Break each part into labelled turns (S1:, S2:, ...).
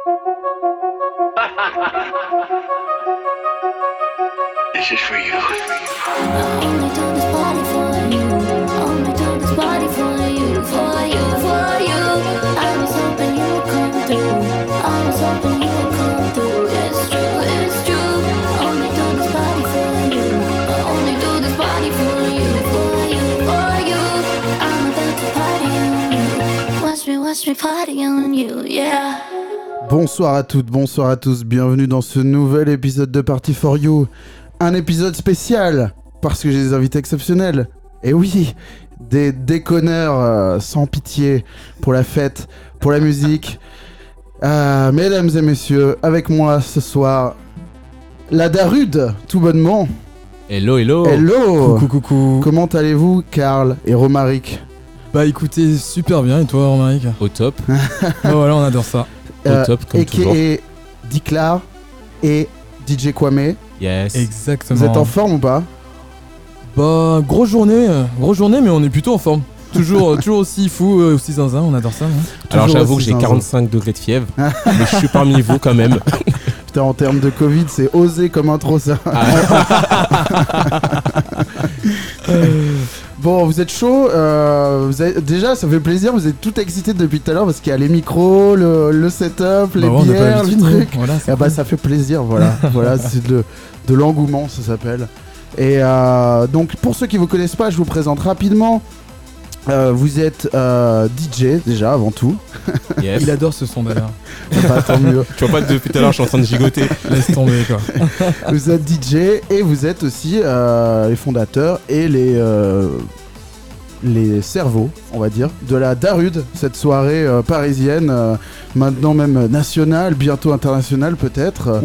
S1: This is for you.
S2: I only do this party for you. Only do this party for you, for you, for you. I was hoping you would come through. I was hoping you would come through. It's true, it's true. Only do this party for you. I only do this party for you, for you, for you. I'm about to party on you. Watch me party on you, yeah.
S3: Bonsoir à toutes, bonsoir à tous, bienvenue dans ce nouvel épisode de Party for You. Un épisode spécial, parce que j'ai des invités exceptionnels. Et oui, des déconneurs sans pitié pour la fête, pour la musique. Mesdames et messieurs, avec moi ce soir, la Darude, tout bonnement.
S4: Hello, hello.
S3: Hello.
S5: Coucou.
S3: Comment allez-vous, Karl et Romaric?
S5: Bah écoutez, super bien, et toi Romaric?
S4: Au top.
S5: Bah voilà, on adore ça.
S4: Au top, comme toujours.
S3: Et Diklar et DJ Kwame.
S4: Yes.
S5: Exactement.
S3: Vous êtes en forme ou pas?
S5: Bah grosse journée, mais on est plutôt en forme. Toujours aussi fou, aussi zinzin, on adore ça. Hein.
S4: Alors
S3: Toujours
S4: j'avoue que
S3: aussi
S4: j'ai
S3: zinzin.
S4: 45 degrés de fièvre, mais je suis parmi vous quand même.
S3: Putain, en termes de Covid, c'est osé comme intro ça. Bon, vous êtes chaud, déjà ça fait plaisir, vous êtes tout excités depuis tout à l'heure parce qu'il y a les micros, le setup, les
S5: Bah ouais, on n'a pas
S3: bières, les
S5: l'habitude,
S3: trucs.
S5: nous. Voilà, c'est
S3: Et bah
S5: cool.
S3: ça fait plaisir, voilà, voilà, c'est de l'engouement ça s'appelle. Et donc pour ceux qui vous connaissent pas, je vous présente rapidement. Vous êtes DJ déjà avant tout.
S4: Yes.
S5: Il adore ce son d'ailleurs.
S3: Bah, tant mieux.
S4: Tu vois pas depuis tout à l'heure, je suis en train de gigoter.
S5: Laisse tomber quoi.
S3: Vous êtes DJ et vous êtes aussi les fondateurs et les cerveaux, on va dire, de la Darude, cette soirée parisienne, maintenant même nationale, bientôt internationale peut-être.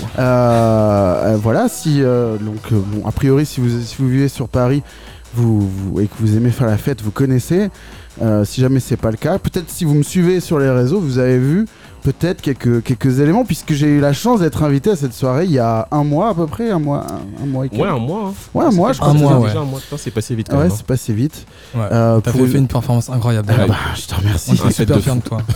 S3: Voilà, si donc bon, a priori si vous vivez sur Paris, et que vous aimez faire la fête, vous connaissez. Si jamais c'est pas le cas, peut-être si vous me suivez sur les réseaux, vous avez vu peut-être quelques éléments, puisque j'ai eu la chance d'être invité à cette soirée il y a un mois à peu près, un mois et quelques.
S4: Ouais, un mois. Hein.
S3: Ouais, un mois, je crois.
S5: Un mois,
S4: Déjà
S5: ouais.
S4: un mois de temps, c'est passé vite quand
S3: Ouais,
S4: même.
S3: c'est passé vite.
S5: Ouais.
S3: T'as
S5: T'as fait une performance incroyable
S3: Ah
S5: d'ailleurs.
S3: bah, je te remercie.
S5: On était
S4: fête
S5: super
S4: de
S5: fiers
S4: fou.
S5: de toi.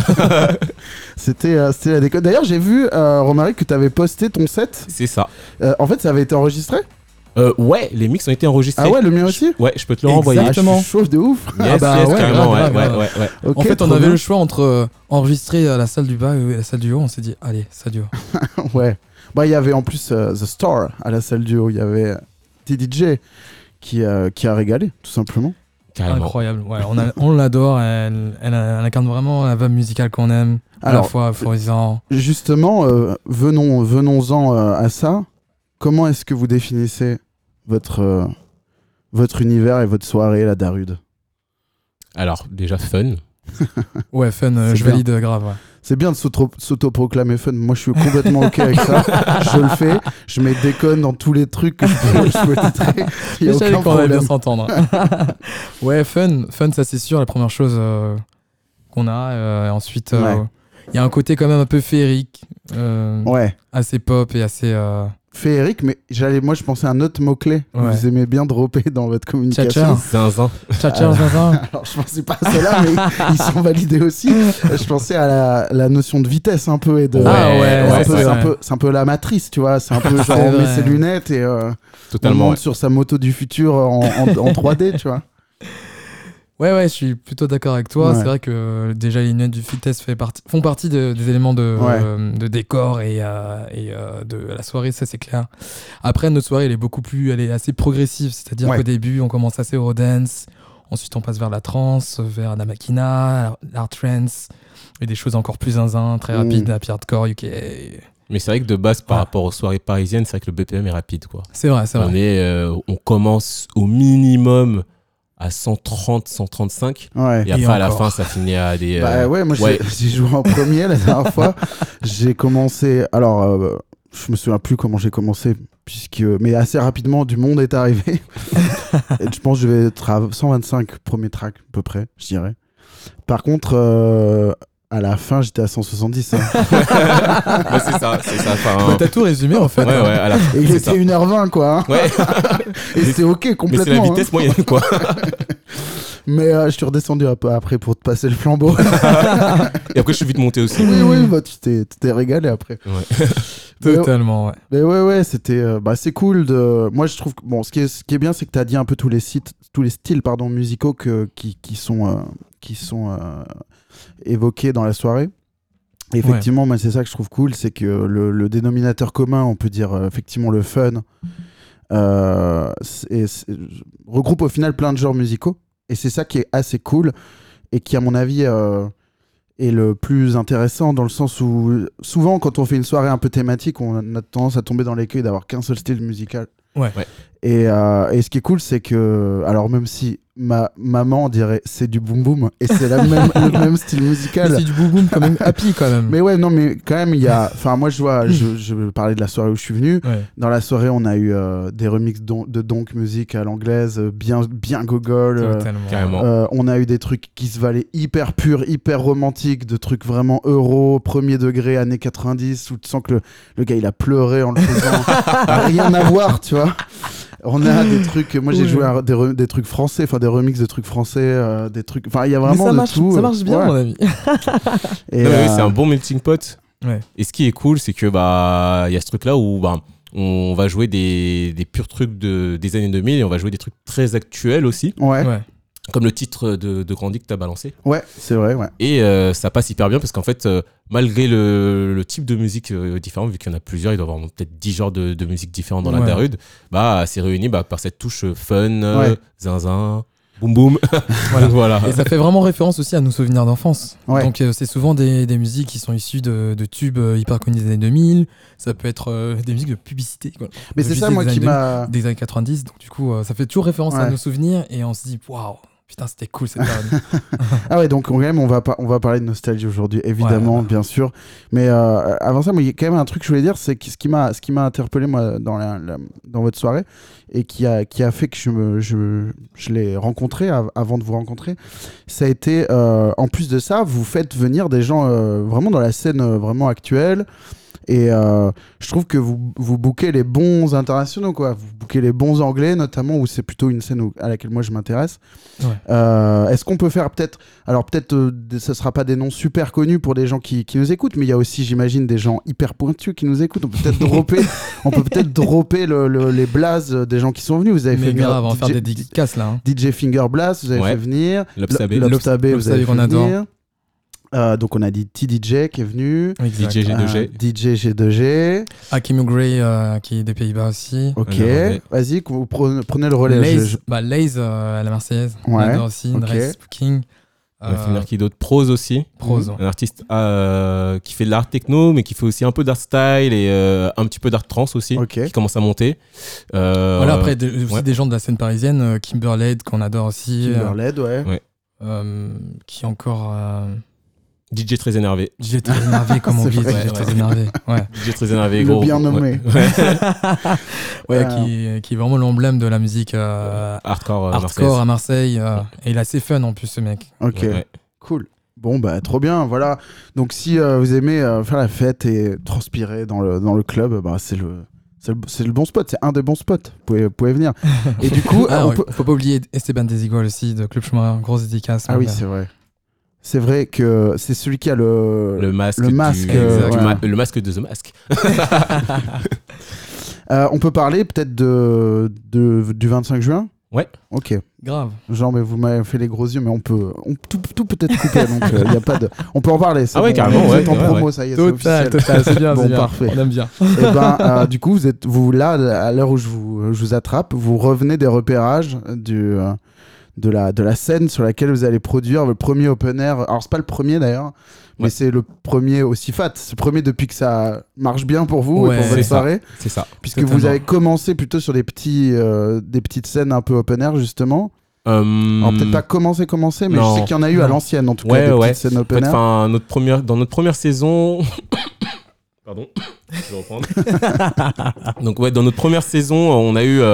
S3: C'était la déconne. D'ailleurs, j'ai vu, Romaric, que t'avais posté ton set.
S4: C'est ça.
S3: En fait, ça avait été enregistré.
S4: Ouais, les mix ont été enregistrés.
S3: Ah ouais, le mien aussi.
S4: Ouais, je peux te le renvoyer.
S5: Exactement.
S3: Ah, je suis chaud de ouf.
S4: Yes,
S5: Ah bah
S4: yes,
S5: ouais,
S4: carrément,
S5: grave,
S4: ouais.
S3: Ok,
S5: En fait, on
S3: trop
S5: avait
S3: bien.
S5: le choix entre enregistrer à la salle du bas et la salle du haut. On s'est dit, allez, salle du haut.
S3: Ouais. Bah, il y avait en plus The Store à la salle du haut. Il y avait TDJ qui a régalé, tout simplement.
S4: Carrément.
S5: Incroyable. Ouais, on l'adore. Elle incarne vraiment la vibe musicale qu'on aime. À
S3: Alors,
S5: la fois euphorisant.
S3: Justement, venons-en à ça. Comment est-ce que vous définissez votre univers et votre soirée, la Darude?
S4: Alors, déjà fun.
S5: Ouais, fun,
S3: C'est
S5: je
S3: bien.
S5: valide grave. Ouais.
S3: C'est bien de s'autoproclamer fun. Moi, je suis complètement OK avec ça. Je le fais. Je mets déconne dans tous les trucs que je peux titrer. Il y a
S5: Je savais
S3: aucun
S5: qu'on allait bien
S3: problème.
S5: s'entendre. Ouais, fun, ça c'est sûr, la première chose qu'on a. Ensuite, il
S3: Ouais.
S5: y a un côté quand même un peu féerique,
S3: Ouais.
S5: assez pop et assez...
S3: Féerique, mais moi, je pensais à un autre mot-clé que
S5: Ouais.
S3: vous aimez bien dropper dans votre communication.
S5: Tcha-tcha.
S4: Zinzin.
S5: Tcha-tcha, zinzin.
S3: Alors, je pensais pas à cela, mais ils sont validés aussi. Je pensais à la notion de vitesse un peu et de.
S5: Ah ouais,
S3: un
S5: ouais,
S3: peu-
S5: c'est
S3: c'est un
S5: vrai.
S3: peu, c'est un peu la matrice, tu vois. C'est un peu genre
S5: C'est
S3: on met
S5: vrai.
S3: ses lunettes et on
S4: Totalement.
S3: monte
S4: Ouais.
S3: sur sa moto du futur en 3D, tu vois.
S5: Ouais, je suis plutôt d'accord avec toi.
S3: Ouais.
S5: C'est vrai que déjà les lunettes du vitesse font partie des éléments de décor et de la soirée, ça c'est clair. Après, notre soirée, elle est assez progressive. C'est-à-dire
S3: Ouais.
S5: qu'au début, on commence assez eurodance. Ensuite, on passe vers la trance, vers la machina, l'art trance, et des choses encore plus zinzin, très rapides, happy hardcore, UK.
S4: Mais c'est vrai que de base, par
S5: Ouais.
S4: rapport aux soirées parisiennes, c'est vrai que le BPM est rapide, quoi.
S5: C'est vrai.
S4: On commence au minimum à 130, 135.
S3: Ouais.
S4: Et après, à la
S5: encore.
S4: fin, ça finit à des.
S3: Bah ouais, moi j'ai joué en premier la dernière fois. J'ai commencé. Alors, je me souviens plus comment j'ai commencé, mais assez rapidement, du monde est arrivé. Et je pense que je vais être à 125 premier track, à peu près, je dirais. Par contre, à la fin, j'étais à 170. Hein.
S4: Bah, c'est ça. Enfin,
S5: Bah, t'as tout résumé en fait.
S4: ouais, à la fin.
S3: Et il
S4: c'est
S3: était
S4: ça.
S3: 1h20, quoi. Hein.
S4: Ouais,
S3: Et c'était OK
S4: mais
S3: complètement.
S4: c'est la vitesse moyenne, quoi.
S3: Mais je suis redescendu un peu après pour te passer le flambeau.
S4: Et après, je suis vite monté aussi.
S3: oui, bah, tu t'es régalé après.
S4: Ouais.
S5: Totalement, ouais.
S3: Mais ouais, c'était. C'est cool de. Moi, je trouve que. Bon, ce qui est bien, c'est que tu as dit un peu tous les styles musicaux qui sont évoqués dans la soirée. Et effectivement, moi, c'est ça que je trouve cool, c'est que le dénominateur commun, on peut dire effectivement le fun, regroupe au final plein de genres musicaux. Et c'est ça qui est assez cool et qui, à mon avis, est le plus intéressant dans le sens où souvent, quand on fait une soirée un peu thématique, on a tendance à tomber dans l'écueil d'avoir qu'un seul style musical.
S5: Ouais.
S3: Et ce qui est cool, c'est que, alors même si ma maman dirait c'est du boom boom et c'est le même style musical.
S5: Mais c'est du boom boom quand même happy quand même.
S3: Mais ouais, non, mais quand même, il y a. Enfin, moi, je vois, je vais parler de la soirée où je suis venu.
S5: Ouais.
S3: Dans la soirée, on a eu des remixes de Donk Music à l'anglaise, bien gogol.
S5: Totalement.
S4: Carrément.
S3: On a eu des trucs qui se valaient hyper purs, hyper romantiques, de trucs vraiment euro, premier degré, années 90, où tu sens que le gars, il a pleuré en le faisant. Rien à voir, tu vois. On a des trucs. Moi, j'ai joué à des trucs français, enfin des remixes de trucs français, des trucs. Enfin, il y a vraiment de tout.
S5: Ça marche bien,
S3: ouais.
S5: mon ami.
S4: Et c'est un bon melting pot.
S5: Ouais.
S4: Et ce qui est cool, c'est que il y a ce truc-là où on va jouer des purs trucs des années 2000 et on va jouer des trucs très actuels aussi.
S3: Ouais.
S4: Comme le titre de Grandi que tu as balancé.
S3: Ouais, c'est vrai, ouais.
S4: Et ça passe hyper bien parce qu'en fait, malgré le type de musique différent, vu qu'il y en a plusieurs, il doit y avoir peut-être 10 genres de musique différents dans la Darude, c'est réuni par cette touche fun, zinzin, boum boum. Voilà.
S5: Et ça fait vraiment référence aussi à nos souvenirs d'enfance.
S3: Ouais.
S5: Donc c'est souvent des musiques qui sont issues de tubes hyper connus des années 2000. Ça peut être des musiques de publicité. Quoi.
S3: Mais c'est ça, moi, qui m'a.
S5: Des années 90. Donc du coup, ça fait toujours référence à nos souvenirs et on se dit waouh. Putain, c'était cool cette période.
S3: Ah ouais, donc quand même, on va parler de nostalgie aujourd'hui, évidemment, bien sûr. Mais avant ça, moi, il y a quand même un truc que je voulais dire, c'est que ce qui m'a interpellé moi dans votre soirée et qui a fait que je l'ai rencontré avant de vous rencontrer, ça a été en plus de ça, vous faites venir des gens vraiment dans la scène vraiment actuelle. Et je trouve que vous bookez les bons internationaux, quoi. Vous bookez les bons anglais, notamment, où c'est plutôt une scène à laquelle moi je m'intéresse. Ouais. Est-ce qu'on peut faire peut-être... Alors peut-être, ce ne sera pas des noms super connus pour des gens qui nous écoutent, mais il y a aussi, j'imagine, des gens hyper pointus qui nous écoutent. On peut peut-être dropper les blazes des gens qui sont venus. Vous avez fait venir...
S5: grave, on va faire des dédicaces, là. Hein.
S3: DJ Finger Blast, vous avez fait venir.
S5: Lobsabé,
S3: vous avez fait
S5: qu'on adore.
S3: venir. Donc on a dit TDJ qui est venu,
S4: DJ G2G,
S3: DJ G2G,
S5: Hakim Gray qui est des Pays-Bas aussi.
S3: Ok, vas-y, vous prenez le relais.
S5: Laze à la Marseillaise, on adore aussi, Dress Booking.
S4: On va finir qui d'autre, Prose aussi,
S5: un
S4: artiste qui fait de l'art techno mais qui fait aussi un peu d'art style et un petit peu d'art trance aussi, qui commence à monter.
S5: Voilà, après aussi des gens de la scène parisienne, Kimberled qu'on adore aussi.
S3: Kimberled,
S5: qui encore...
S4: DJ très énervé.
S5: DJ très énervé, comme on dit. Très énervé. Ouais.
S4: DJ très énervé, gros.
S3: Le bien nommé.
S5: Qui est vraiment l'emblème de la musique
S4: hardcore
S5: à Marseille. Et il est assez fun en plus, ce mec.
S3: Ok, cool. Bon, trop bien, voilà. Donc, si vous aimez faire la fête et transpirer dans le club, c'est le bon spot, c'est un des bons spots. Vous pouvez venir. Et du coup,
S5: faut pas oublier Esteban Desigual aussi de Club Schumacher, grosse dédicace.
S3: Ah oui, c'est vrai. C'est vrai que c'est celui qui a le masque.
S4: Le masque de The Mask.
S3: On peut parler peut-être du 25 juin.
S4: Ouais.
S3: Ok.
S5: Grave.
S3: Genre, mais vous m'avez fait les gros yeux, mais on peut tout peut-être couper, donc y a pas de. On peut en parler.
S4: Ouais, carrément.
S3: Vous êtes en promo, ça y est, c'est officiel.
S5: Total, c'est bien.
S3: Bon, parfait.
S5: On aime bien.
S3: Et du coup, vous là, à l'heure où je vous attrape, vous revenez des repérages de la scène sur laquelle vous allez produire le premier open air. Alors c'est pas le premier d'ailleurs, mais c'est le premier aussi fat. C'est le premier depuis que ça marche bien pour vous et pour votre soirée.
S4: C'est ça.
S3: Puisque vous avez commencé plutôt sur des petites scènes un peu open air justement. Alors peut-être pas commencer, mais je sais qu'il y en a eu à l'ancienne en tout cas des petites scènes open air.
S4: Dans notre première saison. Pardon, je vais reprendre. Donc dans notre première saison, on a eu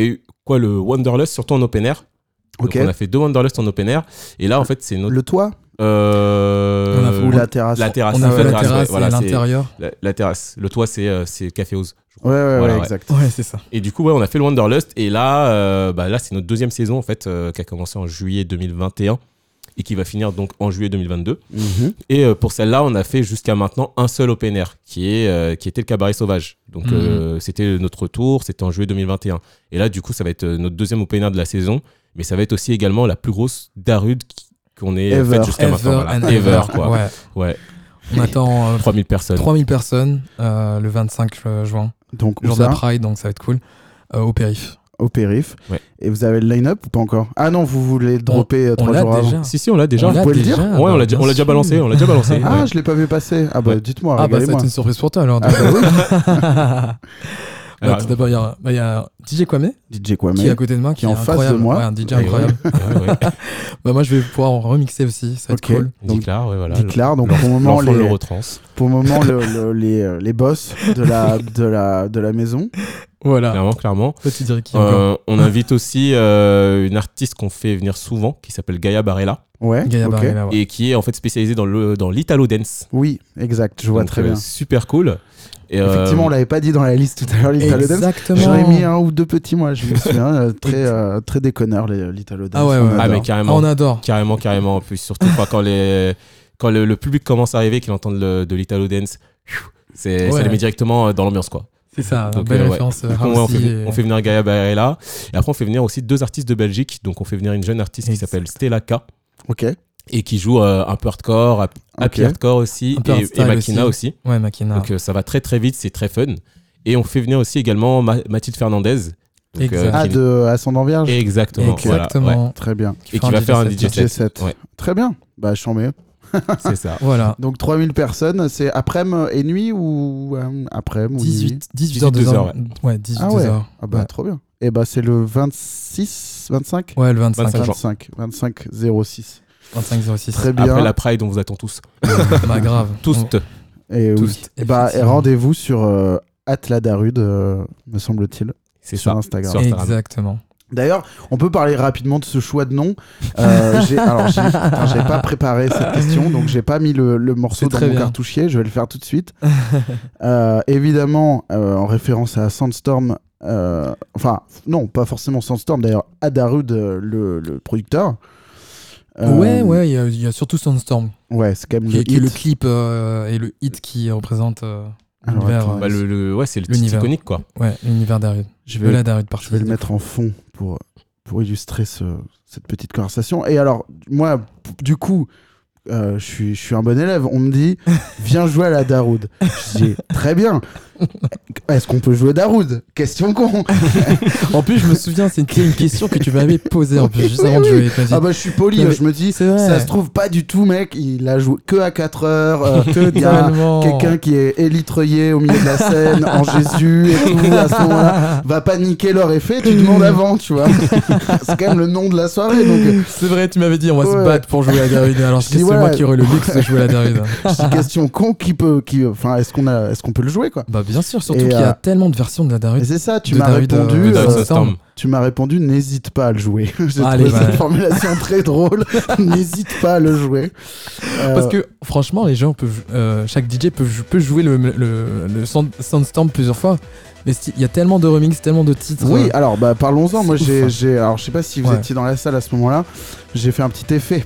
S4: le Wanderlust surtout en open air. Donc on a fait 2 Wanderlust en open air et là en fait c'est notre...
S3: Le toit Ou la terrasse.
S4: La terrasse.
S5: On a fait la terrasse
S4: ouais,
S5: et
S4: voilà,
S5: l'intérieur.
S4: la terrasse. Le toit, c'est Café Oz.
S3: Ouais,
S4: Voilà,
S3: exact.
S5: Ouais, c'est ça.
S4: Et du coup, ouais, on a fait le Wanderlust. Et là, là c'est notre deuxième saison, en fait, qui a commencé en juillet 2021 et qui va finir donc en juillet 2022.
S3: Mhm.
S4: Et pour celle-là, on a fait jusqu'à maintenant un seul open air, qui était le Cabaret Sauvage. Donc, c'était notre retour, c'était en juillet 2021. Et là, du coup, ça va être notre deuxième open air de la saison. Mais ça va être aussi également la plus grosse Darude qu'on ait faite jusqu'à maintenant. Voilà.
S5: and
S4: Ever, quoi.
S5: Ouais. On attend
S4: 3000 personnes.
S5: 3000 personnes le 25 juin.
S3: Donc,
S5: Jour
S3: où
S5: de la
S3: ça
S5: Pride, donc ça va être cool. Au Périph.
S3: Au Périph.
S4: Ouais.
S3: Et vous avez le line-up ou pas encore? Ah non, vous voulez le dropper
S5: On
S3: 3
S5: l'a
S3: jours avant.
S5: déjà.
S4: Si, on l'a déjà.
S3: Vous pouvez le dire?
S4: Ouais, on l'a déjà balancé. On l'a déjà balancé.
S3: Ah,
S4: ouais.
S3: je l'ai pas vu passer. Ah bah
S4: Ouais.
S3: dites-moi,
S5: Ah bah ça va
S3: régalez-moi.
S5: être une surprise pour toi alors.
S3: Ah bah
S4: Alors,
S5: Tout d'abord, il y a DJ Kwame
S3: oui, DJ Kwame.
S5: qui est à côté de moi, qui est
S3: en face de
S5: incroyable.
S3: moi.
S5: Ouais, un DJ
S4: ouais,
S5: incroyable.
S4: ouais, ouais.
S5: Bah moi je vais pouvoir en remixer aussi, ça va être
S3: Ok.
S5: cool.
S3: Donc,
S4: Diclar, ouais, voilà.
S3: Diclar, donc pour le moment,
S4: L'enfant de
S3: les,
S4: l'Eurotrans.
S3: pour le moment les boss de la maison.
S5: Voilà.
S4: Clairement.
S5: Toi tu dirais qui encore
S4: On invite aussi une artiste qu'on fait venir souvent, qui s'appelle Gaia Barella,
S3: Ouais,
S5: Gaia
S3: ok.
S5: Barrella, ouais.
S4: et qui est en fait spécialisée dans l'Italo Dance.
S3: Oui, exact, je vois
S4: Donc,
S3: très bien.
S4: super cool. Et,
S3: Effectivement, on l'avait pas dit dans la liste tout à l'heure, l'Italo Dance.
S5: Exactement.
S3: J'en ai mis un ou deux petits, moi, je me souviens. Très déconneur, l'Italo Dance.
S5: Ah ouais,
S3: on
S5: ouais.
S3: adore.
S4: Ah, mais
S5: Ah,
S4: carrément.
S5: on adore.
S4: Carrément. Puis surtout quand le public commence à arriver, qu'il entend de l'Italo Dance, ça
S5: Ouais.
S4: les met directement dans l'ambiance, quoi.
S5: C'est ça,
S4: Donc,
S5: belle
S4: ouais.
S5: référence.
S4: Donc,
S5: House
S4: on fait venir Gaia Barrella. Et après, on fait venir aussi 2 artistes de Belgique. Donc, on fait venir une jeune artiste qui
S5: Exact.
S4: s'appelle Stella K
S3: Ok.
S4: et qui joue un peu hardcore, happy
S3: Ok.
S4: hardcore aussi,
S5: Un peu
S4: et
S5: hardstyle
S4: Makina aussi.
S5: Ouais, Makina.
S4: Donc, ça va très vite, c'est très fun. Et on fait venir aussi également Mathilde Fernandez. Donc,
S5: Exact.
S3: Ah,
S4: qui-
S3: de Ascendant Vierge.
S4: Exactement. voilà,
S5: Exactement.
S4: ouais.
S3: Très bien.
S4: Et qui va faire un DJ
S3: DJ
S4: set.
S3: set.
S4: Ouais,
S3: Très bien. Bah, j'en mets.
S4: c'est ça.
S5: Voilà.
S3: Donc 3000 personnes, c'est après-midi et nuit ou après-midi ou nuit
S5: 18h, 2h.
S4: 2h,
S5: Ouais, 18
S3: Ah ouais.
S5: 2h.
S3: Ah bah
S5: Ouais.
S3: trop bien. Et bah c'est le 26, 25
S5: Ouais, le 25.
S4: 25.
S3: 25 06.
S5: 25-06.
S3: Très bien.
S4: Après la Pride, on vous attend tous.
S5: Bah grave.
S4: Tous.
S3: Et
S5: Tous,
S3: oui. Et bah et
S5: effectivement.
S3: rendez-vous sur @ladarude, me semble-t-il.
S4: C'est
S3: Sur
S4: ça.
S3: Instagram.
S4: Sur Instagram.
S5: Exactement.
S3: D'ailleurs, on peut parler rapidement de ce choix de nom. J'ai pas préparé cette question, donc j'ai pas mis le morceau
S5: C'est
S3: dans
S5: très
S3: mon
S5: bien.
S3: cartouchier. Je vais le faire tout de suite. Évidemment, en référence à Sandstorm. Enfin, non, pas forcément Sandstorm. D'ailleurs, Adarude, le producteur.
S5: Ouais, il y a surtout Sandstorm,
S3: Ouais, c'est quand même
S5: qui est le
S3: hit.
S5: clip et le hit qui représente
S3: Alors,
S5: l'univers,
S3: attends,
S4: Bah, ouais, c'est le titre
S5: L'univers.
S4: iconique, quoi.
S5: ouais, l'univers Darude.
S3: je
S5: De
S3: vais,
S5: la Darude partie.
S3: je vais le mettre en fond pour illustrer cette petite conversation. Et alors, moi, du coup, je suis un bon élève. On me dit, viens jouer à la Darude. Je dis, très bien. Est-ce qu'on peut jouer Darude? Question con.
S5: En plus, je me souviens, c'était une question que tu m'avais posée en plus, juste
S3: Oui,
S5: avant de
S3: oui.
S5: jouer. Tu m'as dit,
S3: Ah bah je suis poli,
S5: Non, mais
S3: je me dis,
S5: c'est vrai.
S3: ça se trouve pas du tout mec, il a joué que à 4 heures, il y a
S5: totalement.
S3: quelqu'un qui est élytreuillé au milieu de la scène, en Jésus et tout, à ce moment-là, va pas niquer leur effet, tu demandes avant, tu vois. C'est quand même le nom de la soirée, donc
S5: C'est vrai, tu m'avais dit, on va
S3: Ouais.
S5: se battre pour jouer à Darude. Alors,
S3: Je
S5: c'est
S3: dis,
S5: moi
S3: voilà.
S5: qui aurais le luxe de jouer à Darude.
S3: c'est une question con enfin, est-ce qu'on peut le jouer, quoi.
S5: Bah, bien sûr, surtout
S3: Et,
S5: qu'il y a tellement de versions de la
S3: Et
S5: Darude.
S3: c'est ça, tu
S5: De
S3: m'as
S5: Darude,
S3: répondu,
S5: de
S4: Darude
S5: Sandstorm.
S4: Sandstorm.
S3: tu m'as répondu, n'hésite pas à le jouer. J'ai
S5: Allez,
S3: trouvé
S5: bah.
S3: cette formulation très drôle, n'hésite pas à le jouer.
S5: Parce que franchement, les gens peuvent, chaque DJ peut jouer le Sandstorm plusieurs fois. Mais il y a tellement de remix, tellement de titres.
S3: Oui, alors bah parlons-en. Moi,
S5: c'est ouf, hein.
S3: alors je sais pas si vous
S5: Ouais.
S3: étiez dans la salle à ce moment-là. J'ai fait un petit effet.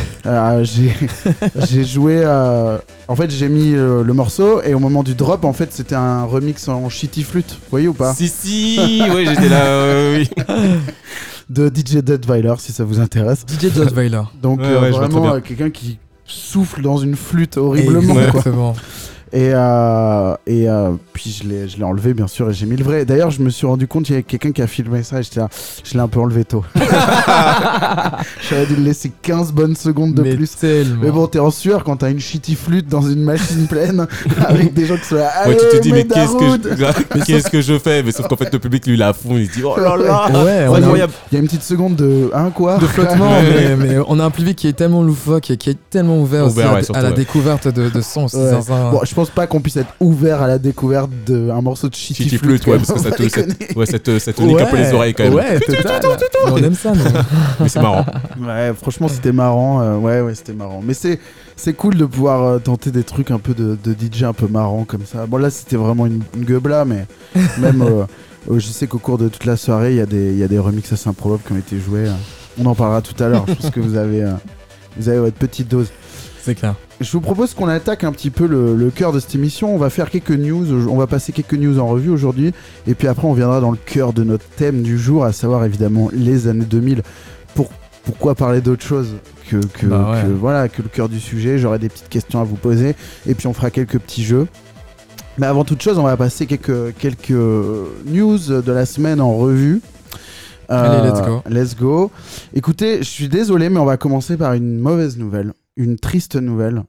S3: J'ai joué. En fait, j'ai mis le morceau et au moment du drop, en fait, c'était un remix en shitty flute. Vous voyez ou pas?
S4: Si, ouais, j'étais là, oui.
S3: De DJ Deadweiler, si ça vous intéresse.
S5: DJ Josh Weiler.
S3: Donc
S4: Ouais, ouais, je vois très
S3: vraiment
S4: bien.
S3: quelqu'un qui souffle dans une flûte horriblement. Quoi.
S5: Exactement.
S3: Et puis je l'ai enlevé bien sûr et j'ai mis le vrai. D'ailleurs je me suis rendu compte qu'il y avait quelqu'un qui a filmé ça et j'étais là, je l'ai un peu enlevé tôt. J'aurais dû le laisser 15 bonnes secondes de
S5: Mais
S3: plus.
S5: tellement.
S3: Mais bon, t'es en sueur quand t'as une shitty flûte dans une machine pleine avec des gens qui sont là.
S4: Ouais,
S3: Allez,
S4: tu te dis, mais
S3: Darude
S4: qu'est-ce que je fais? Mais sauf qu'en fait, le public, lui, il est à fond. Il se dit, oh là là,
S5: Ouais, on a-
S4: incroyable.
S3: Il y a une petite seconde de. Hein, quoi
S5: de flottement,
S4: Ouais.
S5: mais on a un public qui est tellement loufoque et qui est tellement ouvert aussi
S4: Ouvert,
S5: à,
S4: ouais, surtout,
S5: à la
S4: ouais.
S5: découverte de sons.
S3: Ouais. Bon, je pense pas qu'on puisse être ouvert à la découverte d'un morceau de Shitty
S4: Shitty
S3: Flute,
S4: Flute, ouais, parce que ça te nique un peu
S5: Ouais,
S4: les oreilles quand même.
S5: Ouais, total. On aime ça, mais...
S4: Mais c'est marrant.
S3: Ouais, franchement, c'était marrant. Ouais, c'était marrant. Mais c'est cool de pouvoir tenter des trucs un peu de DJ un peu marrant comme ça. Bon, là, c'était vraiment une gueubla, mais même, je sais qu'au cours de toute la soirée, il y a des remixes assez improbables qui ont été joués. On en parlera tout à l'heure. Je pense que vous avez votre petite dose.
S5: C'est clair.
S3: Je vous propose qu'on attaque un petit peu le cœur de cette émission. On va faire quelques news. On va passer quelques news en revue aujourd'hui. Et puis après, on viendra dans le cœur de notre thème du jour, à savoir évidemment les années 2000. Pourquoi parler d'autre chose que le cœur du sujet. J'aurai des petites questions à vous poser. Et puis on fera quelques petits jeux. Mais avant toute chose, on va passer quelques news de la semaine en revue.
S5: Allez,
S3: let's go. Écoutez, je suis désolé, mais on va commencer par une mauvaise nouvelle. Une triste nouvelle.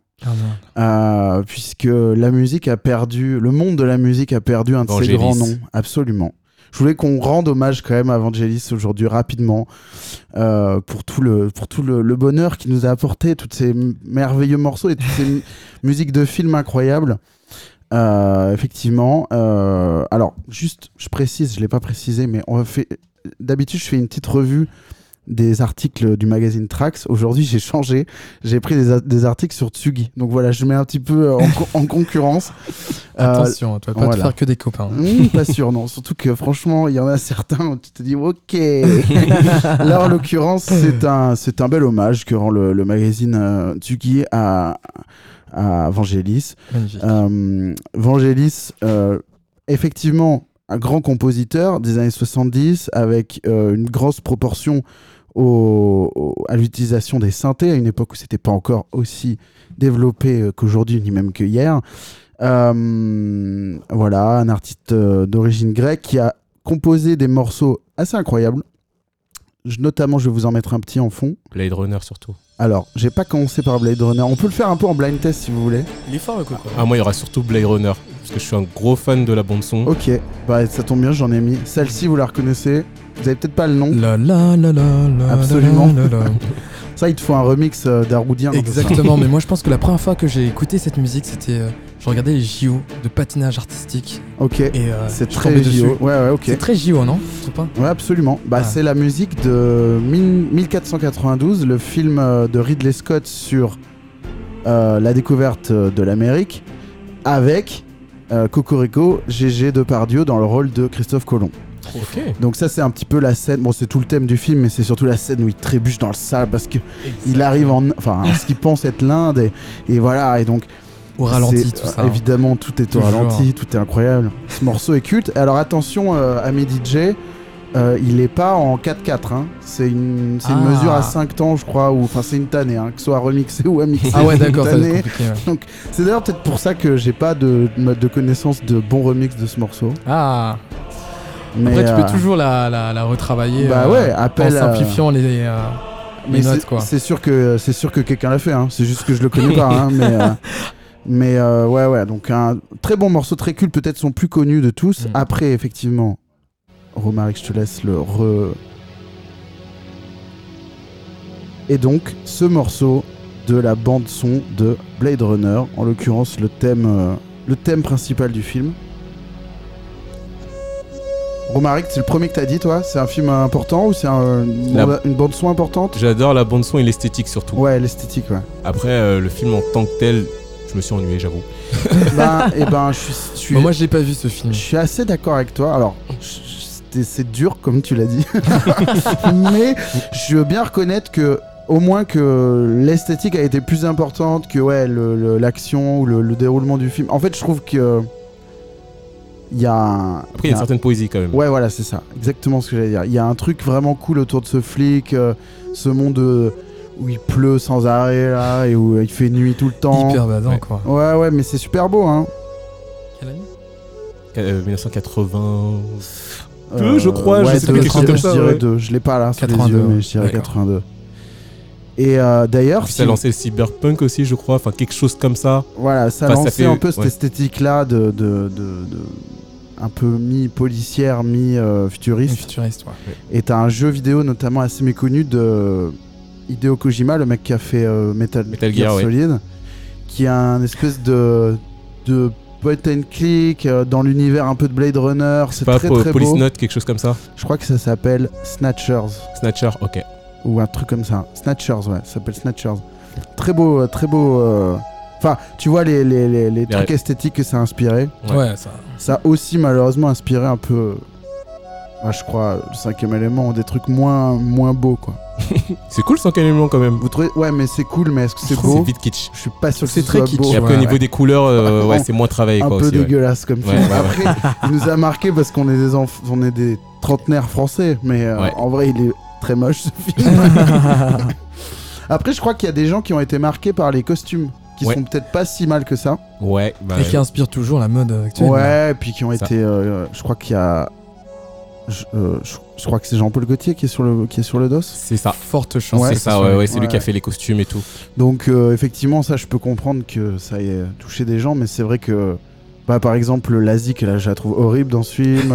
S3: Puisque la musique a perdu, le monde de la musique a perdu un de ses grands noms, absolument. Je voulais qu'on rende hommage quand même à Vangelis aujourd'hui rapidement pour tout le bonheur qu'il nous a apporté, tous ces merveilleux morceaux et toutes ces musiques de films incroyables. Effectivement. Alors, juste, je précise, je l'ai pas précisé, mais d'habitude, je fais une petite revue des articles du magazine Trax. Aujourd'hui, j'ai changé. J'ai pris des articles sur Tsugi. Donc voilà, je mets un petit peu en concurrence.
S5: Attention, tu vas pas te faire que des copains.
S3: Pas sûr, non. Surtout que franchement, il y en a certains où tu te dis ok. Là, en l'occurrence, c'est un bel hommage que rend le magazine Tsugi à Vangelis. Vangelis, effectivement, un grand compositeur des années 70 avec une grosse proportion à l'utilisation des synthés à une époque où c'était pas encore aussi développé qu'aujourd'hui ni même que hier. Voilà, un artiste d'origine grecque qui a composé des morceaux assez incroyables. Notamment, je vais vous en mettre un petit en fond.
S4: Blade Runner surtout.
S3: Alors, j'ai pas commencé par Blade Runner. On peut le faire un peu en blind test si vous voulez.
S5: Il est fort le coup.
S4: Ah, moi, il y aura surtout Blade Runner. Parce que je suis un gros fan de la bande-son.
S3: Ok, bah ça tombe bien, j'en ai mis. Celle-ci, vous la reconnaissez. Vous avez peut-être pas le nom. Absolument. Ça, il te faut un remix d'Aroudien.
S5: Exactement, mais moi je pense que la première fois que j'ai écouté cette musique, c'était. Je regardais les JO de patinage artistique.
S3: Ok,
S5: et,
S3: c'est très JO. Ouais, ok.
S5: C'est très JO, non? Je sais pas.
S3: Ouais, absolument. Bah, c'est la musique de 1492, le film de Ridley Scott sur la découverte de l'Amérique, avec Cocorico, Gégé Depardieu dans le rôle de Christophe Colomb.
S4: Okay.
S3: Donc ça c'est un petit peu la scène, bon c'est tout le thème du film mais c'est surtout la scène où il trébuche dans le sable parce que il arrive en ce qu'il pense être l'Inde et voilà et donc
S5: au ralenti tout ça.
S3: Évidemment tout est au ralenti, tout est incroyable. Ce morceau est culte. Alors attention amis DJ, il est pas en 4/4 hein. C'est une mesure à 5 temps je crois ou enfin c'est une tannée hein, que ce soit remixé ou à mixer.
S5: Ah ouais d'accord, ça va être compliqué, ouais.
S3: Donc c'est d'ailleurs peut-être pour ça que j'ai pas de connaissance de bons remix de ce morceau.
S5: Ah. Mais après, tu peux toujours la retravailler en simplifiant les notes, quoi.
S3: C'est sûr que quelqu'un l'a fait, hein. C'est juste que je le connais pas, hein, mais ouais. Donc un très bon morceau, très culte, peut-être son plus connu de tous. Après, effectivement, Romaric, je te laisse le Et donc, ce morceau de la bande son de Blade Runner, en l'occurrence le thème principal du film. Romaric, c'est le premier que t'as dit, toi? C'est un film important ou c'est une bande-son importante?
S4: J'adore la bande-son et l'esthétique surtout.
S3: Ouais, l'esthétique, ouais.
S4: Après, le film en tant que tel, je me suis ennuyé, j'avoue.
S3: Je suis...
S5: moi, je l'ai pas vu, ce film.
S3: Je suis assez d'accord avec toi. Alors, c'est dur, comme tu l'as dit. Mais je veux bien reconnaître que au moins que l'esthétique a été plus importante que l'action ou le déroulement du film. En fait, je trouve que...
S4: Après, il y a une certaine poésie quand même.
S3: Ouais, voilà, c'est ça. Exactement ce que j'allais dire. Il y a un truc vraiment cool autour de ce flic, ce monde où il pleut sans arrêt, là, et où il fait nuit tout le temps.
S5: Hyper badant, quoi.
S3: Ouais, mais c'est super beau, hein.
S5: Quelle année
S4: 1980... je crois, je sais plus, quelque chose comme ça.
S3: Je dirais 2. Je l'ai pas là, 82, mais je dirais 82. Et d'ailleurs...
S4: Ça a lancé le cyberpunk aussi, je crois, enfin quelque chose comme ça.
S3: Voilà, ça a lancé un peu cette esthétique-là de un peu mi-policière, mi-futuriste.
S5: Futuriste, ouais.
S3: Et t'as un jeu vidéo notamment assez méconnu de Hideo Kojima, le mec qui a fait Metal Gear Solid, qui a un espèce de de point and click dans l'univers un peu de Blade Runner. C'est
S4: Pas
S3: très très
S4: Police
S3: beau.
S4: Note, quelque chose comme ça.
S3: Je crois que ça s'appelle Snatchers
S4: Snatcher, ok.
S3: ou un truc comme ça. Snatchers, ouais, ça s'appelle Snatchers. Très beau, très beau. Enfin, tu vois les trucs esthétiques que ça a inspiré.
S5: Ouais, ça.
S3: Ça a aussi malheureusement inspiré un peu, je crois, le 5e élément, des trucs moins beaux quoi.
S4: C'est cool, 5 éléments quand même.
S3: Vous trouvez? Ouais, mais c'est cool, mais est-ce que c'est
S4: C'est
S3: beau?
S4: vite kitsch.
S3: Je suis pas sûr que
S5: C'est
S3: ce
S5: très
S3: soit
S5: kitsch,
S3: beau.
S4: Et après, au
S5: Ouais,
S4: niveau
S5: ouais.
S4: des couleurs, c'est moins travaillé
S3: Un
S4: quoi
S3: peu
S4: aussi. ouais.
S3: dégueulasse comme film.
S4: Ouais, ouais,
S3: Après, il nous a marqué parce qu'on est on est des trentenaires français, mais
S4: Ouais.
S3: en vrai, il est très moche ce film. Après, je crois qu'il y a des gens qui ont été marqués par les costumes, qui
S4: Ouais.
S3: sont peut-être pas si mal que ça.
S4: Ouais, bah,
S5: Et qui inspire toujours la mode actuelle.
S3: Ouais, et puis qui ont
S4: Ça.
S3: été. Je crois qu'il y a. Je crois que c'est Jean-Paul Gaultier qui est sur le dos.
S4: c'est ça.
S5: Forte chance.
S3: Ouais,
S4: c'est
S5: que
S4: ça,
S5: ce soit-
S4: ouais, c'est lui qui a
S3: Ouais.
S4: fait les costumes et tout.
S3: Donc effectivement, ça, je peux comprendre que ça ait touché des gens, mais c'est vrai que, par exemple, Lazik, là, je la trouve horrible dans ce film.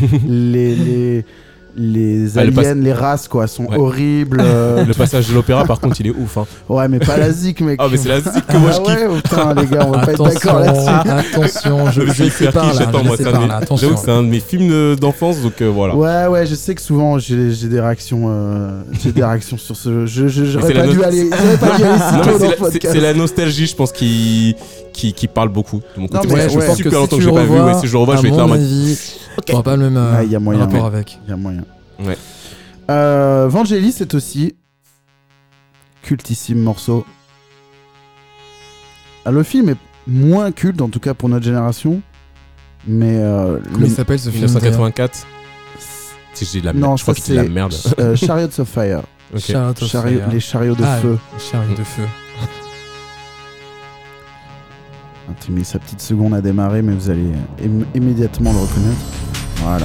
S3: Les
S4: Ah, le
S3: aliens, les races, quoi, sont
S4: Ouais.
S3: horribles.
S4: Le passage de l'opéra, par contre, il est ouf. Hein.
S3: Ouais, mais pas Lazik, mec.
S4: Ah, mais c'est la zik que moi je
S3: Ah
S4: kiffe.
S3: ouais, oh, putain, les gars, on va pas être d'accord là-dessus.
S5: Attention, je
S4: Le
S5: vais
S4: film
S5: par là.
S4: j'attends, moi, c'est un de mes-
S5: Attention.
S4: J'avoue que c'est un de mes films d'enfance, donc voilà.
S3: Ouais, je sais que souvent j'ai des réactions sur ce. J'aurais
S4: c'est
S3: pas
S4: la
S3: dû
S4: note-
S3: aller si
S4: Non,
S3: tôt
S4: mais
S3: dans le podcast.
S4: c'est la nostalgie, je pense, qui parle beaucoup. De mon côté,
S3: mais
S4: parce que
S3: ouais,
S4: ça fait
S3: je pense
S4: super
S5: que
S4: longtemps
S5: si
S4: que
S5: tu
S4: j'ai pas vu.
S5: revois,
S4: Ouais, si je le revois, je vais être là en mode.
S5: Tu n'auras pas le même
S3: Ouais, y a moyen,
S5: rapport
S3: ouais.
S5: avec.
S3: Il y a moyen.
S4: Ouais.
S3: Vangelis, c'est aussi cultissime morceau. Ah, le film est moins culte, en tout cas pour notre génération. Mais
S5: Comment il s'appelle ce film d'ailleurs
S4: 1984. Si j'ai de la merde,
S3: non,
S4: je crois
S3: ça,
S4: que c'est de la merde.
S3: Chariots of Fire.
S4: Ok.
S5: Charlotte of Fire.
S3: Les chariots de
S5: Ah,
S3: feu.
S5: Chariot de feu.
S3: Tu mets sa petite seconde à démarrer, mais vous allez immédiatement le reconnaître. Voilà.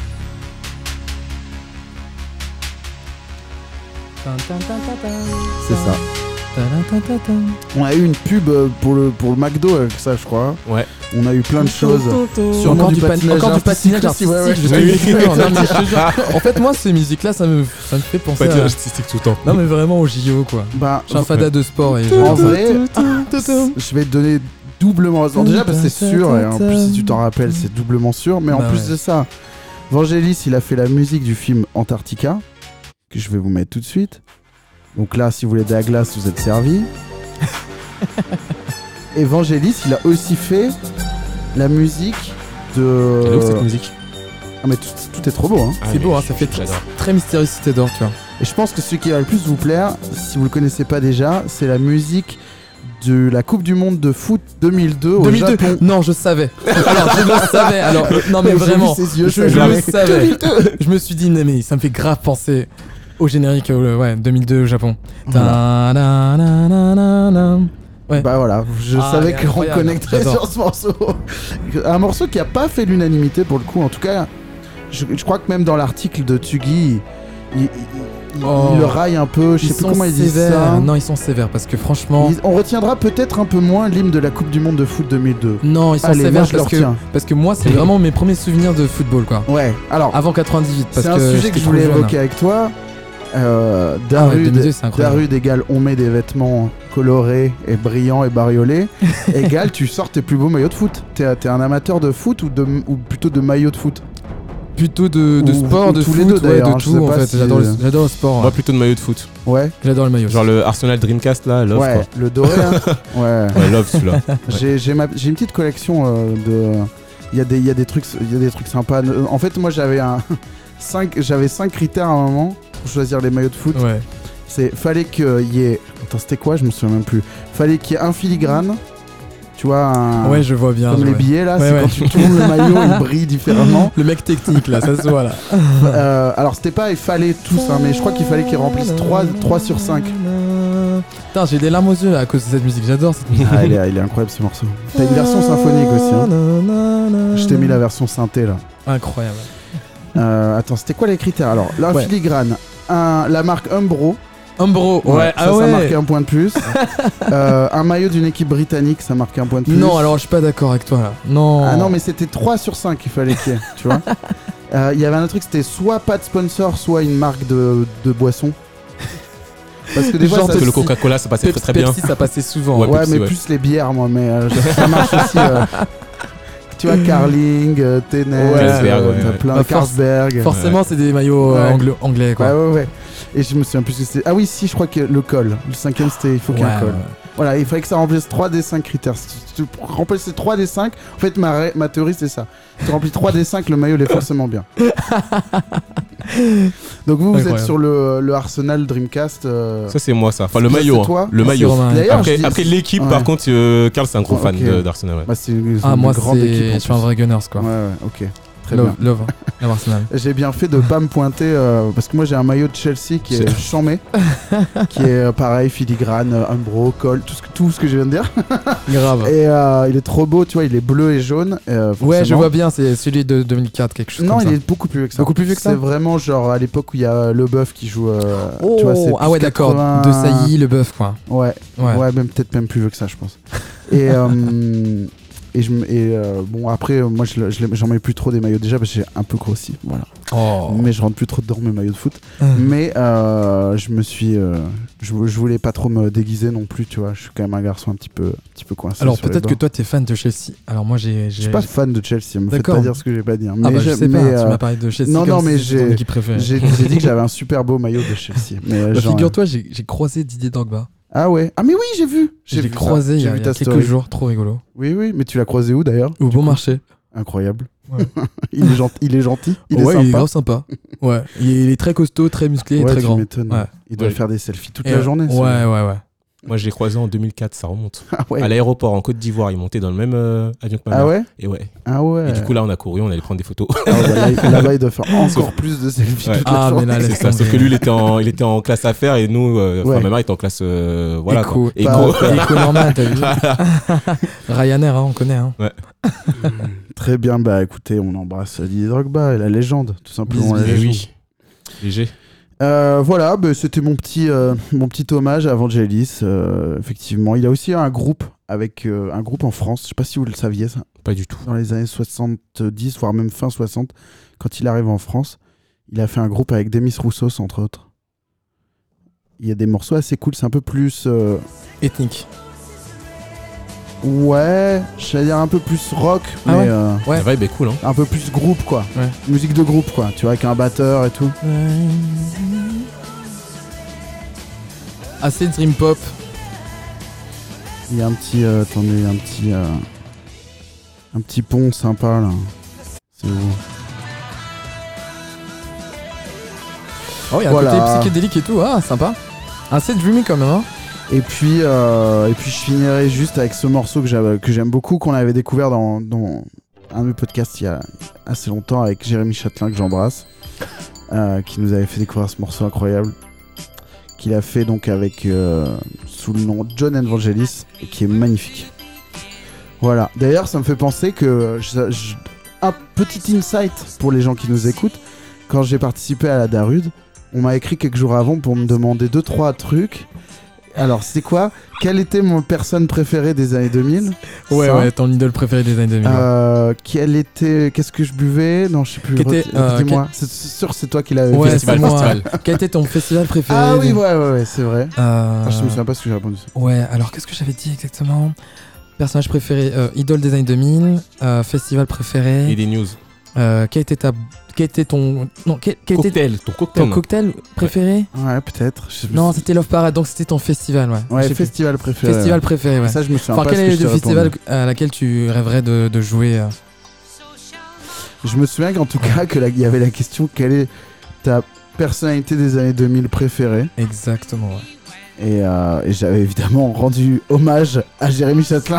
S3: C'est ça. On a eu une pub pour le McDo avec ça, je crois.
S4: Ouais.
S3: On a eu plein de choses. Sûrement
S5: Encore du patinage
S3: artistique
S5: artistique.
S3: aussi, ouais, ouais.
S5: Je
S4: Oui, oui.
S5: suis sûr. Non, mais je te jure. En fait, moi, ces musiques-là, ça me fait penser
S4: Pas
S5: à...
S4: artistique tout le temps.
S5: Non, mais vraiment au JO, quoi.
S3: Bah,
S5: Je suis un fada de sport et
S3: en vrai, je vais te donner doublement raison. Déjà, parce que c'est sûr, et en plus, si tu t'en rappelles, c'est doublement sûr. Mais en
S5: Bah
S3: plus
S5: ouais.
S3: de ça, Vangelis, il a fait la musique du film Antarctica, que je vais vous mettre tout de suite. Donc là, si vous voulez de la glace, vous êtes servi. Et Vangelis, il a aussi fait la musique de.
S4: Elle est où cette musique
S3: Ah, mais tout est trop beau, hein.
S4: Ah,
S5: C'est
S4: mais
S5: beau, hein, ça fait
S4: j'adore.
S5: très mystérieux Cité d'Or, tu vois.
S3: Et je pense que ce qui va le plus vous plaire, si vous le connaissez pas déjà, c'est la musique de la Coupe du Monde de foot 2002 au
S5: 2002.
S3: Japon.
S5: Non, je savais. Alors, je le savais. Alors, non, mais
S3: J'ai vu
S5: vraiment.
S3: ses yeux,
S5: je
S3: ça
S5: le
S3: m'a-
S5: savais. Je me suis dit, mais ça me fait grave penser au générique, ouais, 2002 au Japon.
S3: Voilà.
S5: Ta-na-na-na-na. Ouais.
S3: Bah voilà, je
S5: Ah,
S3: savais
S5: il est
S3: qu'on
S5: incroyable,
S3: connecterait
S5: j'adore.
S3: sur ce morceau. Un morceau qui a pas fait l'unanimité pour le coup. En tout cas, je crois que même dans l'article de Tsugi, il
S5: Oh.
S3: le raille un peu. Je sais plus
S5: sont
S3: comment il dit
S5: sévères.
S3: ça.
S5: Non, ils sont sévères parce que franchement.
S3: On retiendra peut-être un peu moins l'hymne de la Coupe du Monde de foot 2002.
S5: Non, ils sont
S3: Allez, moi
S5: sévères
S3: je le retiens.
S5: parce que moi, c'est vraiment mes premiers souvenirs de football, quoi.
S3: Ouais, alors,
S5: Avant 98. Parce
S3: c'est un
S5: que
S3: sujet
S5: j'étais
S3: que je
S5: trop
S3: voulais
S5: jeune.
S3: évoquer avec toi.
S5: Ah ouais,
S3: Darude,
S5: 2002, c'est incroyable.
S3: Darude égale on met des vêtements colorés et brillants et bariolés. Égale tu sors tes plus beaux maillots de foot. T'es un amateur de foot ou plutôt de maillots de foot?
S5: Plutôt de
S3: Ou-
S5: sport,
S3: ou
S5: de
S3: tous
S5: foot,
S3: les deux,
S5: ouais,
S3: d'ailleurs,
S5: de
S3: hein, je
S5: tout
S3: sais
S5: en
S3: pas
S5: fait.
S3: si-
S5: J'adore le sport.
S4: Moi, plutôt de maillot de foot.
S3: Ouais.
S5: J'adore le maillot.
S4: Genre le Arsenal Dreamcast là, Love
S3: Ouais,
S4: quoi.
S3: le doré. Hein. Ouais.
S4: Ouais, Love celui-là.
S3: J'ai une petite collection de. Il y a des trucs sympas. En fait, moi j'avais j'avais 5 critères à un moment pour choisir les maillots de foot.
S5: Ouais.
S3: Fallait qu'il y ait. Attends, c'était quoi? Je me souviens même plus. Fallait qu'il y ait un filigrane. Tu vois,
S5: Ouais, je vois bien.
S3: comme
S5: je
S3: les
S5: vois.
S3: billets là,
S5: Ouais,
S3: c'est
S5: ouais.
S3: quand tu tournes le maillot, il brille différemment.
S5: Le mec technique là, ça se voit là.
S3: Alors c'était pas il fallait tous, hein, mais je crois qu'il fallait qu'ils remplissent 3 sur 5.
S5: Putain, j'ai des larmes aux yeux là, à cause de cette musique, j'adore cette musique.
S3: Ah, il est incroyable ce morceau. T'as une version symphonique aussi. Hein. Je t'ai mis la version synthé là.
S5: Incroyable.
S3: Attends, c'était quoi les critères? Alors, là,
S5: Ouais.
S3: filigrane, la marque Umbro.
S5: Umbro, ouais,
S3: ça, ça marque un point de plus. Un maillot d'une équipe britannique, ça marque un point de plus.
S5: Non, alors je suis pas d'accord avec toi là. Non.
S3: Ah non, mais c'était 3 sur 5 qu'il fallait qu'il y ait, tu vois. Il y avait un autre truc, c'était soit pas de sponsor, soit une marque de boisson. Parce que des fois,
S5: Genre
S3: ça,
S4: Parce que le Coca-Cola, ça passait très très bien.
S5: Pepsi, ça passait souvent.
S4: Ouais.
S3: Ouais,
S4: Pepsi,
S3: mais
S4: ouais.
S3: plus les bières, moi, mais ça marche aussi. Tu vois, Carling, Tennet,
S4: Ouais, Carlsberg, ouais,
S3: t'as
S4: ouais.
S3: plein
S5: Bah,
S3: Carlsberg.
S5: Forcément, c'est des maillots
S3: Ouais.
S5: anglais, quoi.
S3: Ouais. Et je me souviens plus que c'était. Ah oui, si, je crois que le col. Le 5ème, c'était il faut qu'il y ait un
S5: Ouais,
S3: col.
S5: ouais.
S3: Voilà, il fallait que ça remplisse 3 des 5 critères. Si tu remplissais 3 des 5, en fait, ma théorie, c'est ça. Si tu remplis 3 des 5, le maillot, il est forcément bien. Donc vous êtes
S5: Incroyable.
S3: sur le Arsenal Dreamcast.
S4: Ça, c'est moi, ça. Enfin, le
S3: Ça,
S4: maillot.
S3: c'est toi
S4: Hein. Le
S5: C'est
S4: maillot.
S5: Romain.
S3: D'ailleurs,
S4: Après,
S3: je dis-
S4: après l'équipe,
S3: Ouais.
S4: par contre, Karl, c'est un gros fan
S3: Ok.
S4: d'Arsenal. Ouais.
S3: Bah, c'est une
S5: Moi,
S3: grande équipe.
S5: je suis un vrai Gunners, quoi.
S3: Ouais, ok. Très
S5: Love,
S3: bien.
S5: love, hein, Arsenal.
S3: J'ai bien fait de pas me pointer parce que moi j'ai un maillot de Chelsea qui est chambé, qui est pareil, filigrane, Umbro, col, tout ce que je viens de dire.
S5: Grave.
S3: Et il est trop beau, tu vois, il est bleu et jaune.
S5: Ouais, je
S3: forcément.
S5: vois bien, c'est celui de 2004, quelque chose
S3: Non,
S5: comme
S3: il
S5: ça.
S3: est beaucoup plus vieux que ça.
S5: Beaucoup plus vieux que ça
S3: C'est vraiment genre à l'époque où il y a Leboeuf qui joue.
S5: Oh,
S3: tu vois, c'est
S5: ah ouais,
S3: plus
S5: d'accord.
S3: 80.
S5: De Sailly, le bœuf, quoi.
S3: Ouais,
S5: Ouais.
S3: même peut-être même plus vieux que ça, je pense. Et bon, après, moi j'en mets plus trop des maillots déjà parce que j'ai un peu grossi. Voilà.
S5: Oh.
S3: Mais je rentre plus trop dedans mes maillots de foot. Mais je me suis. Je voulais pas trop me déguiser non plus, tu vois. Je suis quand même un garçon un petit peu coincé.
S5: Alors
S3: sur les
S5: peut-être que
S3: bords.
S5: toi, t'es fan de Chelsea. Alors moi,
S3: Je suis pas fan de Chelsea, me faites
S5: D'accord.
S3: pas dire ce que j'ai pas dit. Hein.
S5: Ah bah je sais pas,
S3: mais,
S5: tu m'as parlé de Chelsea
S3: non,
S5: comme
S3: non,
S5: si
S3: mais
S5: c'était ton équipe préférée.
S3: j'ai dit que j'avais un super beau maillot de Chelsea. Mais,
S5: Bah,
S3: genre,
S5: figure-toi, j'ai croisé Didier Drogba.
S3: Ah ouais. Ah mais oui, j'ai vu.
S5: J'ai
S3: vu ça.
S5: croisé il y
S3: J'ai
S5: a
S3: vu
S5: il y a
S3: ta
S5: quelques
S3: story.
S5: jours, trop rigolo.
S3: Oui, mais tu l'as croisé où d'ailleurs?
S5: Au bon marché.
S3: Incroyable.
S5: Ouais.
S3: Il est gentil. Il est
S5: Ouais,
S3: sympa.
S5: il est grave sympa. Ouais, il est très costaud, très musclé et
S3: Ouais,
S5: très
S3: tu
S5: grand.
S3: m'étonnes.
S5: Ouais.
S3: Il doit
S4: Ouais.
S3: faire des selfies toute
S5: Et
S3: la journée.
S5: Ouais.
S4: Moi, je l'ai croisé en 2004, ça remonte.
S3: Ah ouais.
S4: À l'aéroport en Côte d'Ivoire, il montait dans le même avion que ma
S3: Ah
S4: mère.
S3: ouais.
S4: Et ouais.
S3: Ah ouais.
S4: Et du coup, là, on a couru, on allait prendre des photos.
S3: Ah ouais, là-bas, il doit faire encore plus de selfies
S4: Ouais.
S3: toute la
S5: Ah, mais
S3: journée.
S5: là,
S4: C'est
S5: laisse
S4: ça. Sauf
S5: tomber.
S4: que lui, il était en classe affaires et nous,
S3: Ouais.
S4: ma mère était en classe. Voilà.
S5: Éco.
S4: Quoi.
S3: Pas-
S4: Éco.
S5: Éco normal, t'as vu. Ryanair, hein, on connaît. Hein.
S3: Très bien, bah écoutez, on embrasse Didier Drogba et la légende, tout simplement.
S5: Bis,
S3: la
S5: bis.
S4: Eh
S3: légende.
S4: oui. Léger.
S3: Voilà, bah, c'était mon petit hommage à Vangelis. Effectivement, il a aussi un groupe avec un groupe en France. Je sais pas si vous le saviez ça.
S4: Pas du tout.
S3: Dans les années 70, voire même fin 60, quand il arrive en France, il a fait un groupe avec Demis Roussos entre autres. Il y a des morceaux assez cool. C'est un peu plus
S5: Ethnique.
S3: ouais, j'allais dire un peu plus rock,
S5: Ah
S3: mais
S5: ouais. Ouais.
S4: La vibe est cool, hein.
S3: un peu plus groupe quoi.
S5: Ouais.
S3: Musique de groupe quoi. Tu vois, avec un batteur et tout.
S5: Assez dream pop.
S3: Il y a un petit, attendez, un petit pont sympa là. C'est où?
S5: Oh, il y a
S3: Voilà.
S5: un côté psychédélique et tout. Ah, sympa. Assez dreamy quand même. Hein.
S3: Et puis je finirai juste avec ce morceau que j'aime beaucoup, qu'on avait découvert dans un de mes podcasts il y a assez longtemps avec Jérémy Châtelain, que j'embrasse, qui nous avait fait découvrir ce morceau incroyable, qu'il a fait donc avec sous le nom John Vangelis, et qui est magnifique. Voilà. D'ailleurs, ça me fait penser que un petit insight pour les gens qui nous écoutent. Quand j'ai participé à la Darude, on m'a écrit quelques jours avant pour me demander 2-3 trucs. Alors, c'est quoi? Quelle était mon personne préférée des années 2000?
S5: Ouais,
S3: Ça.
S5: ouais, ton idole préférée des années 2000.
S3: Qu'est-ce que je buvais? Non, je sais plus. Dis-moi. C'est sûr, c'est toi qui l'avais
S5: Ouais,
S3: fait.
S5: c'est moi.
S4: festival.
S5: Quel était ton festival préféré
S3: Ah oui, ouais, c'est vrai. Je me
S5: Euh,
S3: souviens pas ce que j'ai répondu.
S5: Ouais, alors qu'est-ce que j'avais dit exactement? Personnage préféré, idole des années 2000, festival préféré.
S4: Et des news.
S5: Quel était ton. Non, quel était
S4: Cocktail. Ton cocktail.
S5: ton cocktail préféré?
S3: Ouais, peut-être.
S5: Non, c'était Love Parade, donc c'était ton festival, ouais.
S3: Ouais,
S5: Je sais plus.
S3: festival préféré.
S5: Festival préféré, ouais.
S3: Ça, je me souviens
S5: Enfin,
S3: pas
S5: quel
S3: ce que
S5: est
S3: je
S5: le
S3: t'ai
S5: festival
S3: répondu.
S5: à laquelle tu rêverais de jouer
S3: Je me souviens qu'en tout cas, il y avait la question quelle est ta personnalité des années 2000 préférée?
S5: Exactement, ouais.
S3: Et j'avais évidemment rendu hommage à Jérémy Châtelain.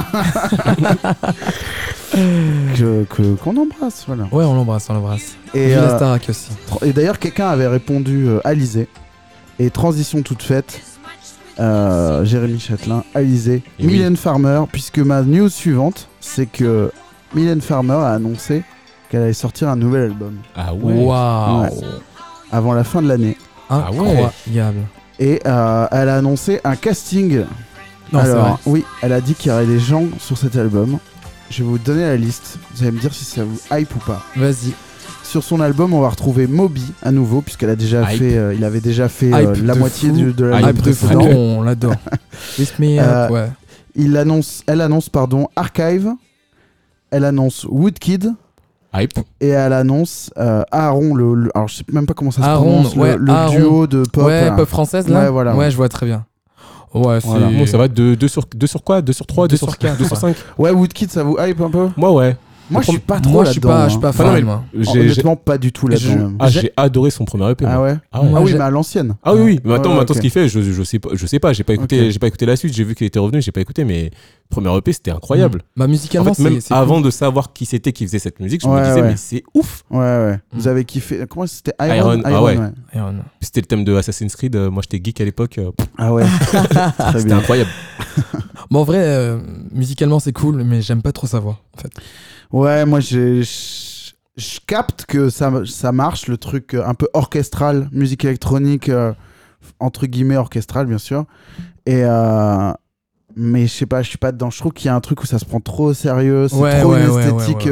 S3: Qu'on embrasse, voilà.
S5: Ouais, on l'embrasse.
S3: Et,
S5: Vive la Starac aussi.
S3: et d'ailleurs, quelqu'un avait répondu Alizé. Et transition toute faite, Jérémy Châtelain, Alizé,
S4: Et
S3: Mylène Farmer, puisque ma news suivante, c'est que Mylène Farmer a annoncé qu'elle allait sortir un nouvel album
S4: Ah ouais.
S5: Waouh.
S3: Ouais. avant la fin de l'année.
S4: Ah ouais.
S5: Incroyable.
S3: Et elle a annoncé un casting.
S5: Non, c'est vrai.
S3: Alors, oui, elle a dit qu'il y aurait des gens sur cet album. Je vais vous donner la liste. Vous allez me dire si ça vous hype ou pas.
S5: Vas-y.
S3: sur son album, on va retrouver Moby à nouveau, puisqu'elle a déjà
S4: Hype.
S3: fait, il avait déjà fait
S5: Hype
S3: la
S5: de
S3: moitié
S5: fou.
S3: de l'album
S5: Hype de fou,
S3: précédent.
S5: on l'adore. Lift me up, ouais.
S3: Elle annonce, Archive, elle annonce Woodkid,
S4: Hype.
S3: et elle annonce Aaron, alors je sais même pas comment ça se
S5: Aaron,
S3: prononce,
S5: ouais,
S3: le
S5: Aaron.
S3: duo de pop.
S5: Ouais,
S3: là.
S5: pop française là.
S3: Ouais, voilà.
S5: Ouais, je vois très bien. Ouais, c'est.
S3: Voilà.
S4: Bon, ça va de 2 sur quoi 2 sur 3, 2 sur
S5: 4,
S4: 2 sur 5.
S3: Ouais, Woodkid, ça vous hype un peu?
S4: Moi, ouais.
S3: Moi, je suis pas trop
S5: Moi, je suis
S3: là-dedans.
S5: pas, je suis pas
S4: Enfin,
S5: fan,
S4: non, mais-
S5: moi.
S3: Honnêtement, pas du tout là-dedans. même.
S4: J'ai adoré son premier EP.
S3: Ah
S4: moi.
S3: ouais?
S4: Ah ouais.
S5: Moi,
S3: Ah oui,
S5: j'ai-
S3: mais à l'ancienne.
S4: Ah oui, oui. Mais attends,
S3: Ouais,
S4: maintenant
S3: ok.
S4: ce qu'il fait, je sais pas. J'ai pas écouté,
S3: Ok.
S4: j'ai pas écouté la suite. J'ai vu qu'il était revenu, j'ai pas écouté, mais premier EP c'était incroyable.
S5: Bah,
S4: En
S5: musicalement,
S4: fait, même
S5: c'est
S4: avant
S5: cool.
S4: de savoir qui c'était qui faisait cette musique, je
S3: Ouais,
S4: me disais
S3: ouais.
S4: mais c'est ouf.
S3: Ouais. Vous avez kiffé. Comment c'était? Iron.
S4: Ah ouais.
S5: Iron.
S4: C'était le thème de Assassin's Creed. Moi j'étais geek à l'époque.
S3: Ah ouais. Très
S4: C'était
S3: bien.
S4: incroyable.
S5: Bon, en vrai, musicalement, c'est cool, mais j'aime pas trop sa voix, en fait.
S3: Ouais, moi je capte que ça marche, le truc un peu orchestral, musique électronique, entre guillemets orchestral bien sûr. Et mais je sais pas, je suis pas dedans. Je trouve qu'il y a un truc où ça se prend trop au sérieux, c'est
S5: Ouais,
S3: trop
S5: ouais,
S3: une
S5: ouais,
S3: esthétique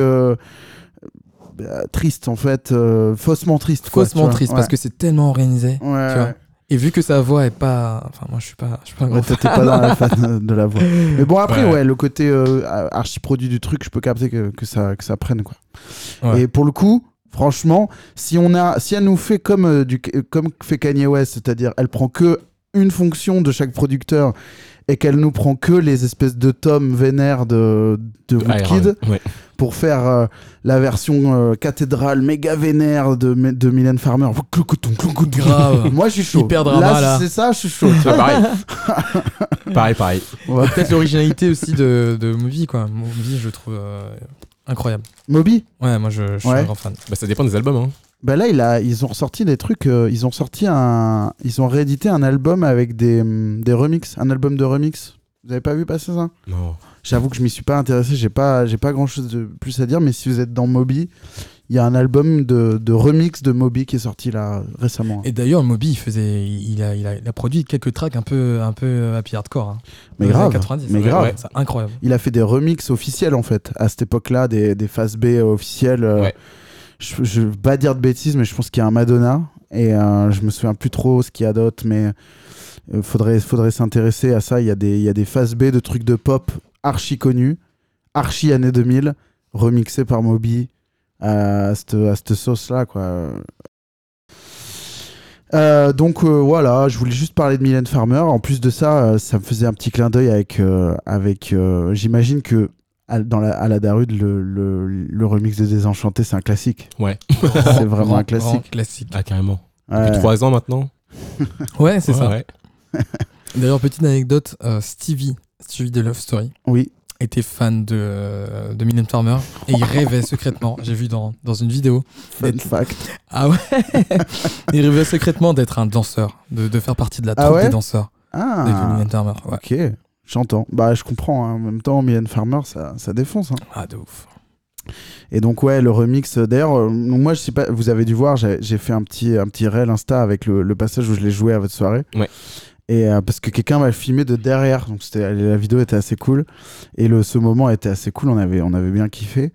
S3: triste en fait, faussement triste. quoi,
S5: Faussement
S3: tu vois.
S5: triste,
S3: Ouais.
S5: parce que c'est tellement organisé.
S3: Ouais,
S5: tu vois.
S3: ouais.
S5: Et vu que sa voix est pas. Enfin, moi, je suis pas un
S3: Ouais,
S5: grand
S3: toi,
S5: fan.
S3: t'es pas dans la fan de la voix. Mais bon, après,
S4: Ouais.
S3: ouais, le côté archi-produit du truc, je peux capter que ça prenne, quoi.
S5: Ouais.
S3: Et pour le coup, franchement, si elle nous fait comme fait Kanye West, c'est-à-dire elle prend que une fonction de chaque producteur et qu'elle nous prend que les espèces de tomes vénères de Woodkid
S4: Ouais.
S3: pour faire la version cathédrale méga vénère de Mylène Farmer.
S5: Grave.
S3: Moi, je suis chaud.
S5: Hyper drama, là.
S3: si c'est ça, je suis chaud. tu vois.
S4: Pareil.
S3: Ouais.
S5: Peut-être l'originalité aussi de Moby, quoi. Moby, je le trouve incroyable.
S3: Moby.
S5: Ouais, moi, je suis
S3: Ouais.
S5: un grand fan.
S4: Bah, ça dépend des albums. Hein.
S3: Bah là, ils ont ressorti des trucs. Ils ont réédité un album avec des remixes, un album de remix. Vous avez pas vu passer ça?
S4: Non.
S3: J'avoue que je m'y suis pas intéressé. J'ai pas grand chose de plus à dire. Mais si vous êtes dans Moby, il y a un album de remix de Moby qui est sorti là récemment.
S5: Et d'ailleurs, Moby, il a produit quelques tracks un peu happy hardcore. Hein.
S3: Mais
S5: Dans les
S3: grave.
S5: années 90.
S3: Mais
S5: Ouais,
S3: grave.
S5: ouais, c'est incroyable.
S3: Il a fait des remixes officiels en fait à cette époque-là, des phases B officielles.
S4: Ouais.
S3: Je veux pas dire de bêtises, mais je pense qu'il y a un Madonna et je me souviens plus trop ce qu'il y a d'autre, mais faudrait s'intéresser à ça. Il y a des phases B de trucs de pop archi connus, archi années 2000, remixés par Moby à cette sauce-là, quoi. Donc voilà, je voulais juste parler de Mylène Farmer. En plus de ça, ça me faisait un petit clin d'œil avec j'imagine que à la Darude, le remix de Désenchanté, c'est un classique.
S4: Ouais.
S3: C'est vraiment un
S5: Grand
S3: classique.
S5: classique.
S4: Ah, carrément.
S3: Ouais.
S4: Depuis 3 ans maintenant.
S5: Ouais, c'est ça.
S4: Ouais.
S5: D'ailleurs, petite anecdote, Stevie de Love Story,
S3: Oui.
S5: était fan de Mylène Farmer et il rêvait secrètement, j'ai vu dans une vidéo,
S3: Fun fact.
S5: ah ouais, il rêvait secrètement d'être un danseur, de faire partie de la troupe
S3: ouais
S5: des danseurs de
S3: Ah.
S5: Mylène Farmer. Ouais.
S3: Ok. J'entends. Bah, je comprends. Hein. En même temps, Mylène Farmer, ça défonce. Hein.
S5: Ah, de ouf.
S3: Et donc ouais, le remix. D'ailleurs, moi je sais pas, vous avez dû voir, j'ai fait un petit réel Insta avec le passage où je l'ai joué à votre soirée.
S4: Ouais.
S3: Et parce que quelqu'un m'a filmé de derrière, donc la vidéo était assez cool et ce moment était assez cool. On avait bien kiffé.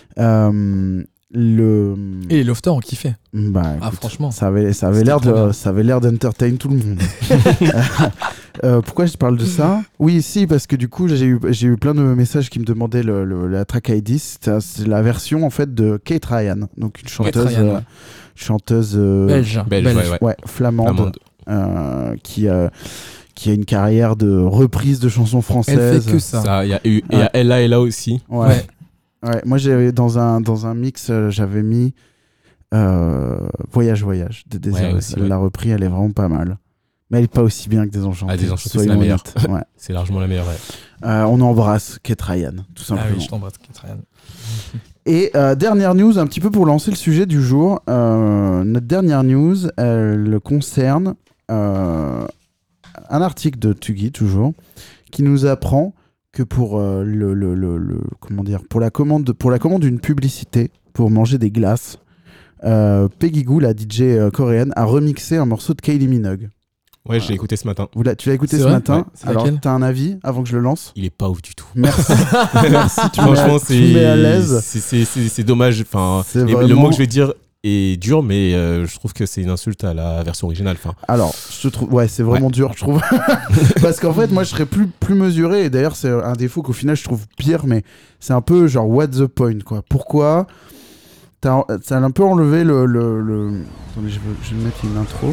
S5: Et les lofters ont kiffé.
S3: Bah,
S5: Ah,
S3: écoute,
S5: franchement.
S3: ça avait
S5: C'était
S3: l'air
S5: trop bien.
S3: ça avait l'air d'entertain tout le monde. Pourquoi je parle de ça? Oui, si, parce que du coup, j'ai eu plein de messages qui me demandaient la track ID. C'est la version en fait de Kate Ryan, donc une chanteuse,
S5: Ryan, ouais.
S3: chanteuse
S5: Belge.
S4: Ouais.
S3: flamande, qui a une carrière de reprise de chansons
S5: Elle
S3: françaises.
S5: fait que ça.
S4: Il y a eu et
S3: Ouais.
S4: Ella aussi.
S3: Ouais.
S5: Ouais.
S3: Ouais. Moi, j'avais dans un mix, j'avais mis Voyage de Désiré.
S4: Ouais, aussi,
S3: Elle
S4: ouais.
S3: l'a repris, elle est vraiment pas mal. Mais elle est pas aussi bien que Désenchanté.
S4: Ah, Désenchanté, c'est
S3: soyons
S4: la meilleure.
S3: honnêtes. Ouais.
S4: C'est largement la meilleure. Ouais.
S3: On embrasse Kate Ryan, tout
S5: Ah
S3: simplement.
S5: oui, je t'embrasse, Kate Ryan.
S3: Et dernière news, un petit peu pour lancer le sujet du jour. Notre dernière news, elle concerne un article de Tuggy, toujours, qui nous apprend que pour comment dire, pour la commande d'une publicité pour manger des glaces, Peggy Gou, la DJ coréenne, a remixé un morceau de Kylie Minogue.
S4: Ouais, j'ai écouté ce matin.
S3: Tu l'as écouté
S5: C'est
S3: ce
S5: vrai
S3: matin.
S5: Ouais. C'est
S3: Alors,
S5: laquelle
S3: t'as un avis avant que je le lance?
S4: Il est pas ouf du tout.
S3: Merci. Merci,
S4: Franchement,
S3: tu me mets à l'aise.
S4: c'est dommage. Enfin,
S3: C'est
S4: le
S3: vraiment-
S4: mot que je vais dire est dur, mais je trouve que c'est une insulte à la version originale. Enfin,
S3: Alors, je te trouve, ouais, c'est vraiment dur, je trouve. Parce qu'en fait, moi, je serais plus mesuré. Et d'ailleurs, c'est un défaut qu'au final, je trouve pire. Mais c'est un peu genre, what the point, quoi. Pourquoi t'as un peu enlevé le... Attendez, je vais mettre une intro.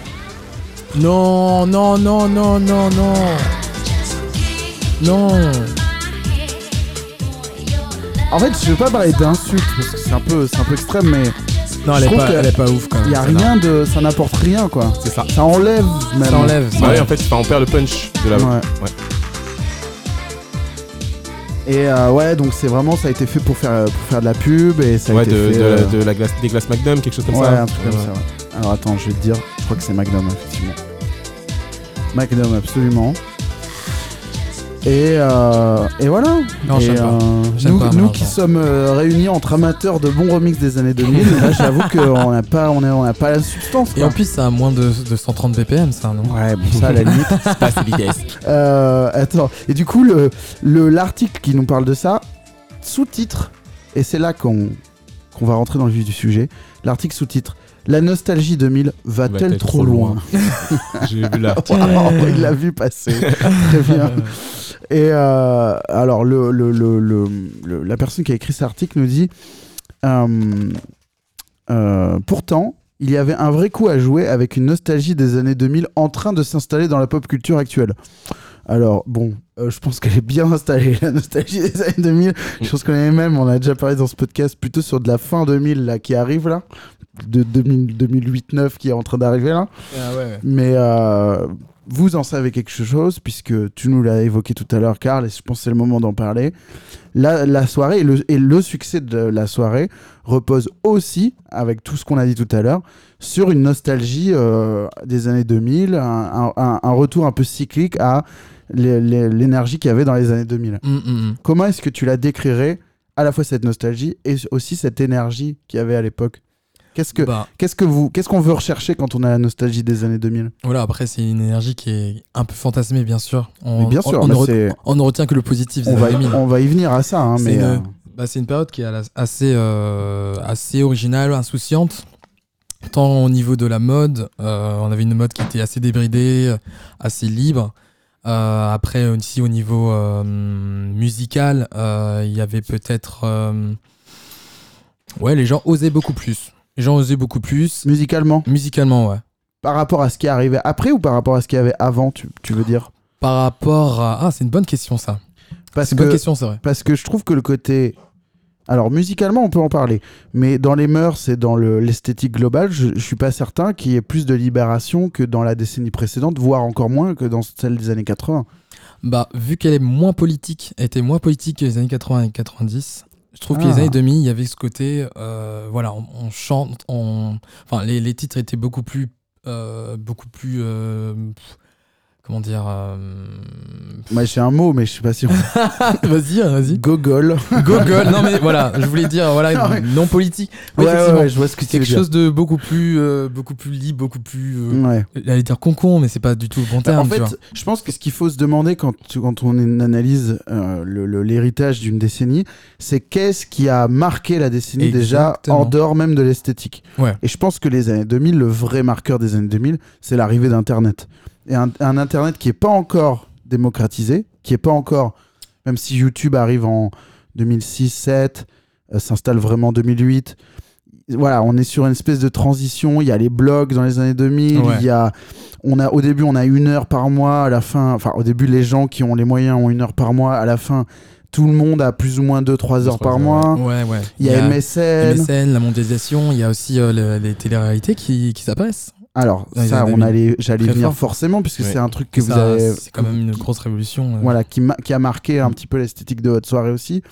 S5: Non.
S3: En fait, je veux pas parler d'insultes parce que c'est un peu extrême, mais
S5: Non,
S3: Je trouve que
S5: elle est pas ouf quand même.
S3: il y a rien de, ça n'apporte rien, quoi.
S4: c'est ça.
S3: Ça enlève même.
S5: Ça enlève.
S4: Bah ouais, en fait, on perd le punch de la.
S3: Ouais. Et ouais, donc c'est vraiment, ça a été fait pour faire de la pub et ça a
S4: Ouais,
S3: été fait.
S4: des glaces Magnum, quelque chose comme
S3: Ouais,
S4: ça.
S3: un truc comme ça. Ouais. Alors attends, je vais te dire, je crois que c'est Magnum, effectivement. Magnum, absolument. Et voilà.
S5: Non,
S3: Et,
S5: j'aime pas. J'aime
S3: nous
S5: pas,
S3: nous qui
S5: malheureusement.
S3: sommes réunis entre amateurs de bons remixes des années 2000, là j'avoue qu'on n'a pas, on a pas la substance.
S5: Et
S3: Quoi.
S5: en plus, ça a moins de 130 BPM, ça, non?
S3: Ouais, bon, ça à la limite.
S4: C'est pas assez vitesse.
S3: Attends. Et du coup, l'article qui nous parle de ça, sous-titre, et c'est là qu'on va rentrer dans le vif du sujet. L'article sous-titre: La nostalgie 2000 va-t-elle trop loin?
S4: J'ai vu là.
S3: Waouh, il l'a vu passer. Très bien. Et alors, la personne qui a écrit cet article nous dit pourtant, il y avait un vrai coup à jouer avec une nostalgie des années 2000 en train de s'installer dans la pop culture actuelle. Alors, bon, je pense qu'elle est bien installée, la nostalgie des années 2000. Je pense qu'on est même, on a déjà parlé dans ce podcast, plutôt sur de la fin 2000 là, qui arrive là, de 2008-9 qui est en train d'arriver là.
S5: Ah ouais.
S3: Mais vous en savez quelque chose, puisque tu nous l'as évoqué tout à l'heure, Karl, et je pense que c'est le moment d'en parler. La soirée et le succès de la soirée repose aussi, avec tout ce qu'on a dit tout à l'heure, sur une nostalgie des années 2000, un retour un peu cyclique à l'énergie qu'il y avait dans les années 2000. Comment est-ce que tu la décrirais, à la fois cette nostalgie et aussi cette énergie qu'il y avait à l'époque? Qu'est-ce qu'on veut rechercher quand on a la nostalgie des années 2000?
S5: Voilà, après, c'est une énergie qui est un peu fantasmée, bien sûr.
S3: Mais bien sûr,
S5: on
S3: mais
S5: ne retient que le positif des
S3: on
S5: années 2000.
S3: va y venir à ça, hein,
S5: C'est
S3: mais
S5: c'est une période qui est assez originale, insouciante, tant au niveau de la mode. On avait une mode qui était assez débridée, assez libre. Après, aussi au niveau musical, il y avait peut-être... ouais, les gens osaient beaucoup plus.
S3: musicalement,
S5: Musicalement, ouais.
S3: par rapport à ce qui arrivait après ou par rapport à ce qu'il y avait avant, tu veux dire?
S5: Par rapport à... Ah, c'est une bonne question, ça.
S3: Parce
S5: C'est une bonne question, c'est vrai.
S3: Parce que je trouve que le côté... Alors, musicalement, on peut en parler, mais dans les mœurs et dans l'esthétique globale, je suis pas certain qu'il y ait plus de libération que dans la décennie précédente, voire encore moins que dans celle des années 80.
S5: Bah, vu qu'elle était moins politique que les années 80 et 90, je trouve que les années 2000, il y avait ce côté, voilà, on chante, enfin, les titres étaient beaucoup plus, comment dire,
S3: Moi, j'ai un mot, mais je sais pas si on...
S5: vas-y.
S3: Gogol.
S5: Gogol, non mais voilà, je voulais dire, voilà,
S3: Non, mais-
S5: non politique. Oui,
S3: Ouais,
S5: effectivement.
S3: je vois ce que tu veux
S5: Quelque
S3: dire.
S5: chose de beaucoup plus libre, beaucoup plus...
S3: Ouais.
S5: J'allais dire concon, mais c'est pas du tout le bon terme,
S3: En
S5: tu vois.
S3: fait, je pense que ce qu'il faut se demander quand on analyse l'héritage d'une décennie, c'est qu'est-ce qui a marqué la décennie déjà
S5: Exactement.
S3: en dehors même de l'esthétique.
S5: Ouais.
S3: Et je pense que les années 2000, le vrai marqueur des années 2000, c'est l'arrivée d'Internet. Et un Internet qui n'est pas encore démocratisé, qui n'est pas encore, même si YouTube arrive en 2006-7, s'installe vraiment en 2008. Voilà, on est sur une espèce de transition. Il y a les blogs dans les années 2000.
S5: Ouais.
S3: Au début, on a 1 heure par mois. À la fin, enfin, au début, les gens qui ont les moyens ont 1 heure par mois. À la fin, tout le monde a plus ou moins 2-3 heures par mois.
S5: Ouais.
S3: Il y a MSN.
S5: MSN, la mondialisation, il y a aussi les téléréalités qui s'apparaissent.
S3: Alors,
S5: Dans les
S3: ça,
S5: années
S3: j'allais
S5: Très
S3: venir
S5: fort.
S3: forcément, puisque
S4: Ouais.
S3: c'est un truc que vous
S5: Ça,
S3: avez.
S5: c'est quand même une grosse révolution.
S3: Voilà, qui a marqué un petit peu l'esthétique de votre soirée aussi.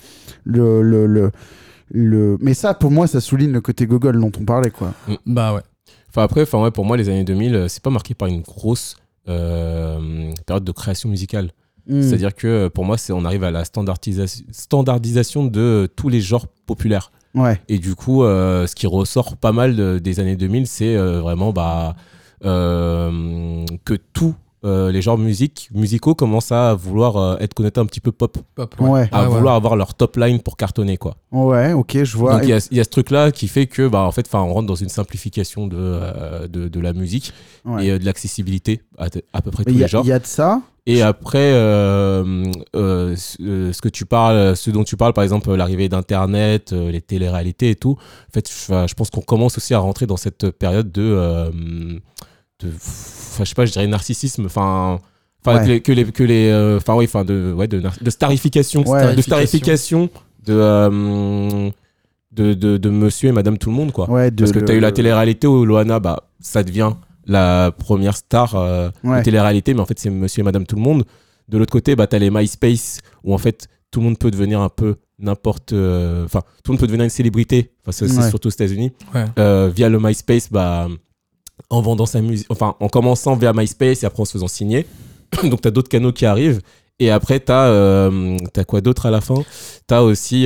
S3: Mais ça, pour moi, ça souligne le côté gogol dont on parlait, quoi.
S5: Bah ouais.
S4: Enfin après, ouais, pour moi, les années 2000, c'est pas marqué par une grosse période de création musicale. C'est-à-dire que pour moi, on arrive à la standardisation de tous les genres populaires.
S3: Ouais.
S4: Et du coup, ce qui ressort pas mal des années 2000, c'est vraiment que tous les genres musicaux commencent à vouloir être connectés un petit peu pop,
S3: Ouais.
S4: à vouloir avoir leur top line pour cartonner, quoi.
S3: Ouais, ok, je vois.
S4: Donc il y a ce truc-là qui fait que, en fait, on rentre dans une simplification de la musique
S3: Ouais.
S4: et de l'accessibilité à peu près
S3: Mais
S4: tous les genres.
S3: il y a de ça.
S4: Et après, ce dont tu parles, par exemple, l'arrivée d'Internet, les téléréalités et tout, en fait, je pense qu'on commence aussi à rentrer dans cette période je sais pas, je dirais narcissisme,
S3: Ouais.
S4: de starification,
S3: Ouais.
S4: de starification de monsieur et madame tout le monde, quoi.
S3: Ouais,
S4: Parce que tu as eu la télé-réalité où Loana, ça devient la première star
S3: Ouais.
S4: de télé-réalité, mais en fait, c'est monsieur et madame tout le monde. De l'autre côté, tu as les MySpace où en fait, tout le monde peut devenir un peu n'importe. Tout le monde peut devenir une célébrité. C'est
S3: Ouais.
S4: surtout aux États-Unis.
S5: Ouais.
S4: Via le MySpace, en vendant sa musique, en commençant via MySpace et après en se faisant signer. Donc, tu as d'autres canaux qui arrivent. Et après, t'as quoi d'autre à la fin? T'as aussi, nous,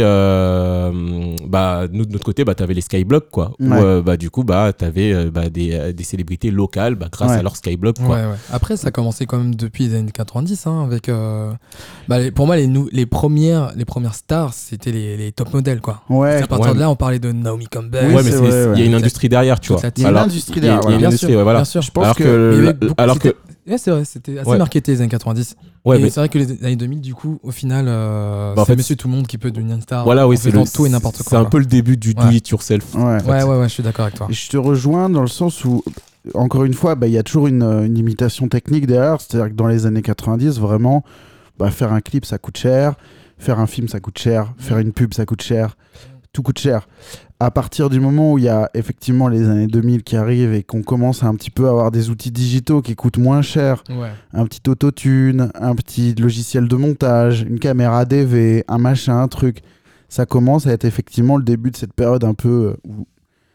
S4: de notre côté, t'avais les Skyblock, quoi.
S3: Ouais.
S4: Où, du coup, t'avais des célébrités locales grâce
S3: Ouais.
S4: à leur Skyblock, quoi.
S5: Ouais. Après, ça a commencé quand même depuis les années 90, hein, avec. Pour moi, les premières stars, c'était les top modèles, quoi.
S3: Ouais.
S5: À partir
S4: Ouais.
S5: de là, on parlait de Naomi Campbell.
S3: Oui,
S4: Ouais, mais
S3: c'est vrai,
S4: il y a
S3: ouais.
S4: une industrie derrière, tu
S5: Toute
S4: vois.
S5: la
S3: Il y a une
S5: Alors,
S3: industrie
S4: Il y a
S3: derrière.
S4: une
S5: Bien
S4: industrie,
S5: sûr,
S4: ouais, voilà.
S5: bien sûr.
S3: Je pense
S4: Alors
S3: que-
S5: Il y avait
S4: que.
S5: beaucoup-
S4: Alors que.
S5: Ouais, c'est vrai, c'était assez
S4: Ouais.
S5: marketé les années 90.
S4: Ouais,
S5: Et
S4: mais.
S5: c'est vrai que les années 2000, du coup, au final,
S4: en
S5: c'est
S4: fait,
S5: monsieur tout le monde qui peut devenir une star.
S4: Voilà, oui,
S5: en faisant tout et n'importe quoi.
S4: C'est un peu le début du do
S5: Ouais.
S4: it yourself.
S3: Ouais.
S5: Ouais, je suis d'accord avec toi.
S3: Et je te rejoins dans le sens où, encore une fois, il y a toujours une limitation technique derrière. C'est-à-dire que dans les années 90, vraiment, faire un clip, ça coûte cher. Faire un film, ça coûte cher. Faire une pub, ça coûte cher. Tout coûte cher. À partir du moment où il y a effectivement les années 2000 qui arrivent et qu'on commence à un petit peu avoir des outils digitaux qui coûtent moins cher,
S5: Ouais.
S3: un petit autotune, un petit logiciel de montage, une caméra DV, un machin, un truc, ça commence à être effectivement le début de cette période un peu où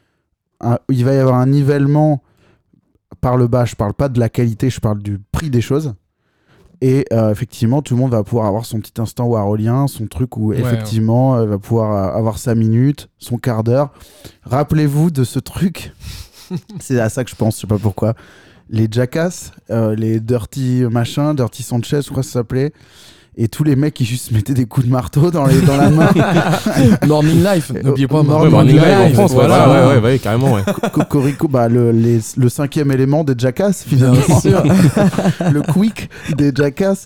S3: il va y avoir un nivellement par le bas. Je parle pas de la qualité, je parle du prix des choses. Et effectivement, tout le monde va pouvoir avoir son petit instant warolien, son truc où effectivement, va pouvoir avoir sa minute, son quart d'heure. Rappelez-vous de ce truc. C'est à ça que je pense, je sais pas pourquoi. Les Jackass, les Dirty machin, Dirty Sanchez, je crois que ça s'appelait. Et tous les mecs qui juste mettaient des coups de marteau dans la main.
S5: Morning Life, n'oubliez pas
S3: Morning
S4: Morning Live en
S5: Live,
S4: France,
S5: voilà.
S4: ouais, carrément, ouais.
S3: Cocorico, le cinquième élément des Jackass, finalement.
S5: Bien sûr.
S3: Le quick des Jackass.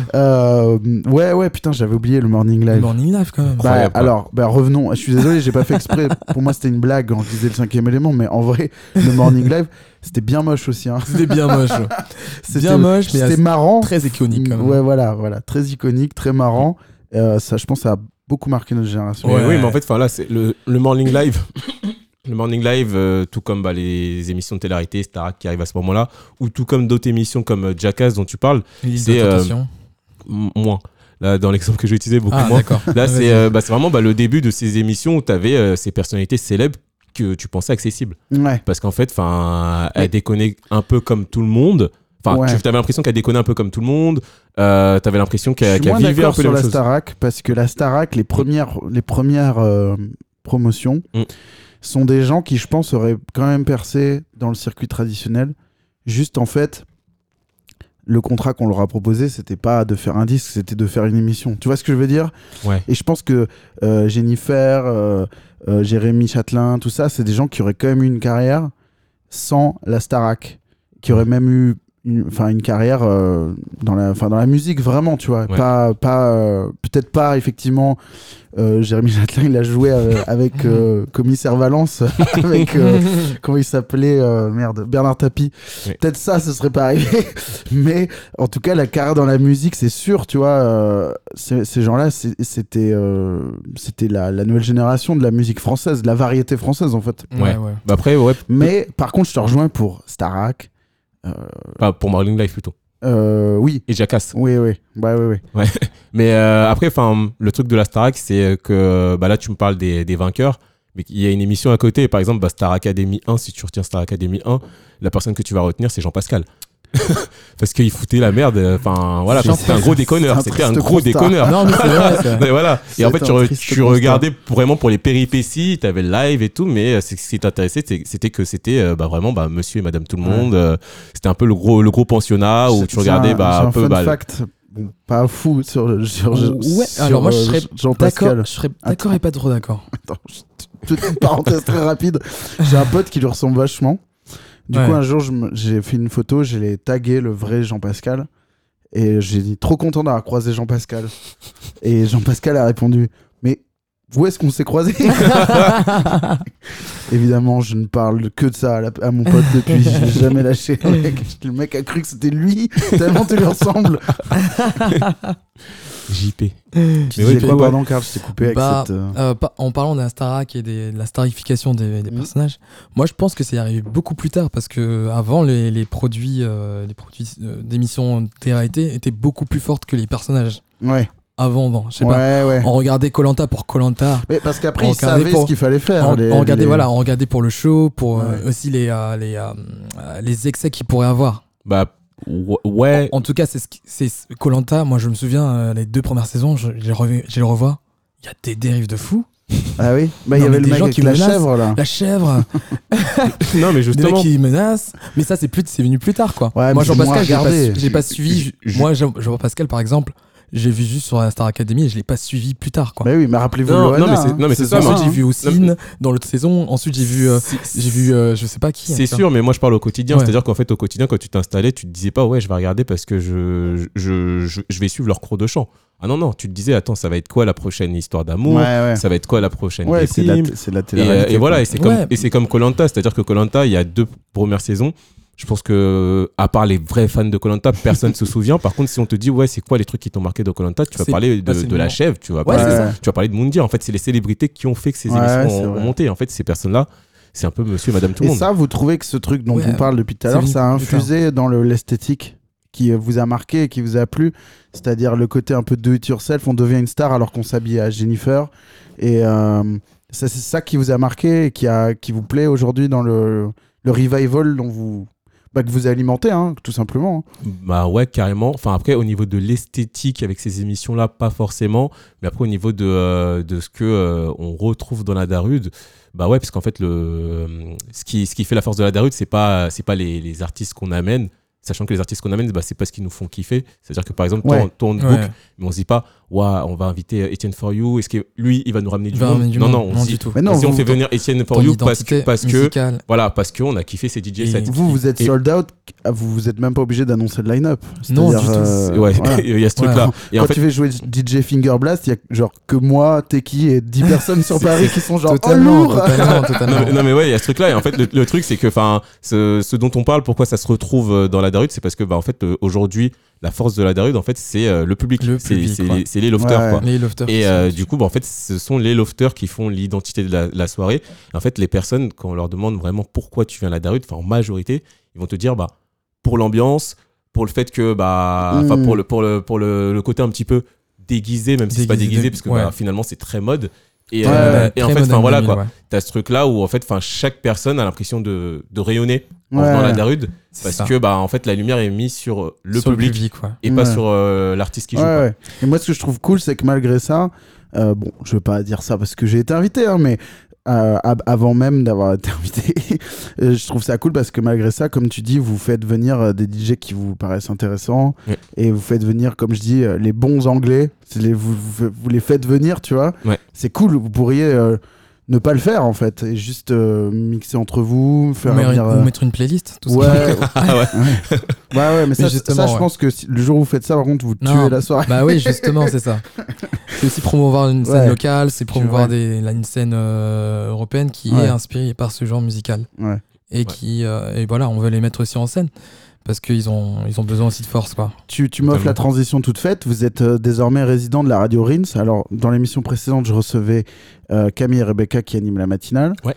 S3: Ouais, putain, j'avais oublié le Morning Live.
S5: Morning Life, quand même.
S4: Incroyable, quoi.
S3: Alors, revenons. Je suis désolé, j'ai pas fait exprès. Pour moi, c'était une blague quand je disais le cinquième élément, mais en vrai, le Morning Live, c'était bien moche aussi. Hein.
S5: C'était bien moche.
S3: C'était
S5: Bien moche, mais
S3: c'était
S5: assez-
S3: marrant.
S5: Très iconique, quand même.
S3: Ouais, voilà, très iconique, très marrant. Ça, je pense, ça a beaucoup marqué notre génération.
S4: Mais
S5: Ouais.
S4: oui, mais en fait, là, c'est le Morning Live. Le Morning Live, tout comme les émissions de télé-réalité, Starac qui arrivent à ce moment-là, ou tout comme d'autres émissions comme Jackass dont tu parles,
S5: L'île
S4: c'est,
S5: de tentation.
S4: moins. Là, dans l'exemple que j'ai utilisé, beaucoup
S5: Ah,
S4: moins.
S5: d'accord.
S4: Là,
S5: Vas-y.
S4: c'est vraiment le début de ces émissions où tu avais ces personnalités célèbres que tu pensais accessibles.
S3: Ouais.
S4: Parce qu'en fait, elle déconnait un peu comme tout le monde.
S3: Ouais.
S4: Tu avais l'impression qu'elle déconnait un peu comme tout le monde. Tu avais l'impression
S3: Je suis
S4: qu'elle
S3: moins
S4: vivait un
S3: d'accord
S4: peu
S3: sur
S4: les
S3: la
S4: mêmes choses.
S3: Starac, parce que la Starac, les premières promotions
S4: Mm.
S3: sont des gens qui, je pense, auraient quand même percé dans le circuit traditionnel. Juste, en fait, le contrat qu'on leur a proposé, c'était pas de faire un disque, c'était de faire une émission. Tu vois ce que je veux dire?
S4: Ouais.
S3: Et je pense que Jennifer, Jérémy Châtelain, tout ça, c'est des gens qui auraient quand même eu une carrière sans la Starac, qui auraient même eu une carrière dans la musique, vraiment, tu vois.
S4: Ouais.
S3: Peut-être pas, effectivement, Jérémy Châtelain, il a joué avec Commissaire Valence, avec, comment il s'appelait, Bernard Tapie.
S4: Oui.
S3: Peut-être ça, ce serait pas arrivé. Mais en tout cas, la carrière dans la musique, c'est sûr, tu vois. Ces gens-là, c'était la nouvelle génération de la musique française, de la variété française, en fait.
S4: Ouais. Après, ouais,
S3: Mais par contre, je te rejoins pour Starac.
S4: pour Morning Live plutôt.
S3: Oui.
S4: Et Jackass.
S3: Oui. Bah, oui.
S4: Mais après, le truc de la Starac, c'est que là, tu me parles des vainqueurs, mais il y a une émission à côté. Par exemple, Star Academy 1, si tu retiens Star Academy 1, la personne que tu vas retenir, c'est Jean-Pascal. Parce qu'il foutait la merde. Enfin, voilà,
S3: C'est-
S4: c'était un gros déconneur.
S3: c'est un
S4: C'était un
S3: triste
S4: gros
S3: constat.
S4: déconneur.
S5: Non, mais c'est vrai. c'est vrai.
S4: Et voilà. Et en fait,
S3: C'était un triste
S4: tu
S3: constat.
S4: regardais vraiment pour les péripéties, t'avais le live et tout, mais ce qui t'intéressait, c'était que c'était vraiment monsieur et madame tout le monde. C'était un peu le gros pensionnat où tu regardais
S3: j'ai
S4: un peu.
S3: fun fact, bon, pas fou sur
S5: Ouais,
S3: sur,
S5: alors moi je serais
S3: Jean-Pascal.
S5: d'accord, je serais d'accord et pas trop d'accord.
S3: Attends, petite parenthèse très rapide. J'ai un pote qui lui ressemble vachement. Du
S5: Ouais.
S3: coup, un jour, j'ai fait une photo, je l'ai tagué le vrai Jean-Pascal. Et j'ai dit trop content d'avoir croisé Jean-Pascal. Et Jean-Pascal a répondu mais où est-ce qu'on s'est croisés? Évidemment, je ne parle que de ça à mon pote depuis. Je l'ai jamais lâché. Le mec a cru que c'était lui, tellement tu lui ressembles.
S4: JP.
S3: Tu
S4: Mais
S3: disais
S4: oui,
S3: quoi,
S4: ouais.
S3: pardon, Carl, je t'ai coupé avec
S5: Bah,
S3: cette.
S5: en parlant de la Starac et de la starification des personnages, moi je pense que c'est arrivé beaucoup plus tard parce que avant les produits d'émissions de télé-réalité étaient beaucoup plus fortes que les personnages.
S3: Ouais,
S5: Avant, je sais pas.
S3: ouais.
S5: On regardait Koh-Lanta pour Koh-Lanta.
S3: Mais parce qu'après,
S5: On
S3: ils
S5: regardait
S3: savaient
S5: pour-
S3: ce qu'il fallait faire.
S5: On regardait,
S3: les-
S5: voilà, on regardait pour le show, pour
S3: Ouais.
S5: aussi les excès qu'ils pourraient avoir.
S4: Bah, ouais.
S5: En tout cas, c'est Koh-Lanta. Moi, je me souviens, les 2 premières saisons, je les revois. Il y a des dérives de fous.
S3: Ah oui, bah il y
S5: Non,
S3: avait
S5: mais
S3: le
S5: des
S3: mec
S5: gens
S3: avec
S5: qui
S3: la
S5: menacent.
S3: chèvre là.
S5: La chèvre,
S4: Non, mais
S5: des mecs
S4: justement.
S5: qui menacent. Mais ça, c'est venu plus tard, quoi.
S3: Ouais,
S5: Moi,
S3: mais c'est
S5: Jean-Pascal,
S3: moins regardé.
S5: j'ai pas suivi. Moi, Jean-Pascal, par exemple, j'ai vu juste sur la Star Academy et je l'ai pas suivi plus tard, quoi.
S3: Bah oui, mais rappelez-vous
S4: Non,
S3: Loana.
S4: non, mais c'est ça,
S3: ça,
S4: moi,
S5: Ensuite,
S3: hein.
S5: j'ai vu Ossine dans l'autre saison. Ensuite, j'ai vu, je sais pas qui.
S4: C'est
S5: hein, tu vois.
S4: sûr, mais moi je parle au quotidien.
S5: Ouais.
S4: C'est-à-dire qu'en fait, au quotidien, quand tu t'installais, tu te disais pas, ouais, je vais regarder parce que je vais suivre leur cours de chant. Ah non, non, tu te disais, attends, ça va être quoi la prochaine histoire d'amour?
S3: Ouais.
S4: Ça va être quoi la prochaine
S3: Ouais, c'est de
S4: team
S3: la
S4: Et,
S3: télé-réalité.
S4: et voilà,
S3: quoi.
S4: et c'est comme Koh-Lanta. C'est-à-dire que Koh-Lanta, il y a 2 premières saisons. Je pense que, à part les vrais fans de Koh-Lanta, personne se souvient. Par contre, si on te dit, ouais, c'est quoi les trucs qui t'ont marqué de Koh-Lanta, tu vas
S5: C'est-
S4: parler
S5: bah, c'est
S4: de la
S5: bon.
S4: chèvre, tu vas
S5: Ouais,
S4: parler,
S5: c'est
S3: ça.
S4: tu vas parler de Moundir. En fait, c'est les célébrités qui ont fait que ces
S3: Ouais,
S4: émissions
S3: c'est
S4: ont
S3: vrai.
S4: monté. En fait, ces personnes-là, c'est un peu monsieur et madame tout le
S3: Et
S4: monde.
S3: ça, vous trouvez que ce truc dont
S5: Ouais,
S3: on parle depuis tout à
S5: c'est
S3: l'heure,
S5: venu
S3: ça a
S5: plus tard.
S3: infusé dans l'esthétique qui vous a marqué et qui vous a plu, c'est-à-dire le côté un peu do it yourself, on devient une star alors qu'on s'habille à Jennifer, et c'est ça qui vous a marqué et qui vous plaît aujourd'hui dans le revival que vous alimentez, hein, tout simplement.
S4: Bah ouais, carrément. Enfin, après, au niveau de l'esthétique avec ces émissions-là, pas forcément. Mais après, au niveau de ce que on retrouve dans la Darude, bah ouais, parce qu'en fait, ce qui fait la force de la Darude, c'est pas les artistes qu'on amène. Sachant que les artistes qu'on amène, bah, c'est pas ce qui nous font kiffer. C'est-à-dire que par exemple,
S3: Ouais.
S4: tourne
S5: Ouais.
S4: book, mais on se dit pas, ouah, on va inviter Etienne For You. Est-ce que lui, il va nous ramener
S5: Il
S4: du
S5: va
S4: monde?
S5: ramener du
S4: Non,
S5: monde.
S4: non, on
S5: Non,
S4: se dit,
S5: du tout.
S3: Mais non,
S4: si on
S3: vous-
S4: fait venir Etienne For
S5: Ton
S4: You
S5: identité
S4: parce que
S5: musicale.
S4: voilà, parce qu'on a kiffé ses DJ sets.
S3: Vous êtes
S4: Et-
S3: sold out, vous êtes même pas obligé d'annoncer le line-up.
S5: Non,
S3: C'est-à-dire,
S5: du tout.
S4: Ouais,
S3: voilà.
S4: il y a ce truc-là. Et
S3: Quand
S4: en fait,
S3: tu fais jouer DJ Finger Blast, il y a genre que moi, Teki et 10 personnes sur Paris qui sont genre
S5: Totalement,
S3: oh lourd.
S5: totalement.
S4: non mais ouais, il y a ce truc là et en fait le truc c'est que enfin ce dont on parle, pourquoi ça se retrouve dans la Darude, c'est parce que bah en fait aujourd'hui la force de la Darude en fait c'est le public,
S5: Le public, ouais.
S4: c'est les lofters
S3: Ouais.
S4: quoi.
S5: Les lofters.
S4: Et du coup bah en fait ce sont les lofters qui font l'identité de la soirée. Et en fait les personnes quand on leur demande vraiment pourquoi tu viens à la Darude, enfin en majorité ils vont te dire bah pour l'ambiance, pour le fait que bah enfin pour le côté un petit peu déguisé, même si c'est pas déguisé parce que
S5: ouais.
S4: bah, finalement c'est très mode. Et,
S3: Ouais,
S4: et en
S5: Très
S4: fait, enfin
S5: moderne
S4: voilà
S5: 2000,
S4: quoi.
S5: ouais.
S4: T'as ce truc là où en fait, enfin chaque personne a l'impression de rayonner en
S3: Ouais.
S4: venant à la Darude
S5: C'est
S4: parce
S5: ça.
S4: que bah en fait la lumière est mise sur le
S5: Sur
S4: public
S5: ouais.
S4: et pas
S3: Ouais.
S4: sur l'artiste qui joue.
S3: Ouais,
S4: quoi.
S3: ouais. Et moi, ce que je trouve cool, c'est que malgré ça, bon, je veux pas dire ça parce que j'ai été invité, hein, mais avant même d'avoir été invité, je trouve ça cool parce que malgré ça, comme tu dis, vous faites venir des DJ qui vous paraissent intéressants
S4: Ouais.
S3: et vous faites venir, comme je dis, les bons anglais. Vous les faites venir, tu vois.
S4: Ouais.
S3: C'est cool. Vous pourriez ne pas le faire en fait et juste mixer entre vous, faire venir.
S5: Ou mettre une playlist, tout
S3: Ouais,
S5: ça.
S4: Ah ouais.
S3: ouais, mais ça,
S5: justement,
S3: je
S5: ouais.
S3: pense que le jour où vous faites ça, par contre, vous
S5: Non.
S3: tuez la soirée.
S5: Bah oui, justement, c'est ça. C'est aussi promouvoir une scène
S3: Ouais.
S5: locale, c'est promouvoir
S3: Ouais.
S5: une scène européenne qui
S3: Ouais.
S5: est inspirée par ce genre musical.
S3: Ouais.
S5: Et qui et voilà, on veut les mettre aussi en scène parce qu'ils ont besoin aussi de force, quoi.
S3: Tu m'offres
S4: Totalement.
S3: la transition toute faite. Vous êtes désormais résident de la radio Rins. Alors, dans l'émission précédente, je recevais Camille et Rebecca qui animent la matinale.
S4: Ouais.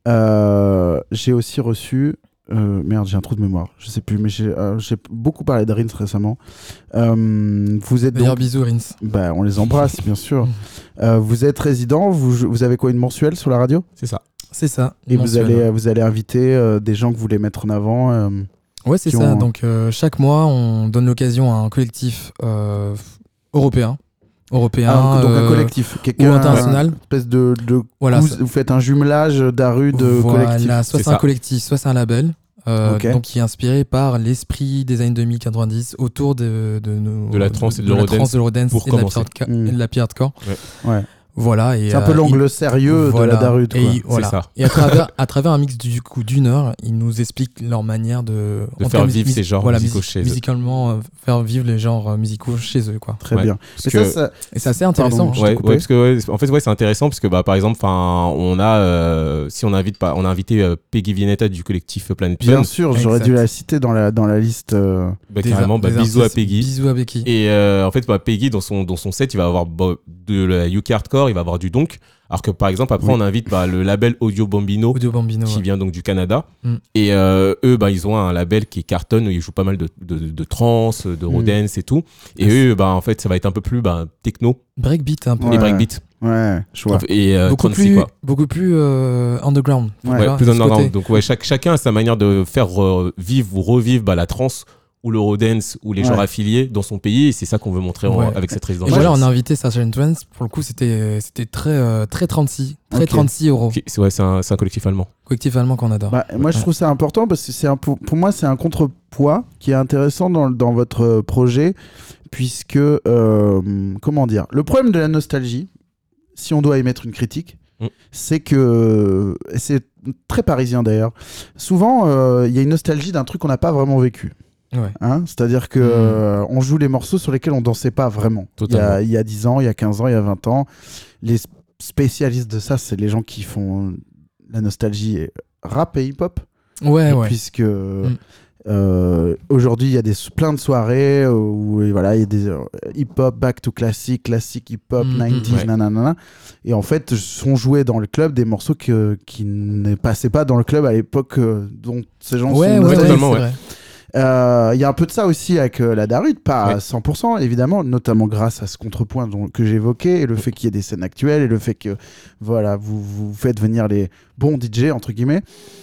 S3: J'ai aussi reçu... merde, j'ai un trou de mémoire. Je sais plus, mais j'ai beaucoup parlé de Rins récemment. Vous êtes
S5: D'ailleurs,
S3: donc...
S5: bisous, Rins.
S3: Bah, on les embrasse, bien sûr. Vous êtes résident. Vous avez quoi, une mensuelle sur la radio?
S4: C'est ça.
S5: C'est ça.
S3: Et
S5: mensuel.
S3: vous allez inviter des gens que vous voulez mettre en avant
S5: Ouais, c'est
S3: qui
S5: ça.
S3: ont-
S5: Donc, chaque mois, on donne l'occasion à un collectif européen.
S3: Donc un collectif,
S5: ou
S3: quelqu'un,
S5: international.
S3: une espèce de
S5: Voilà,
S3: vous faites un jumelage d'Aru de
S5: voilà,
S3: collectifs.
S5: soit
S4: C'est
S5: c'est un
S4: ça.
S5: collectif, soit c'est un label.
S3: Ok.
S5: Donc qui est inspiré par l'esprit des années 2090 autour de
S4: la trance et de
S5: la
S4: l'eurodance
S5: trance, de l'eurodance
S4: pour
S5: et de la
S4: commencer.
S5: et de la pi hardcore.
S3: Ouais.
S5: Voilà, et
S3: C'est un peu l'angle sérieux de la Darut, quoi.
S5: Et, voilà.
S4: ça.
S5: Et à travers un mix du coup d'une heure, ils nous expliquent leur manière de en
S4: faire
S5: termes
S4: vivre ces genres musicaux chez eux.
S5: musicalement, faire vivre les genres musicaux chez eux, quoi.
S3: Très
S4: Ouais.
S3: bien.
S4: Parce
S3: Mais
S4: que-
S3: ça,
S5: Et c'est assez intéressant.
S3: Pardon,
S5: hein.
S3: je t'ai coupé.
S4: Parce que en fait c'est intéressant parce que par exemple on a si on invite pas on a invité Peggy Vianetta du collectif Planet
S3: bien
S4: Fun.
S3: sûr, j'aurais
S5: Exact.
S3: dû la citer dans la liste.
S4: Carrément
S5: Des
S4: bisous à
S5: artistes.
S4: Peggy.
S5: Bisous à Becky.
S4: Et en fait, Peggy, dans son set, il va avoir de la UK Hardcore, il va avoir du Donk. Alors que par exemple, après,
S3: Oui.
S4: on invite le label Audio Bambino,
S5: Audio Bambino.
S4: qui
S5: ouais.
S4: vient donc du Canada.
S5: Mm.
S4: Et eux, ils ont un label qui cartonne, où ils jouent pas mal de trance, de rodance et tout. Et eux, en fait, ça va être un peu plus techno,
S5: Breakbeat un peu.
S3: Ouais.
S4: et breakbeat.
S3: Ouais, je vois.
S4: Et crunchy, quoi.
S5: Beaucoup plus underground.
S3: Ouais,
S5: Voilà,
S4: Plus
S5: de ce
S4: underground.
S5: côté.
S4: Donc, ouais, chacun a sa manière de faire vivre ou revivre la trance ou le rodance ou les genres
S3: Ouais.
S4: affiliés dans son pays. Et c'est ça qu'on veut montrer
S5: Ouais.
S4: avec cette
S5: Et
S4: résidence.
S5: voilà, on a invité Sasha Trance. Pour le coup, c'était très 36. Très
S3: Ok.
S5: 36 euros.
S4: C'est un collectif allemand.
S5: Collectif allemand qu'on adore.
S3: Moi, je trouve ça important parce que pour moi, c'est un contrepoids qui est intéressant dans votre projet, puisque, comment dire, le problème de la nostalgie, si on doit émettre une critique, c'est que, et c'est très parisien d'ailleurs, souvent, il y a une nostalgie d'un truc qu'on n'a pas vraiment vécu.
S5: Ouais.
S3: Hein, c'est-à-dire que on joue les morceaux sur lesquels on dansait pas vraiment.
S4: Totalement.
S3: Il y a 10 ans, il y a 15 ans, il y a 20 ans. Les spécialistes de ça, c'est les gens qui font la nostalgie rap et hip-hop.
S5: Ouais.
S3: Puisque aujourd'hui, il y a plein de soirées où voilà, il y a des hip-hop back to classique hip-hop, 90s,
S4: ouais.
S3: nanana. Et en fait, sont joués dans le club des morceaux qui ne passaient pas dans le club à l'époque dont ces gens
S5: Ouais,
S3: sont
S5: ouais,
S3: nostalgiques.
S4: totalement,
S5: c'est
S4: ouais.
S5: vrai.
S3: Il y a un peu de ça aussi avec la Darut, pas à
S4: Ouais.
S3: 100% évidemment, notamment grâce à ce contrepoint que j'évoquais et le fait qu'il y ait des scènes actuelles et le fait que voilà, vous faites venir les bons DJ entre guillemets.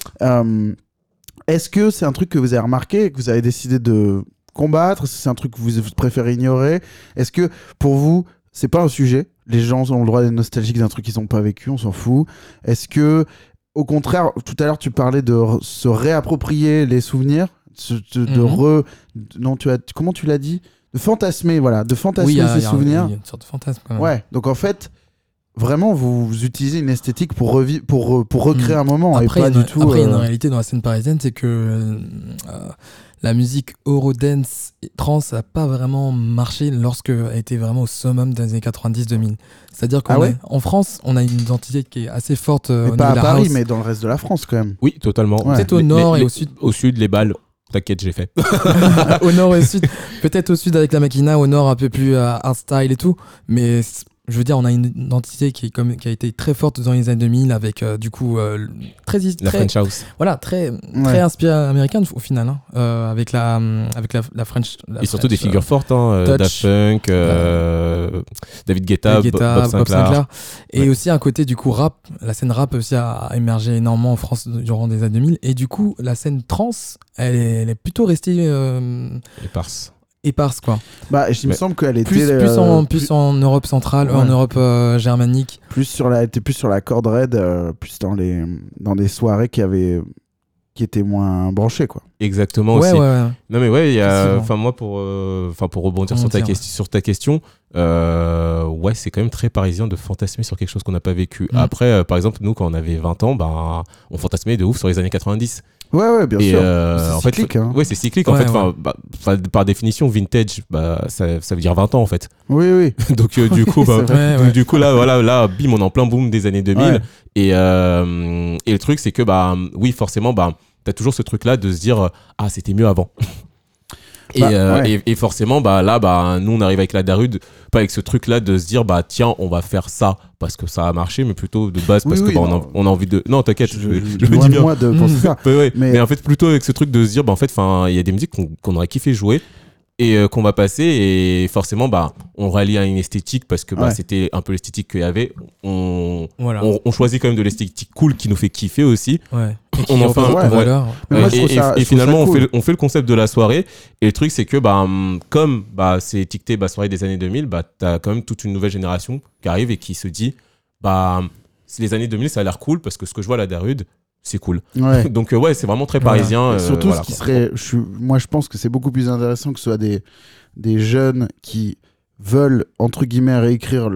S3: Est-ce que c'est un truc que vous avez remarqué et que vous avez décidé de combattre? Est-ce que c'est un truc que vous préférez ignorer? Est-ce que pour vous c'est pas un sujet? Les gens ont le droit d'être nostalgiques d'un truc qu'ils n'ont pas vécu, on s'en fout. Est-ce que au contraire, tout à l'heure tu parlais de se réapproprier les souvenirs, comment tu l'as dit, de fantasmer, voilà, de fantasmer
S5: Oui, il y
S3: ces
S5: a
S3: souvenirs.
S5: une sorte de fantasme quand même.
S3: Ouais, donc en fait, vraiment, vous utilisez une esthétique pour recréer un moment
S5: Après,
S3: et pas
S5: il y a
S3: du tout.
S5: après, il y a une réalité dans la scène parisienne, c'est que la musique Eurodance et trance n'a pas vraiment marché lorsque a été vraiment au summum des années 90-2000. C'est-à-dire qu'en
S3: Ah ouais
S5: France, on a une identité qui est assez forte
S3: Mais
S5: au
S3: pas
S5: niveau
S3: à
S5: de la
S3: Paris,
S5: house.
S3: mais dans le reste de la France quand même.
S4: Oui, totalement.
S3: Ouais.
S5: Peut-être au nord et au sud.
S4: Au sud, les balles. T'inquiète, j'ai fait.
S5: Au nord et au sud. Peut-être au sud avec la Makina, au nord un peu plus hardstyle et tout. Mais je veux dire, on a une identité qui a été très forte dans les années 2000 avec du coup très
S4: La French House.
S5: voilà, très
S3: Ouais.
S5: inspiré américaine au final, hein, avec la French.
S4: Et surtout des
S5: French,
S4: figures fortes, hein,
S5: Touch,
S4: Daft Punk, David Guetta, Bob Sinclair.
S5: Et
S4: Ouais.
S5: aussi un côté du coup rap. La scène rap aussi a émergé énormément en France durant des années 2000. Et du coup, la scène trans, elle est plutôt restée
S4: Éparse.
S5: éparse, quoi.
S3: Bah, il me
S4: Ouais.
S3: semble qu'elle était
S5: Plus en Europe centrale,
S3: Ouais.
S5: en Europe germanique.
S3: elle était plus sur la corde raide, plus dans des soirées qui étaient moins branchées, quoi.
S4: Exactement
S5: Ouais,
S4: aussi.
S5: ouais.
S4: Non mais ouais, il y a,
S5: Effectivement.
S4: enfin moi pour rebondir sur ta question, ouais, c'est quand même très parisien de fantasmer sur quelque chose qu'on n'a pas vécu. Après, par exemple, nous quand on avait 20 ans, on fantasmait de ouf sur les années 90.
S3: Ouais, bien
S4: Et
S3: sûr.
S4: en
S3: C'est
S4: fait,
S3: cyclique, hein.
S4: ouais, c'est cyclique. En
S5: Ouais,
S4: fait,
S5: ouais.
S4: par définition, vintage, ça veut dire 20 ans en fait.
S3: Oui.
S4: Donc du coup,
S3: C'est vrai.
S5: Ouais.
S4: du coup là, bim, on est en plein boom des années 2000.
S3: Ouais.
S4: Et le truc, c'est que oui, forcément, t'as toujours ce truc-là de se dire ah, c'était mieux avant.
S3: Ouais.
S4: Et forcément, là, nous, on arrive avec la Darude, pas avec ce truc-là de se dire tiens, on va faire ça parce que ça a marché, mais plutôt de base parce
S3: Oui,
S4: que
S3: non.
S4: on a envie de. Non, t'inquiète, je me
S3: loin
S4: dis
S3: de
S4: bien.
S3: moi de penser ça.
S4: Ouais.
S3: Mais-
S4: Mais en fait, plutôt avec ce truc de se dire, en fait, il y a des musiques qu'on aurait kiffé jouer et qu'on va passer, et forcément, on rallie à une esthétique parce que
S3: Ouais.
S4: c'était un peu l'esthétique qu'il y avait. On
S5: Voilà.
S4: choisit quand même de l'esthétique cool qui nous fait kiffer aussi.
S5: Ouais.
S4: on en fait un
S3: ouais.
S5: valeur.
S3: Mais moi, je trouve ça- je trouve
S4: finalement,
S3: ça cool.
S4: on fait le concept de la soirée. Et le truc, c'est que comme c'est étiqueté soirée des années 2000, t'as quand même toute une nouvelle génération qui arrive et qui se dit c'est les années 2000, ça a l'air cool parce que ce que je vois à la Darude, c'est cool.
S3: Ouais.
S4: Donc, ouais, c'est vraiment très parisien.
S3: Et surtout,
S4: voilà,
S3: ce qui
S4: quoi.
S3: serait. Moi, je pense que c'est beaucoup plus intéressant que ce soit des jeunes qui veulent, entre guillemets, réécrire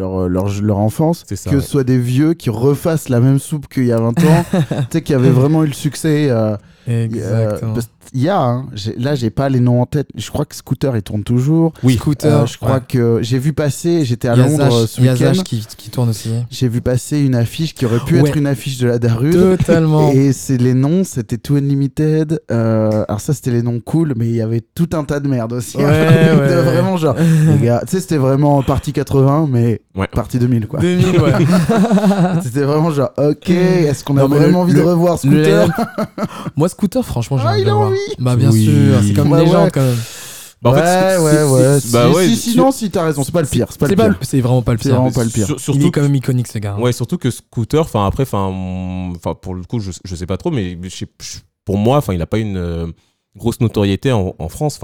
S3: leur enfance,
S4: C'est ça,
S3: que
S4: ouais.
S3: ce soit des vieux qui refassent la même soupe qu'il y a 20 ans, tu sais, qui avaient vraiment eu le succès.
S5: Exactement.
S3: Il y a, hein, là, j'ai pas les noms en tête. Je crois que Scooter, il tourne toujours.
S4: Oui.
S5: Scooter,
S3: Je crois que j'ai vu passer, j'étais à
S5: Il y a
S3: Londres
S5: Zach-
S3: ce
S5: il y a
S3: week-end.
S5: Zach qui tourne aussi.
S3: J'ai vu passer une affiche qui aurait pu
S5: Ouais.
S3: être une affiche de la Darude.
S5: Totalement.
S3: Et c'est les noms, c'était Too Unlimited. Alors ça, c'était les noms cool, mais il y avait tout un tas de merde aussi.
S5: Ouais,
S3: De
S5: ouais.
S3: vraiment genre, les gars, tu sais, c'était vraiment partie 80, mais
S4: Ouais.
S3: partie 2000, quoi.
S5: 2000, ouais.
S3: C'était vraiment genre, ok, est-ce qu'on a
S5: Non, mais
S3: vraiment envie de revoir
S5: Le
S3: Scooter
S5: line-up- Moi, Scooter, franchement, j'ai
S3: Ah,
S5: envie
S3: il
S5: de
S3: a
S5: le voir.
S3: envie.
S5: Bah, bien
S4: Oui.
S5: sûr, c'est comme
S3: Ouais,
S5: une légende
S3: ouais.
S5: quand même.
S4: Bah, en fait,
S3: ouais.
S4: ouais,
S3: Si, non, t'as raison, c'est pas le pire. C'est pas le
S5: C'est pas
S3: pire.
S5: le- c'est vraiment pas le
S3: C'est
S5: pire.
S3: vraiment pas le pire.
S5: Il
S4: Surtout
S5: est quand même iconique, ce gars.
S4: Ouais, surtout que Scooter, pour le coup, je sais pas trop, mais pour moi, il a pas une grosse notoriété en France.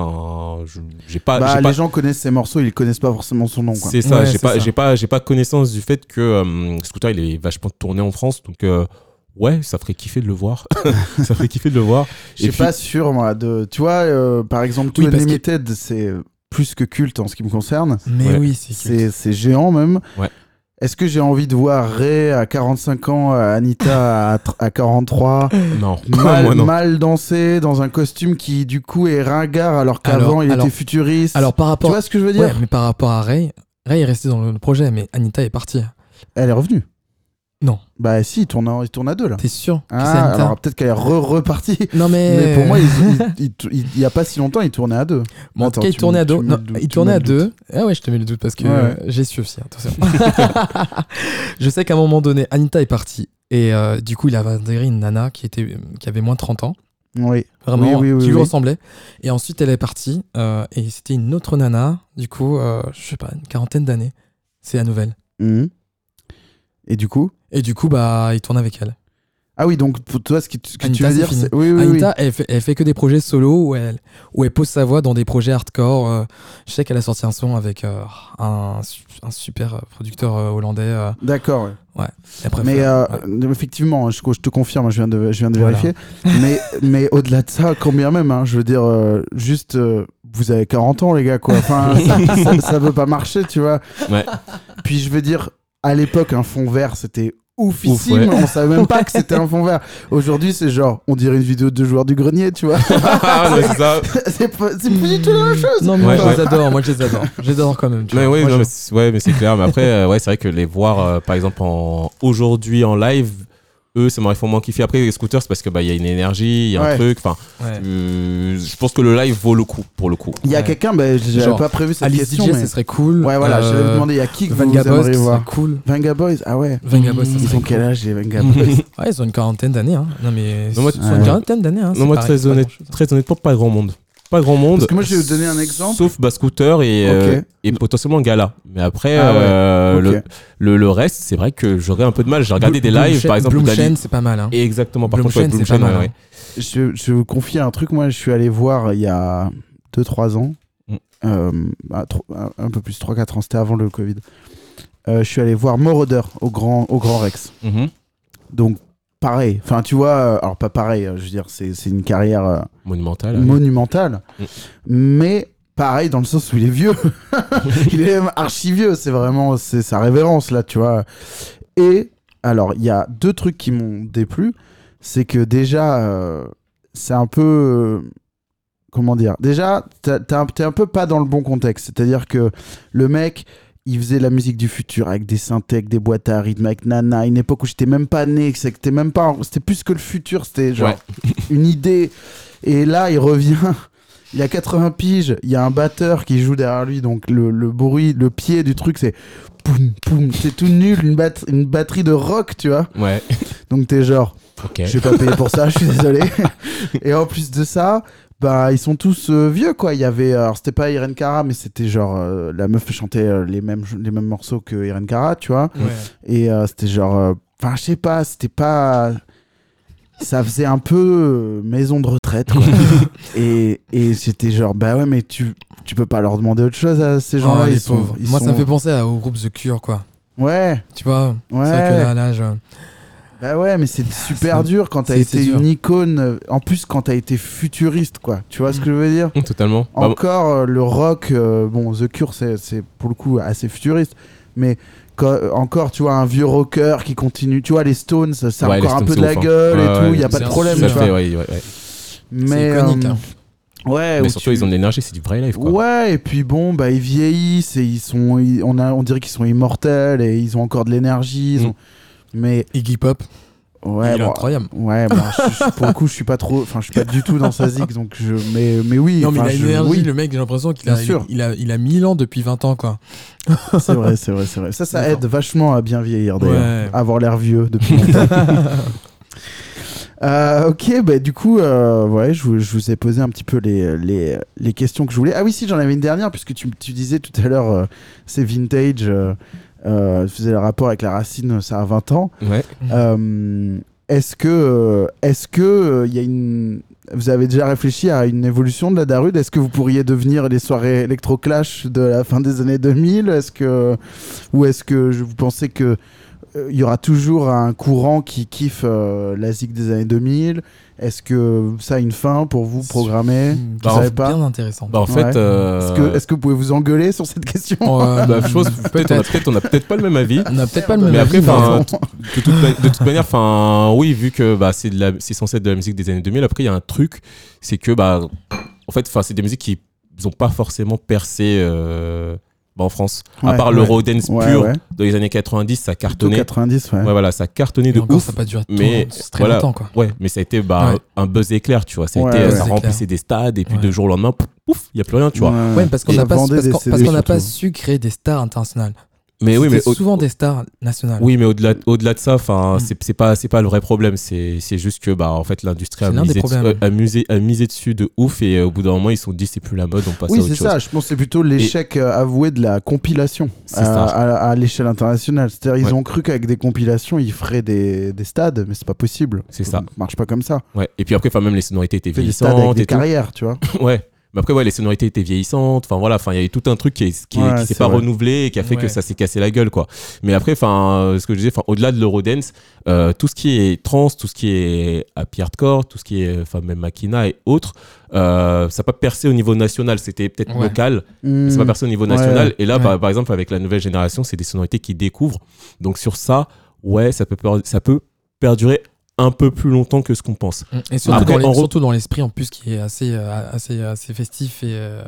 S4: J'ai pas.
S3: Bah,
S4: j'ai pas
S3: les gens connaissent ses morceaux, ils connaissent pas forcément son nom, quoi.
S4: c'est ça.
S5: Ouais,
S4: J'ai
S5: c'est
S4: pas,
S5: ça.
S4: j'ai pas connaissance du fait que Scooter, il est vachement tourné en France, donc ouais, ça ferait kiffer de le voir. Ça ferait kiffer de le voir.
S3: Je suis pas sûr, moi. Tu vois, par exemple, Too
S5: Oui, parce que-
S3: Unlimited, c'est plus que culte en ce qui me concerne.
S5: Mais
S4: Ouais.
S5: oui, c'est cool.
S3: C'est géant même.
S4: Ouais.
S3: Est-ce que j'ai envie de voir Ray à 45 ans, Anita à 43,
S4: Non, moi non.
S3: mal danser dans un costume qui du coup est ringard alors qu'avant il
S5: Alors-
S3: était futuriste.
S5: Alors, par
S3: Tu
S5: rapport.
S3: vois ce que je veux dire?
S5: Ouais, mais par rapport à Ray est resté dans le projet, mais Anita est partie.
S3: Elle est revenue.
S5: Non.
S3: Bah si, il tourne à deux là.
S5: T'es sûr que c'est
S3: Ah,
S5: Anita
S3: alors peut-être qu'elle est repartie.
S5: Non,
S3: Mais pour moi, il y a pas si longtemps, il tournait à deux.
S5: Bon, en
S3: Attends,
S5: tout cas, il
S3: tu
S5: tournait
S3: me-
S5: à deux.
S3: tu me
S5: Non,
S3: mets le doute,
S5: il
S3: tu
S5: tournait
S3: me
S5: à
S3: mets le
S5: deux. Ah ouais, je te mets le doute parce que
S3: Ouais.
S5: j'ai su aussi. Attention. Je sais qu'à un moment donné, Anita est partie. Et du coup, il avait intégré une nana qui avait moins de 30 ans.
S3: Oui.
S5: Vraiment,
S3: Oui,
S5: qui lui
S3: oui.
S5: ressemblait. Et ensuite, elle est partie. Et c'était une autre nana, du coup, je sais pas, une quarantaine d'années. C'est la nouvelle.
S3: Mhm. Et du coup?
S5: Et du coup, bah, il tourne avec elle.
S3: Ah oui, donc pour toi, ce que tu
S5: Anita,
S3: veux
S5: c'est
S3: dire,
S5: fini.
S3: c'est... Oui, oui,
S5: Anita, elle fait que des projets solo où elle pose sa voix dans des projets hardcore. Je sais qu'elle a sorti un son avec un super producteur hollandais.
S3: oui. D'accord, ouais.
S5: Elle préfère-
S3: Mais
S5: ouais.
S3: effectivement, je te confirme, je viens de
S5: Voilà.
S3: vérifier. mais au-delà de ça, quand bien même, hein, je veux dire, juste, vous avez 40 ans, les gars, quoi. Enfin, ça veut pas marcher, tu vois.
S4: Ouais.
S3: Puis je veux dire, à l'époque, un fond vert, c'était oufissime.
S4: Ouf, ouais.
S3: On savait même pas que c'était un fond vert. Aujourd'hui, c'est genre, on dirait une vidéo de joueurs du grenier, tu vois.
S4: Ah, ouais, c'est ça.
S3: c'est plus du tout la même chose.
S5: Non, mais
S4: Ouais,
S5: moi,
S4: ouais.
S5: je les adore. Moi, je les adore. Je les adore quand même. tu
S4: Mais
S5: vois.
S4: ouais,
S5: Moi,
S4: non,
S5: je-
S4: mais c'est clair. Mais après, ouais, c'est vrai que les voir, par exemple, aujourd'hui en live, eux, ça m'aurait fait moins kiffer. Après, les scooters, c'est parce que il y a une énergie, il y a
S3: Ouais.
S4: un truc. Enfin,
S5: Ouais.
S4: je pense que le live vaut le coup, pour le coup.
S3: Il y a
S5: Ouais.
S3: quelqu'un, j'avais
S5: Genre,
S3: pas prévu cette
S5: Alice
S3: question,
S5: DJ,
S3: mais...
S5: ce serait cool.
S3: Ouais, voilà, j'allais vous demander, il y a qui que vous
S5: Vanga Boys,
S3: aimeriez
S5: ce serait
S3: voir?
S5: cool.
S3: Vanga Boys, ah ouais.
S5: Vanga Boys, ça
S3: Ils
S5: serait
S3: ont
S5: cool.
S3: quel âge, les Vanga Boys?
S5: Ouais, ils ont une quarantaine d'années. Hein. Non, mais
S4: Non, moi,
S5: ils ont une quarantaine d'années. Hein.
S4: Non, moi,
S5: c'est pareil, c'est pas
S4: très honnêtement, pas grand monde. Pas grand monde.
S3: Parce que moi, je vais vous donner un exemple.
S4: Sauf Scooter
S3: Ok.
S4: et potentiellement Gala. Mais après,
S3: Ah ouais, ok.
S4: le reste, c'est vrai que j'aurais un peu de mal. J'ai regardé des lives, par exemple,
S5: Bloom
S4: d'Ali.
S5: Chain, c'est pas mal. Hein.
S4: Exactement, par contre,
S5: Bloom Chain, c'est pas mal,
S4: ouais.
S3: Je vais vous confier un truc. Moi, je suis allé voir il y a 2-3 ans, un peu plus, 3-4 ans, c'était avant le Covid. Je suis allé voir Moroder au Grand Rex.
S4: Mhm.
S3: Donc, pareil. Enfin, tu vois, alors pas pareil, je veux dire, c'est une carrière
S4: Monumental. ouais.
S3: monumentale.
S4: Mm.
S3: Mais pareil, dans le sens où il est vieux. Il est même archi vieux. C'est vraiment c'est sa révérence, là, tu vois. Et alors, il y a 2 trucs qui m'ont déplu. C'est que déjà, c'est un peu... comment dire? Déjà, t'es un peu pas dans le bon contexte. C'est-à-dire que le mec, il faisait la musique du futur avec des synthés, avec des boîtes à rythme, avec Nana, une époque où j'étais même pas né, c'était même pas... C'était plus que le futur, c'était genre une idée. Et là, il revient... Il a 80 piges, il y a un batteur qui joue derrière lui, donc le bruit, le pied du truc, c'est poum, poum. C'est tout nul, une batterie de rock, tu vois.
S4: Ouais.
S3: Donc t'es genre...
S4: Ok.
S3: Je vais pas payer pour ça, je suis désolé. Et en plus de ça, bah ils sont tous vieux quoi. Il y avait, alors c'était pas Irene Cara, mais c'était genre la meuf chantait les mêmes morceaux que Irene Cara, tu vois.
S5: Ouais.
S3: Et c'était genre, enfin je sais pas, c'était pas ça faisait un peu maison de retraite, quoi. et j'étais genre, bah ouais, mais tu peux pas leur demander autre chose à ces gens-là.
S5: les
S3: ils sont,
S5: pauvres.
S3: ils
S5: Moi,
S3: sont...
S5: ça me fait penser au groupe The Cure, quoi.
S3: Ouais.
S5: Tu vois,
S3: Ouais.
S5: c'est vrai que là, l'âge.
S3: Bah ouais, mais c'est super dur quand t'as
S5: c'est
S3: été
S5: dur.
S3: une icône. En plus, quand t'as été futuriste, quoi. Tu vois ce que je veux dire?
S4: Totalement.
S3: Encore le rock, bon, The Cure, c'est pour le coup assez futuriste, mais encore, tu vois, un vieux rocker qui continue. Tu vois, les Stones, ça a
S4: Ouais,
S3: encore
S4: les
S3: un peu de
S4: Stones,
S3: la
S4: c'est ouf,
S3: gueule
S4: hein.
S3: et tout. Il y a
S5: c'est
S3: pas de
S5: un
S3: problème,
S5: super
S3: tu
S4: Ça fait,
S3: vois.
S4: ouais.
S3: Mais
S5: C'est iconique, hein.
S3: ouais.
S4: Mais
S3: où
S4: surtout, ils ont de l'énergie, c'est du vrai live, quoi.
S3: Ouais, et puis bon, bah ils vieillissent et on dirait qu'ils sont immortels et ils ont encore de l'énergie. Mais
S5: Iggy Pop,
S3: ouais,
S5: il est incroyable.
S3: Ouais, bon, pour le coup, je suis pas du tout dans sa zig, donc mais oui.
S5: Non, mais il a une énergie,
S3: oui,
S5: le mec, j'ai l'impression qu'il
S3: Bien
S5: a,
S3: sûr.
S5: il a 1000 ans depuis 20 ans, quoi.
S3: c'est vrai. Ça aide vachement à bien vieillir, d'ailleurs.
S5: Ouais.
S3: Avoir l'air vieux depuis longtemps. Ok, bah du coup, ouais, je vous ai posé un petit peu les questions que je voulais. Ah oui, si, j'en avais une dernière, puisque tu disais tout à l'heure, c'est vintage, tu faisais le rapport avec la racine, ça a 20 ans.
S4: Ouais.
S3: Est-ce que y a vous avez déjà réfléchi à une évolution de la Darude? Est-ce que vous pourriez devenir les soirées électro-clash de la fin des années 2000? Ou est-ce que vous pensez que il y aura toujours un courant qui kiffe la zik des années 2000? Est-ce que ça a une fin pour vous programmée?
S5: Bah,
S3: Vous savez
S5: c'est
S3: pas?
S5: bien intéressant.
S4: Bah, en fait.
S3: Ouais. Est-ce que vous pouvez vous engueuler sur cette question?
S4: Bah, je pense on a peut-être pas le même avis.
S5: On a peut-être pas le même
S4: Mais après,
S5: avis,
S4: enfin, de toute manière, enfin, oui, vu que bah, c'est censé être de la musique des années 2000. Après, il y a un truc, c'est que bah, en fait, c'est des musiques qui n'ont pas forcément percé en France. À part l'Eurodance pur dans les années 90, ça cartonnait.
S3: 90, ouais.
S4: Ouais, voilà, ça cartonnait
S5: Et
S4: de
S5: encore,
S4: ouf.
S5: ça n'a pas duré
S4: Mais
S5: très longtemps, quoi.
S4: Ouais, mais ça a été un buzz éclair, tu vois. Ça remplissait des stades et puis de jour au lendemain, pouf, il n'y a plus rien, tu vois.
S5: Ouais, parce qu'on
S3: Et
S5: n'a pas,
S3: vendait des CD,
S5: parce qu'on n'a pas
S3: surtout.
S5: su créer des stars internationales.
S4: Mais oui, mais
S5: souvent des stars nationales.
S4: oui, mais au-delà de ça, enfin, c'est pas le vrai problème. C'est juste que bah en fait l'industrie a misé dessus de ouf et au bout d'un moment ils se sont dit c'est plus la mode, on passe à autre chose.
S3: Oui, c'est ça. Je pense que c'est plutôt l'échec avoué de la compilation à l'échelle internationale. C'est-à-dire ils ont cru qu'avec des compilations ils feraient des stades, mais c'est pas possible.
S4: C'est ça.
S3: Marche pas comme ça.
S4: Ouais. Et puis après, enfin même les sonorités étaient
S3: Des stades avec
S4: vieillissantes
S3: des
S4: et tout.
S3: carrières, tu vois.
S4: Ouais. Mais après, ouais, les sonorités étaient vieillissantes. Enfin, voilà. Enfin, il y a eu tout un truc qui s'est pas renouvelé et qui a fait que ça s'est cassé la gueule, quoi. Mais après, enfin, ce que je disais, enfin, au-delà de l'Eurodance, tout ce qui est trance, tout ce qui est happy hardcore, tout ce qui est, enfin, même Makina et autres, ça n'a pas percé au niveau national. C'était peut-être local, mais ça n'a pas percé au niveau national. Et là, par exemple, avec la nouvelle génération, c'est des sonorités qu'ils découvrent. Donc, sur ça, ouais, ça peut perdurer un peu plus longtemps que ce qu'on pense.
S5: Et surtout dans l'esprit en plus qui est assez festif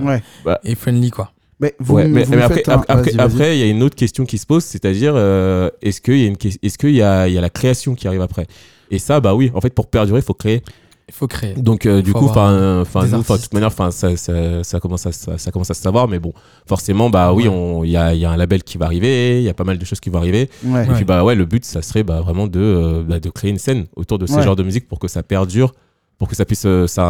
S5: et friendly, quoi.
S3: Mais
S4: après, il y a une autre question qui se pose, c'est-à-dire est-ce qu'il y a la création qui arrive après? Et ça, bah oui, en fait, pour perdurer, il faut créer.
S5: Il faut créer.
S4: Donc du coup, de toute manière, ça commence à se savoir, mais bon, forcément, bah oui, il y a un label qui va arriver, il y a pas mal de choses qui vont arriver.
S3: Ouais.
S4: Et puis bah ouais, le but, ça serait vraiment de créer une scène autour de ce genre de musique pour que ça perdure, pour que ça puisse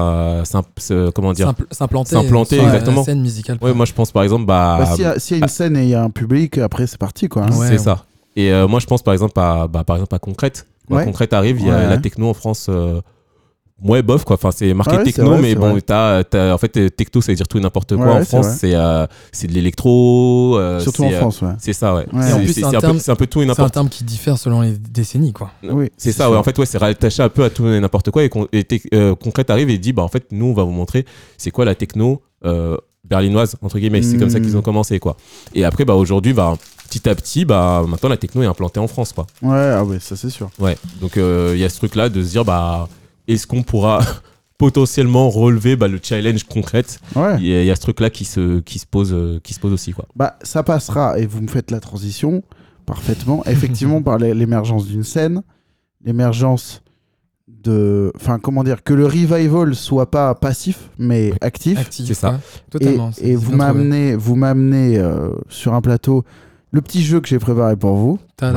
S4: s'implanter exactement.
S5: La scène musicale.
S4: Ouais, moi je pense par exemple
S3: s'il y a une scène et il y a un public, après c'est parti, quoi. Hein.
S4: C'est ça. Et moi je pense par exemple à Concrète. Concrète arrive, il y a la techno en France. Ouais, bof, quoi. Enfin, c'est marqué techno, mais bon, en fait, techno, ça veut dire tout et n'importe quoi. En France, c'est de l'électro.
S3: Surtout en France, ouais.
S4: C'est ça, ouais.
S5: Et en plus,
S4: c'est un peu tout et n'importe quoi.
S5: C'est un terme qui diffère selon les décennies, quoi.
S3: Oui,
S4: c'est ça, ouais. En fait, ouais, c'est rattaché un peu à tout et n'importe quoi. Et Concrète arrive et dit, bah, en fait, nous, on va vous montrer c'est quoi la techno berlinoise, entre guillemets. C'est comme ça qu'ils ont commencé, quoi. Et après, bah, aujourd'hui, bah, petit à petit, bah, maintenant, la techno est implantée en France, quoi.
S3: Ouais, ça, c'est sûr.
S4: Ouais. Donc, il y a ce truc-là de se dire, bah, est-ce qu'on pourra potentiellement relever le challenge Concrète? Il y a ce truc là qui se pose aussi, quoi.
S3: Bah ça passera, et vous me faites la transition parfaitement, effectivement, par l'émergence d'une scène, l'émergence de, enfin comment dire, que le revival soit pas passif mais actif.
S5: C'est ça, totalement.
S3: Et vous m'amenez sur un plateau le petit jeu que j'ai préparé pour vous.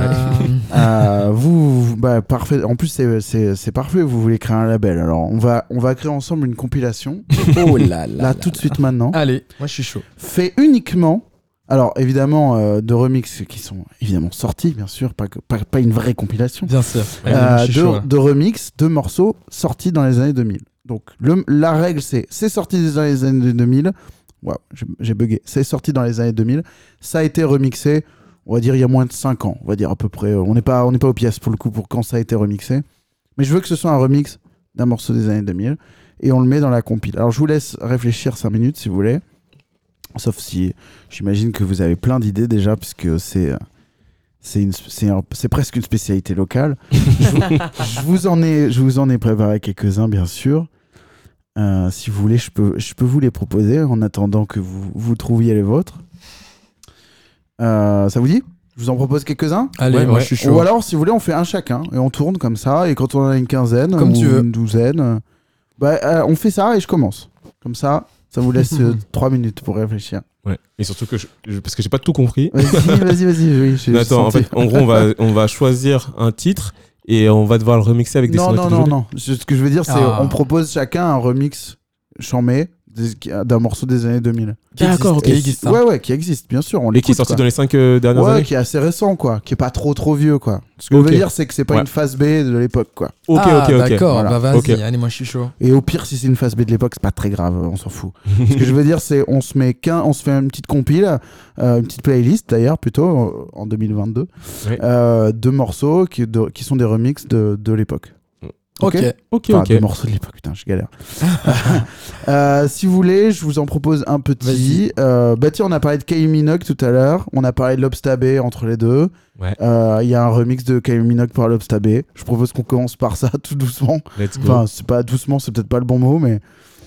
S3: Parfait. En plus, c'est parfait. Vous voulez créer un label. Alors, on va créer ensemble une compilation.
S5: Oh là là.
S3: Là, tout de suite maintenant.
S5: Allez, moi je suis chaud.
S3: Fait uniquement Alors, évidemment, de remix qui sont évidemment sortis, bien sûr, pas une vraie compilation.
S5: Bien sûr. Je suis chaud, là.
S3: De remix, de morceaux sortis dans les années 2000. Donc, la règle, c'est sorti dans les années 2000. Waouh, j'ai bugué. C'est sorti dans les années 2000. Ça a été remixé, on va dire, il y a moins de 5 ans. On va dire à peu près. On n'est pas aux pièces pour le coup pour quand ça a été remixé. Mais je veux que ce soit un remix d'un morceau des années 2000. Et on le met dans la compile. Alors, je vous laisse réfléchir 5 minutes si vous voulez. Sauf si j'imagine que vous avez plein d'idées déjà, puisque c'est presque une spécialité locale. je vous en ai préparé quelques-uns, bien sûr. Si vous voulez, je peux vous les proposer en attendant que vous trouviez les vôtres. Ça vous dit ? Je vous en propose quelques-uns ?
S5: Allez, moi je suis chaud.
S3: Ou alors, si vous voulez, on fait un chacun et on tourne comme ça. Et quand on a une quinzaine
S5: comme
S3: ou
S5: tu veux.
S3: Une douzaine, on fait ça et je commence. Comme ça vous laisse 3 minutes pour réfléchir.
S4: Ouais. Et surtout que parce que j'ai pas tout compris.
S3: Vas-y. Oui,
S4: attends, en fait, en gros, on va choisir un titre et on va devoir le remixer avec des sonorités.
S3: Non. Ce que je veux dire, c'est on propose chacun un remix chamé d'un morceau des années 2000.
S5: D'accord, ok, qui existe.
S3: Ouais, qui existe, bien sûr.
S4: Et qui est sorti dans les 5 dernières années.
S3: Ouais, qui est assez récent, quoi. Qui est pas trop vieux, quoi. Ce que je veux dire, c'est que c'est pas une phase B de l'époque, quoi.
S4: Ok.
S5: D'accord,
S3: voilà.
S5: bah vas-y,
S4: Okay.
S5: allez, moi je suis chaud.
S3: Et au pire, si c'est une phase B de l'époque, c'est pas très grave, on s'en fout. Ce que je veux dire, c'est on se fait une petite compile, une petite playlist d'ailleurs, plutôt, en 2022, de morceaux qui sont des remixes de l'époque.
S5: Ok.
S3: Des morceaux de l'époque, putain, je galère. Si vous voulez, je vous en propose un petit. Tiens, on a parlé de Kylie Minogue tout à l'heure. On a parlé de Lobster B entre les deux.
S4: Ouais.
S3: Il y a un remix de Kylie Minogue par Lobster B. Je propose qu'on commence par ça tout doucement.
S4: Let's go.
S3: Enfin, c'est pas doucement, c'est peut-être pas le bon mot, mais.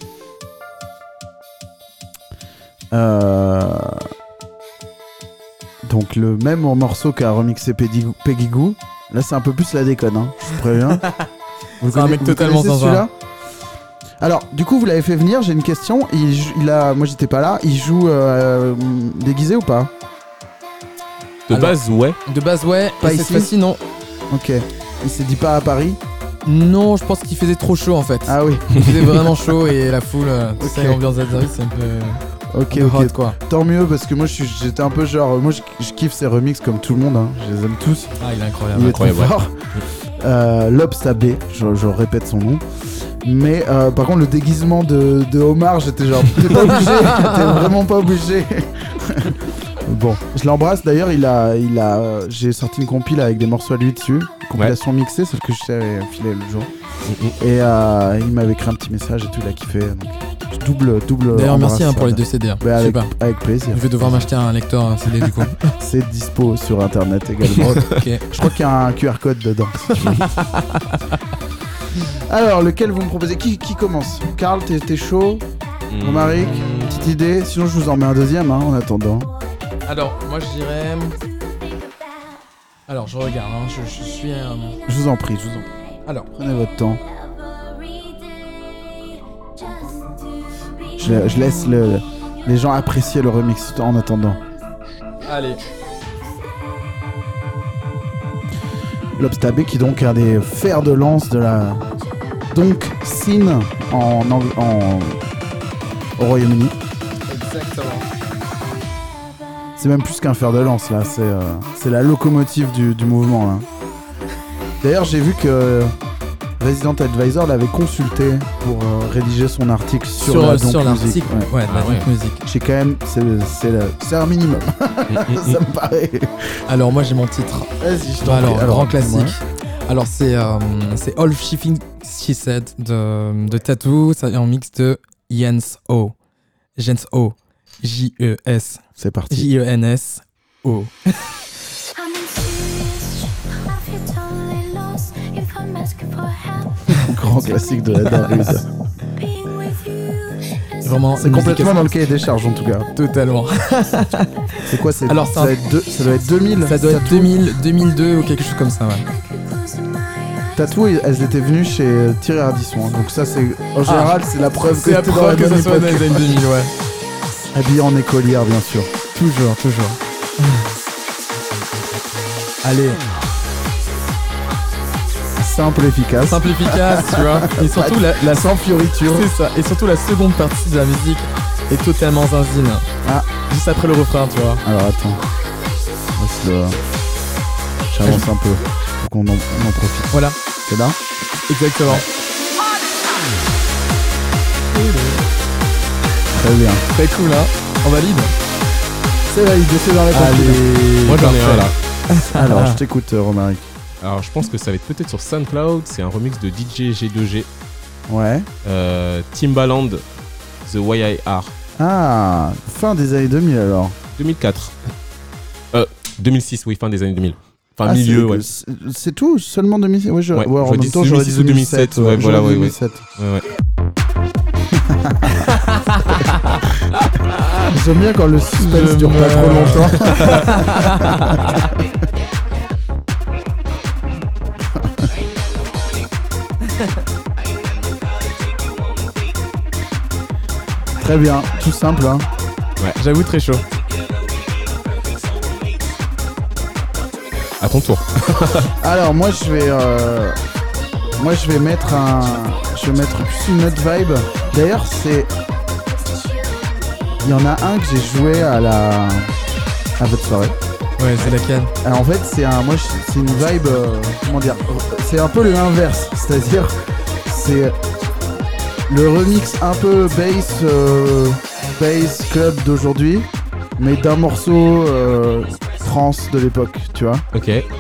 S3: Donc, le même morceau qu'a remixé Peggy Goo. Là, c'est un peu plus la déconne, hein. Je vous préviens.
S5: C'est un mec totalement sans
S3: celui-là. Alors, du coup, vous l'avez fait venir, j'ai une question. Moi, j'étais pas là. Il joue déguisé ou pas ?
S4: De base, ouais.
S3: Pas
S5: et
S3: ici
S5: cette fois-ci, non.
S3: Ok. Il s'est dit pas à Paris ?
S5: Non, je pense qu'il faisait trop chaud en fait.
S3: Ah oui.
S5: Il faisait vraiment chaud et la foule,
S3: Ok.
S5: ça, l'ambiance d'Azari, c'est un peu.
S3: Ok.
S5: hot, quoi.
S3: Tant mieux parce que moi, j'étais un peu genre. Moi, je kiffe ces remixes comme tout le monde. Hein. Je les aime tous.
S5: Ah, il est incroyable.
S3: Il est trop fort. Lobster B, je répète son nom. Mais par contre, le déguisement de Omar, j'étais genre, t'es pas obligé, t'es vraiment pas obligé. Bon, je l'embrasse. D'ailleurs, j'ai sorti une compile avec des morceaux à lui dessus, compilation mixée, celle que je t'ai filé le jour. Et il m'avait écrit un petit message et tout, il a kiffé. Donc, double.
S5: D'ailleurs, merci pour les 2 CD.
S3: Avec plaisir.
S5: Je vais devoir m'acheter un lecteur CD du coup.
S3: C'est dispo sur internet également.
S5: Ok.
S3: Je crois qu'il y a un QR code dedans. Si tu veux. Alors, lequel vous me proposez ? Qui commence ? Karl, t'es chaud ? Romaric, petite idée ? Sinon, je vous en mets un deuxième en attendant.
S5: Alors, moi je dirais. Alors, je regarde, hein, je suis.
S3: Je vous en prie.
S5: Alors,
S3: Prenez votre temps. Je laisse les gens apprécier le remix en attendant.
S5: allez.
S3: Lobster B qui donc est un des fers de lance de la scene au Royaume-Uni.
S5: Exactement.
S3: C'est même plus qu'un fer de lance là, c'est la locomotive du mouvement là. D'ailleurs j'ai vu que Resident Advisor l'avait consulté pour rédiger son article sur la
S5: sur
S3: Donk Music.
S5: l'article, ouais, la Donk Music.
S3: J'ai quand même, c'est un minimum. Ça me paraît.
S5: Alors moi j'ai mon titre.
S3: Vas-y, je t'en prie.
S5: Alors, grand classique.
S3: dis-moi.
S5: Alors c'est All She Said de Tattoo, ça est en mix de Jens O. J-E-S.
S3: C'est parti.
S5: J-E-N-S-O.
S3: Grand classique de la Darud.
S5: Vraiment,
S3: C'est complètement dans le cahier des charges en tout cas.
S5: Totalement.
S3: C'est quoi
S5: Alors,
S3: ça doit être 2000.
S5: Ça doit être 2000, 2002 ou quelque chose comme ça, ouais.
S3: Tattoo, elles étaient venues chez Thierry Ardisson. Hein. Donc ça, c'est en général, c'est la preuve que
S5: C'est la
S3: c'était dans la
S5: preuve que
S3: bonne
S5: ça soit dans
S3: époque.
S5: les années 2000, ouais.
S3: Habillé en écolière, bien sûr.
S5: Toujours. Allez,
S3: Simple, efficace.
S5: simple, efficace, tu vois. Et surtout la
S3: Sans fioriture.
S5: c'est ça. Et surtout la seconde partie de la musique. est totalement zinzine.
S3: Ah.
S5: Juste après le refrain, tu vois.
S3: Alors attends. J'avance un peu. Faut qu'on en profite.
S5: Voilà,
S3: C'est là?
S5: exactement.
S3: Très bien.
S5: Très cool, hein. On valide.
S3: C'est validé, c'est dans la compil.
S5: Allez.
S4: Moi j'en ai un là.
S3: Alors, je t'écoute, Romaric.
S4: Alors je pense que ça va être peut-être sur SoundCloud. C'est un remix de DJ G2G.
S3: Ouais.
S4: Timbaland, The Way I Are.
S3: Ah, fin des années 2000 alors.
S4: 2004. 2006, oui, fin des années 2000. Enfin,
S3: Ah,
S4: milieu, ouais.
S3: C'est tout? Seulement 2006? Ouais,
S4: Ouais,
S3: en
S4: j'aurais
S3: même
S4: dit
S3: temps, j'aurais dit
S4: 2006 ou 2007, ouais, voilà,
S3: j'aurais dit
S4: ouais,
S3: 2007.
S4: Ouais.
S3: J'aime bien quand le suspense dure pas trop longtemps. Très bien, tout simple, hein.
S5: Ouais, j'avoue, très chaud.
S4: À ton tour.
S3: Alors moi je vais mettre plus une autre vibe. D'ailleurs il y en a un que j'ai joué à votre soirée.
S5: Ouais, c'est laquelle?
S3: Alors en fait c'est une vibe comment dire, c'est un peu l'inverse, c'est-à-dire c'est le remix un peu bass club d'aujourd'hui, mais d'un morceau trance de l'époque, tu vois.
S4: Ok.
S3: Et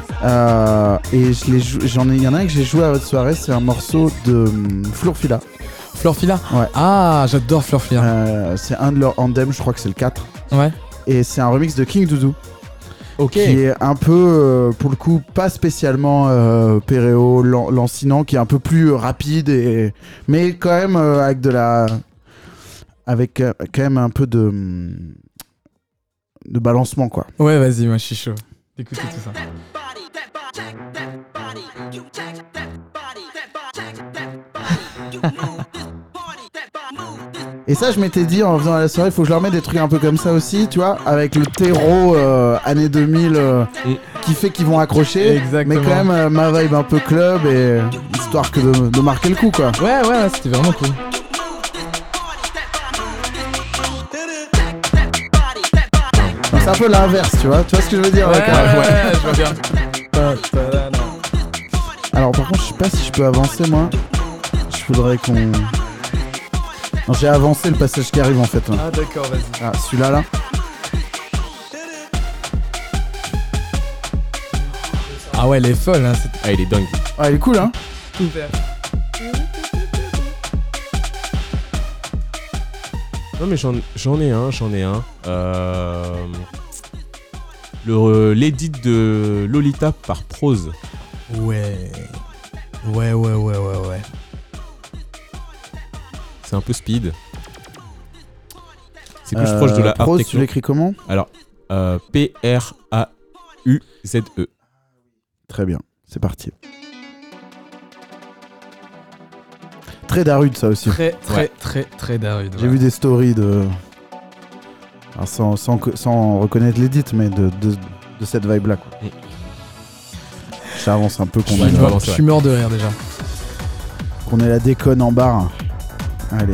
S3: il y en a un que j'ai joué à votre soirée, c'est un morceau de Florfila.
S5: Florfila?
S3: Ouais.
S5: Ah, j'adore Florfila.
S3: C'est un de leurs anthems, je crois que c'est le 4.
S5: Ouais.
S3: Et c'est un remix de King Doudou.
S5: Ok.
S3: Qui est un peu, pour le coup, pas spécialement péréo, lancinant, qui est un peu plus rapide, mais quand même avec quand même un peu de balancement, quoi.
S5: Ouais, vas-y, moi je suis chaud d'écouter tout ça.
S3: Et ça, je m'étais dit en faisant la soirée, il faut que je leur mette des trucs un peu comme ça aussi, tu vois, avec le terreau années 2000 qui fait qu'ils vont accrocher.
S5: Exactement.
S3: Mais quand même ma vibe un peu club et histoire que de marquer le coup, quoi.
S5: Ouais, c'était vraiment cool.
S3: C'est un peu l'inverse, tu vois ce que je veux dire?
S5: Ouais, je vois bien.
S3: Alors par contre, je sais pas si je peux avancer, moi. Je voudrais qu'on... Non, j'ai avancé le passage qui arrive en fait.
S5: Ah d'accord, vas-y.
S3: Ah, celui-là, là.
S5: Ah ouais, elle est folle, hein.
S4: Ah, il est dingue.
S3: Ah, il est cool, hein.
S5: Super.
S4: Non mais j'en ai un. L'édit de Lolita par Prose.
S5: Ouais.
S4: C'est un peu speed. C'est plus proche de la hard
S3: Prose, tu
S4: techno.
S3: l'écris comment?
S4: Alors, P-R-A-U-Z-E.
S3: Très bien, c'est parti. Très Darude, ça aussi.
S5: Très Darude.
S3: J'ai vu des stories de... Alors, sans reconnaître l'édit, mais de cette vibe-là, quoi. J'avance un peu qu'on
S5: Je suis mort de rire déjà.
S3: ait la déconne en barre. Allez.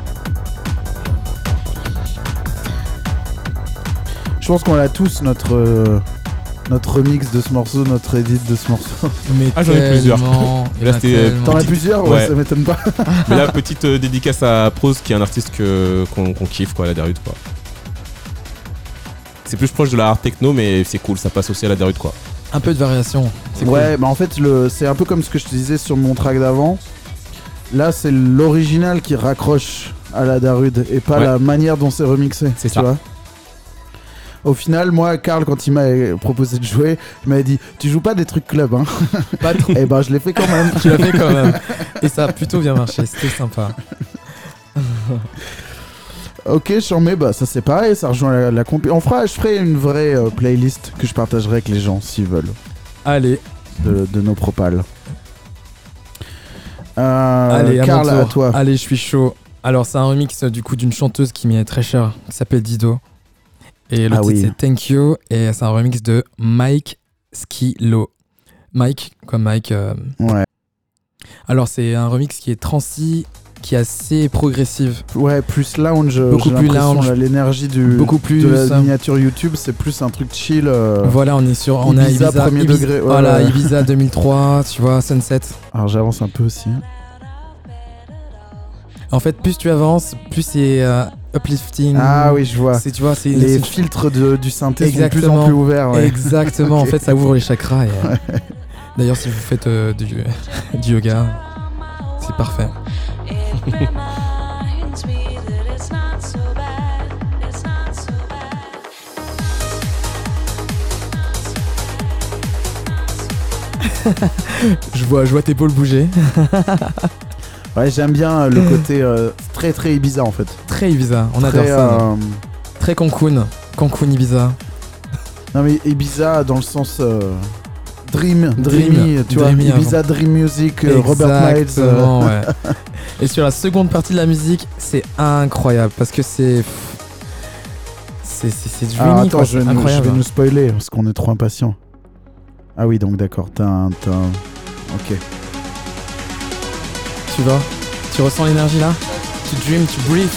S3: Je pense qu'on a tous notre remix de ce morceau, notre edit de ce morceau.
S5: Mais
S4: Ah, j'en ai plusieurs. Là, c'était-
S3: T'en as plusieurs? Ouais,
S4: Ouais.
S3: ça m'étonne pas.
S4: Mais là, petite dédicace à Prose, qui est un artiste qu'on kiffe, quoi, à la Darude, quoi. C'est plus proche de la hard techno, mais c'est cool, ça passe aussi à la Darude, quoi.
S5: un peu de variation. C'est
S3: Ouais, bah en fait, c'est un peu comme ce que je te disais sur mon track d'avant. Là, c'est l'original qui raccroche à la Darude et pas
S4: Ouais.
S3: la manière dont c'est remixé.
S4: C'est
S3: tu
S4: ça.
S3: vois. Au final, moi, Karl, quand il m'a proposé de jouer, il m'a dit « Tu joues pas des trucs club, hein ?»
S5: cool. Pas trop.
S3: Et ben, je l'ai fait quand même.
S5: Tu l'as fait quand même. Et ça a plutôt bien marché. C'était sympa.
S3: Ok, j'en mets, bah ça c'est pareil, ça rejoint la compil. Je ferai une vraie playlist que je partagerai avec les gens s'ils veulent,
S5: Allez,
S3: de nos propals.
S5: allez,
S3: Karl,
S5: à mon
S3: à
S5: tour.
S3: toi.
S5: Allez, je suis chaud. Alors, c'est un remix du coup d'une chanteuse qui m'est très chère, qui s'appelle Dido. Et le
S3: Ah
S5: titre
S3: oui.
S5: c'est Thank You. Et c'est un remix de Mike Skilo. Mike, comme Mike.
S3: Ouais.
S5: Alors, c'est un remix qui est transi qui est assez progressive.
S3: Ouais, plus lounge.
S5: Beaucoup
S3: j'ai
S5: plus
S3: l'impression,
S5: lounge.
S3: là, l'énergie
S5: Beaucoup plus.
S3: de la miniature YouTube, c'est plus un truc chill.
S5: Voilà, on est à
S3: Ibiza, premier degré. Ouais,
S5: voilà,
S3: ouais.
S5: Ibiza 2003, tu vois, Sunset.
S3: Alors j'avance un peu aussi.
S5: En fait, plus tu avances, plus c'est uplifting.
S3: Ah oui, je vois.
S5: C'est, tu vois,
S3: Les filtres du synthé sont de plus en
S5: Exactement.
S3: plus ouverts. Ouais.
S5: Exactement,
S3: Ok.
S5: en fait, ça ouvre les chakras. Et, d'ailleurs, si vous faites du yoga, c'est parfait. je vois tes épaules bouger.
S3: Ouais, j'aime bien le côté très très Ibiza en fait.
S5: Très Ibiza, on
S3: Très,
S5: adore ça. nous. Très Cancun. Cancun Ibiza.
S3: Non mais Ibiza dans le sens dreamy,
S5: Dreamy,
S3: tu vois,
S5: dreamy
S3: Ibiza Dream Music, Robert Miles.
S5: Exactement, ouais. Et sur la seconde partie de la musique, c'est incroyable parce que c'est dreamy.
S3: Alors attends,
S5: quoi,
S3: je
S5: c'est
S3: vais
S5: incroyable.
S3: nous spoiler parce qu'on est trop impatients. Ah oui, donc d'accord, t'as un... Ok.
S5: Tu vois, tu ressens l'énergie là. Tu dream, tu breathe.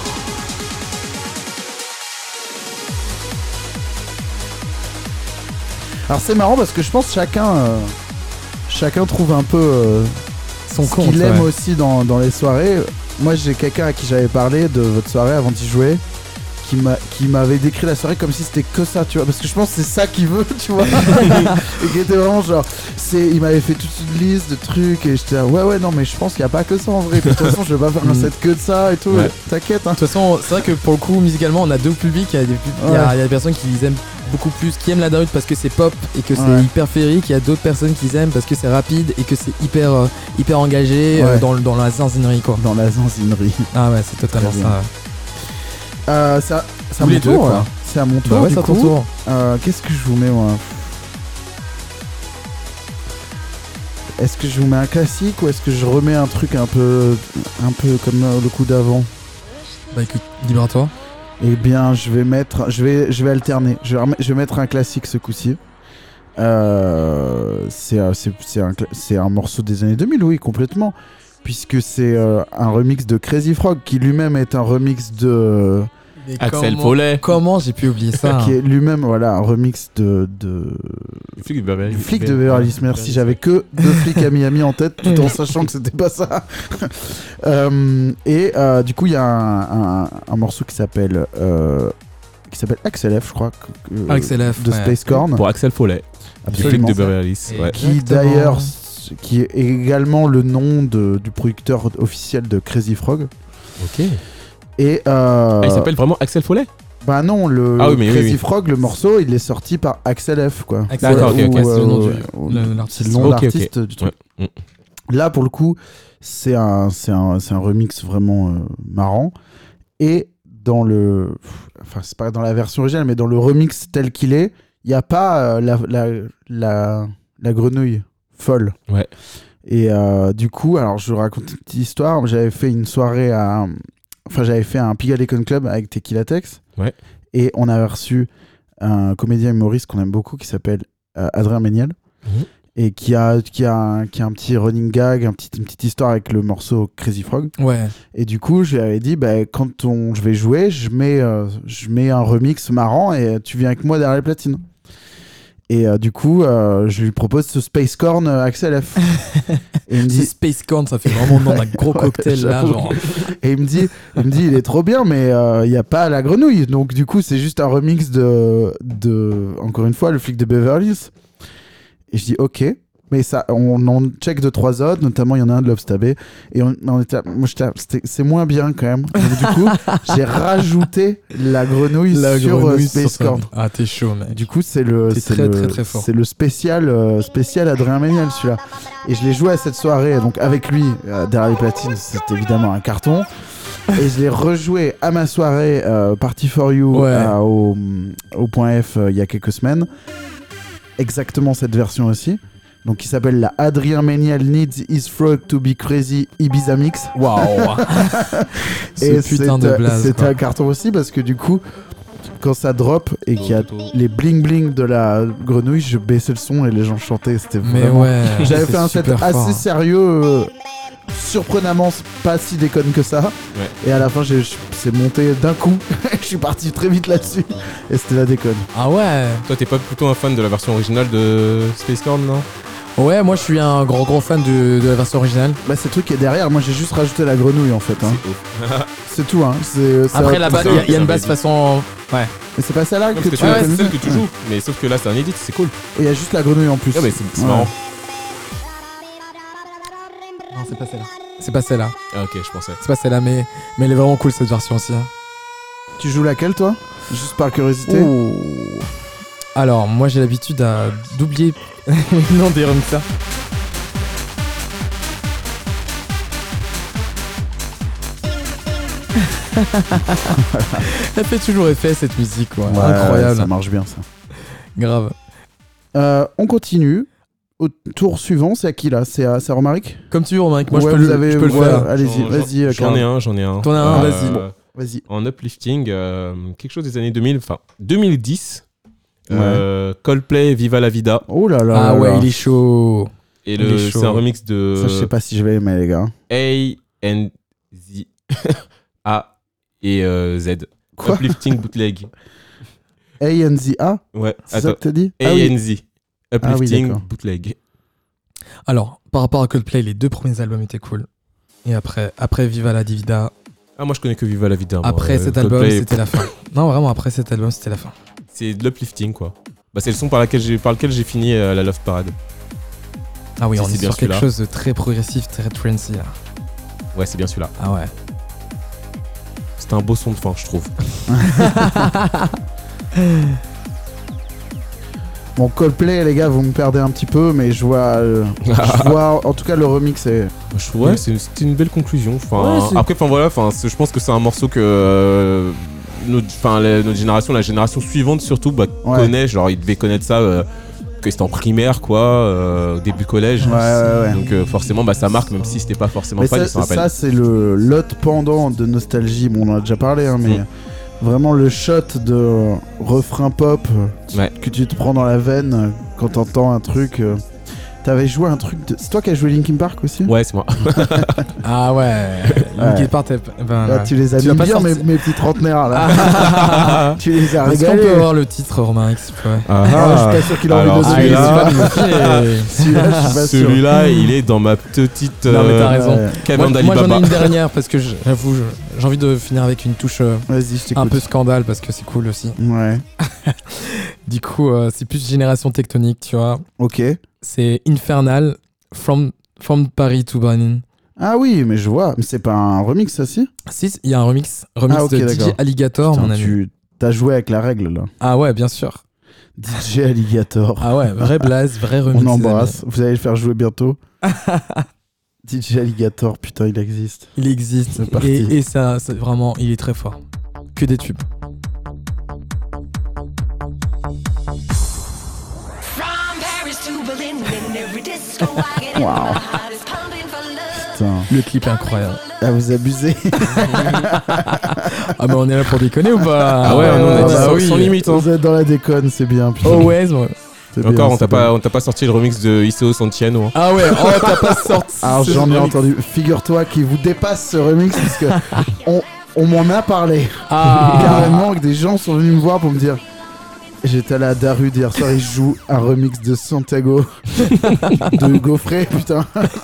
S3: Alors c'est marrant parce que je pense que chacun trouve un peu
S5: Son
S3: ce
S5: compte.
S3: qu'il aime
S5: Ouais.
S3: aussi dans les soirées. Moi j'ai quelqu'un à qui j'avais parlé de votre soirée avant d'y jouer qui m'avait décrit la soirée comme si c'était que ça, tu vois, parce que je pense que c'est ça qu'il veut, tu vois. Et qui était vraiment genre, il m'avait fait toute une liste de trucs et j'étais là, ouais non mais je pense qu'il n'y a pas que ça en vrai. De toute façon je vais pas faire un set que de ça et tout.
S4: Ouais.
S3: T'inquiète hein.
S5: De toute façon, c'est vrai que pour le coup, musicalement, on a deux publics. Il y a des personnes qui les aiment beaucoup plus, qui aiment la Darude parce que c'est pop et que c'est
S3: Ouais.
S5: hyper féerique. Il y a d'autres personnes qui aiment parce que c'est rapide et que c'est hyper engagé
S3: Ouais.
S5: dans la zinzinerie, quoi.
S3: Dans la zanzinerie.
S5: Ah ouais, c'est totalement
S3: Très
S5: ça.
S3: C'est à
S5: Ou
S3: mon
S5: les deux,
S3: tour.
S5: quoi.
S3: C'est à mon tour.
S5: Bah ouais,
S3: du
S5: c'est à ton
S3: coup.
S5: tour.
S3: Qu'est-ce que je vous mets moi? Est-ce que je vous mets un classique ou est-ce que je remets un truc un peu comme le coup d'avant?
S5: Bah écoute, libre à toi.
S3: Eh bien, je vais alterner. Je vais mettre un classique ce coup-ci. C'est un morceau des années 2000, oui, complètement. Puisque c'est un remix de Crazy Frog, qui lui-même est un remix de...
S4: Axel Follet.
S5: Comment j'ai pu oublier ça?
S3: qui est lui-même, voilà, un remix du flic de Beverly Hills. Merci, j'avais que deux flics à Miami en tête, tout en sachant que c'était pas ça. Du coup, il y a un morceau qui s'appelle Axel F, je crois.
S5: Axel F,
S3: de
S5: ouais.
S3: Space Corn.
S4: Pour Axel Follet. Du flic
S3: Absolument.
S4: de Beverly Hills. Ouais.
S3: Qui d'ailleurs, qui est également le nom du producteur officiel de Crazy Frog.
S4: Ok.
S3: Et
S4: Il s'appelle vraiment Axel Follet?
S3: bah non,
S4: Ah oui, mais
S3: Crazy
S4: oui.
S3: Frog, le morceau, il est sorti par Axel F, quoi.
S5: Axel
S4: D'accord,
S5: F,
S4: ok, ok.
S5: c'est le nom
S3: l'artiste. C'est le nom
S4: Ok,
S3: d'artiste
S4: ok.
S3: du truc.
S4: Ouais.
S3: Là, pour le coup, c'est un remix vraiment marrant. Et dans enfin, c'est pas dans la version originale, mais dans le remix tel qu'il est, il n'y a pas la grenouille folle.
S4: Ouais.
S3: Et du coup, alors je raconte une petite histoire. J'avais fait une soirée j'avais fait un Pigalecon Club avec Tequila Tex.
S4: Ouais.
S3: Et on avait reçu un comédien humoriste qu'on aime beaucoup qui s'appelle Adrien Méniel.
S4: Mhm.
S3: Et qui a un petit running gag, une petite histoire avec le morceau Crazy Frog.
S5: Ouais.
S3: Et du coup, je lui avais dit, quand je vais jouer, je mets un remix marrant et tu viens avec moi derrière les platines. Et du coup, je lui propose ce Space Corn Axel F. Et il me
S5: Ce
S3: dit,
S5: Space Corn, ça fait vraiment le nom d'un gros
S3: Ouais,
S5: cocktail là,
S3: j'avoue.
S5: genre.
S3: et il me dit, il est trop bien, mais il n'y a pas la grenouille. Donc du coup, c'est juste un remix de encore une fois, le flic de Beverly Hills. Et je dis ok, mais ça, on check 2-3 autres, notamment il y en a un de Love Stabé, et c'est moins bien quand même. Donc du coup, j'ai rajouté la grenouille sur Space Corn.
S5: Ah, t'es chaud, mec.
S3: Du coup, c'est
S5: très fort.
S3: C'est le spécial Adrien Méniel celui-là. Et je l'ai joué à cette soirée, donc avec lui derrière les platines, c'était évidemment un carton. Et je l'ai rejoué à ma soirée Party for You
S5: Ouais.
S3: au Point F il y a quelques semaines. Exactement cette version aussi. Donc qui s'appelle la Adrien Méniel Needs His Frog to Be Crazy Ibiza Mix.
S5: Waouh.
S3: Et
S5: Ce putain de blaze.
S3: c'était
S5: quoi.
S3: un carton aussi parce que du coup, quand ça drop et qu'il y a les bling bling de la grenouille, je baissais le son et les gens chantaient. C'était
S5: Mais
S3: vraiment...
S5: ouais.
S3: J'avais
S5: c'est
S3: fait un set
S5: super
S3: assez
S5: fort.
S3: sérieux surprenamment pas si déconne que ça.
S4: Ouais.
S3: Et à la fin, c'est monté d'un coup. Je suis parti très vite là-dessus. Et c'était la déconne.
S5: Ah ouais.
S4: Toi, t'es pas plutôt un fan de la version originale de Space Corn, non?
S5: Ouais, moi je suis un gros fan de la version originale.
S3: Bah, c'est le truc qui est derrière. Moi, j'ai juste rajouté la grenouille en fait. Hein. C'est tout. Hein.
S5: Après, là-bas,
S4: c'est
S5: il y a
S4: un
S5: une base
S4: basique.
S5: façon. Ouais.
S3: Mais c'est pas celle-là
S4: Non,
S3: que
S4: parce
S3: tu
S4: que
S3: as
S4: c'est celle que tu joues. Mais sauf que là, c'est un edit, c'est cool.
S3: Et il y a juste la grenouille en plus.
S4: Ouais, mais c'est
S3: Ouais.
S4: marrant.
S5: Non, c'est pas celle-là. C'est pas celle-là.
S4: Ah, ok, je pensais.
S5: C'est pas celle-là, mais elle est vraiment cool cette version aussi. Hein.
S3: Tu joues laquelle toi? Juste par curiosité.
S5: Alors, moi j'ai l'habitude d'oublier le nom des remixers. Elle fait toujours effet cette musique, quoi.
S3: Ouais,
S5: Incroyable.
S3: ça marche bien ça.
S5: Grave.
S3: On continue. Au tour suivant, c'est à qui là? C'est à Romaric?
S5: Comme tu veux, Romaric, moi
S3: Ouais,
S5: je peux le
S3: ouais,
S5: faire.
S3: Allez-y, vas-y.
S4: J'en ai un.
S5: T'en as un, vas-y.
S3: Bon. Vas-y.
S4: En uplifting, quelque chose des années 2000, enfin 2010.
S3: Ouais.
S4: Coldplay, Viva la Vida.
S3: Oh là là.
S5: Ah
S3: là
S5: ouais,
S3: là.
S5: il est chaud.
S4: Et
S5: Il est chaud.
S4: c'est un remix de
S3: Ça, je sais pas si je vais aimer, les gars.
S4: A-N-Z A et Z.
S3: Quoi?
S4: Uplifting bootleg.
S3: A-N-Z-A?
S4: Ouais,
S3: C'est ça
S4: attends.
S3: que t'as dit? Ah oui.
S4: A-N-Z. Uplifting
S3: d'accord.
S4: bootleg.
S5: Alors, par rapport à Coldplay, les 2 premiers albums étaient cool. Et après Viva la Divida,
S4: Ah, moi je connais que Viva la Vida. moi.
S5: après cet album,
S4: Coldplay,
S5: c'était la fin. Non, vraiment, après cet album, c'était la fin.
S4: C'est de l'uplifting quoi. Bah, c'est le son par lequel j'ai fini la Love Parade.
S5: Ah oui,
S4: Si,
S5: on
S4: c'est
S5: est
S4: bien
S5: sur quelque
S4: celui-là.
S5: chose de très progressif, très trancy là.
S4: Ouais, c'est bien celui-là.
S5: Ah ouais.
S4: C'était un beau son de fin, je trouve.
S3: Bon, Coldplay, les gars, vous me perdez un petit peu, mais je vois. En tout cas, le remix est.
S4: Ouais, c'était une belle conclusion. Enfin,
S5: Ouais, c'est-
S4: après, enfin voilà, enfin, je pense que c'est un morceau que notre génération, la génération suivante surtout,
S3: Ouais.
S4: connaît. Genre, ils devaient connaître ça que c'était en primaire, quoi, au début collège.
S3: Ouais.
S4: Donc forcément, bah, ça marque, même si c'était pas forcément
S3: Mais
S4: fan,
S3: ça,
S4: ils s'en rappellent.
S3: ça, c'est l'autre pendant de nostalgie. Bon, on en a déjà parlé, hein, mais vraiment le shot de refrain pop
S4: Ouais.
S3: que tu te prends dans la veine quand t'entends un truc. T'avais joué un truc de. C'est toi qui as joué Linkin Park aussi?
S4: Ouais, c'est moi.
S5: Ah ouais. Linkin Park, ben,
S3: Là, tu les as
S5: Tu
S3: mis
S5: vas pas
S3: bien,
S5: sortir-
S3: mes petits trentenaires là. Tu les as
S5: Est-ce qu'on peut
S3: régalés.
S5: avoir le titre, Romaric, s'il te plaît?
S3: Ah, je suis pas sûr qu'il a envie
S4: Alors,
S3: de le
S4: celui-là-
S3: donner. Celui-là, je suis pas sûr.
S4: Celui-là, il est dans ma petite
S5: Non, mais t'as raison.
S3: Ouais.
S4: caverne
S5: Moi j'en ai
S4: d'Alibaba.
S5: une dernière parce que j'avoue, j'ai envie de finir avec une touche
S3: Vas-y, je t'écoute.
S5: un peu scandale parce que c'est cool aussi.
S3: Ouais.
S5: Du coup, c'est plus génération tectonique, tu vois.
S3: Ok.
S5: C'est Infernal from Paris to Berlin.
S3: Ah oui, mais je vois. Mais c'est pas un remix, ça, si?
S5: Si, il y a un remix
S3: Ah, ok,
S5: de DJ
S3: d'accord.
S5: Alligator,
S3: Putain,
S5: mon ami.
S3: tu t'as joué avec la règle, là.
S5: Ah ouais, bien sûr.
S3: DJ Alligator.
S5: Ah ouais, vrai blaze, vrai remix.
S3: On
S5: les
S3: embrasse. Vous allez le faire jouer bientôt. DJ Alligator, putain, il existe.
S5: amis. Il existe.
S3: C'est parti.
S5: Et ça, c'est vraiment, il est très fort. Que des tubes.
S6: From Paris to Berlin, in every disco I get in,
S3: Wow.
S6: my heart is pumping for love.
S3: Putain.
S5: Le clip est incroyable.
S3: Ah, vous abusez.
S5: Ah mais on est là pour déconner ou pas?
S4: Ah ouais, on a dit
S5: bah
S4: sans limite. Hein.
S3: Vous êtes dans la déconne, c'est bien. Putain.
S5: Always, moi.
S3: C'est bien,
S4: Encore,
S3: c'est bien.
S4: on t'a pas sorti le remix de Iseo Santiano. Hein.
S5: Ah ouais, oh t'as pas sorti.
S3: Alors
S5: ce
S3: j'en ai
S5: remix.
S3: entendu. Figure-toi qu'il vous dépasse ce remix parce que on m'en a parlé.
S5: Ah.
S3: Carrément, que des gens sont venus me voir pour me dire. J'étais allé à Darude hier soir, ils jouent un remix de Santiago de Hugo Frey, putain.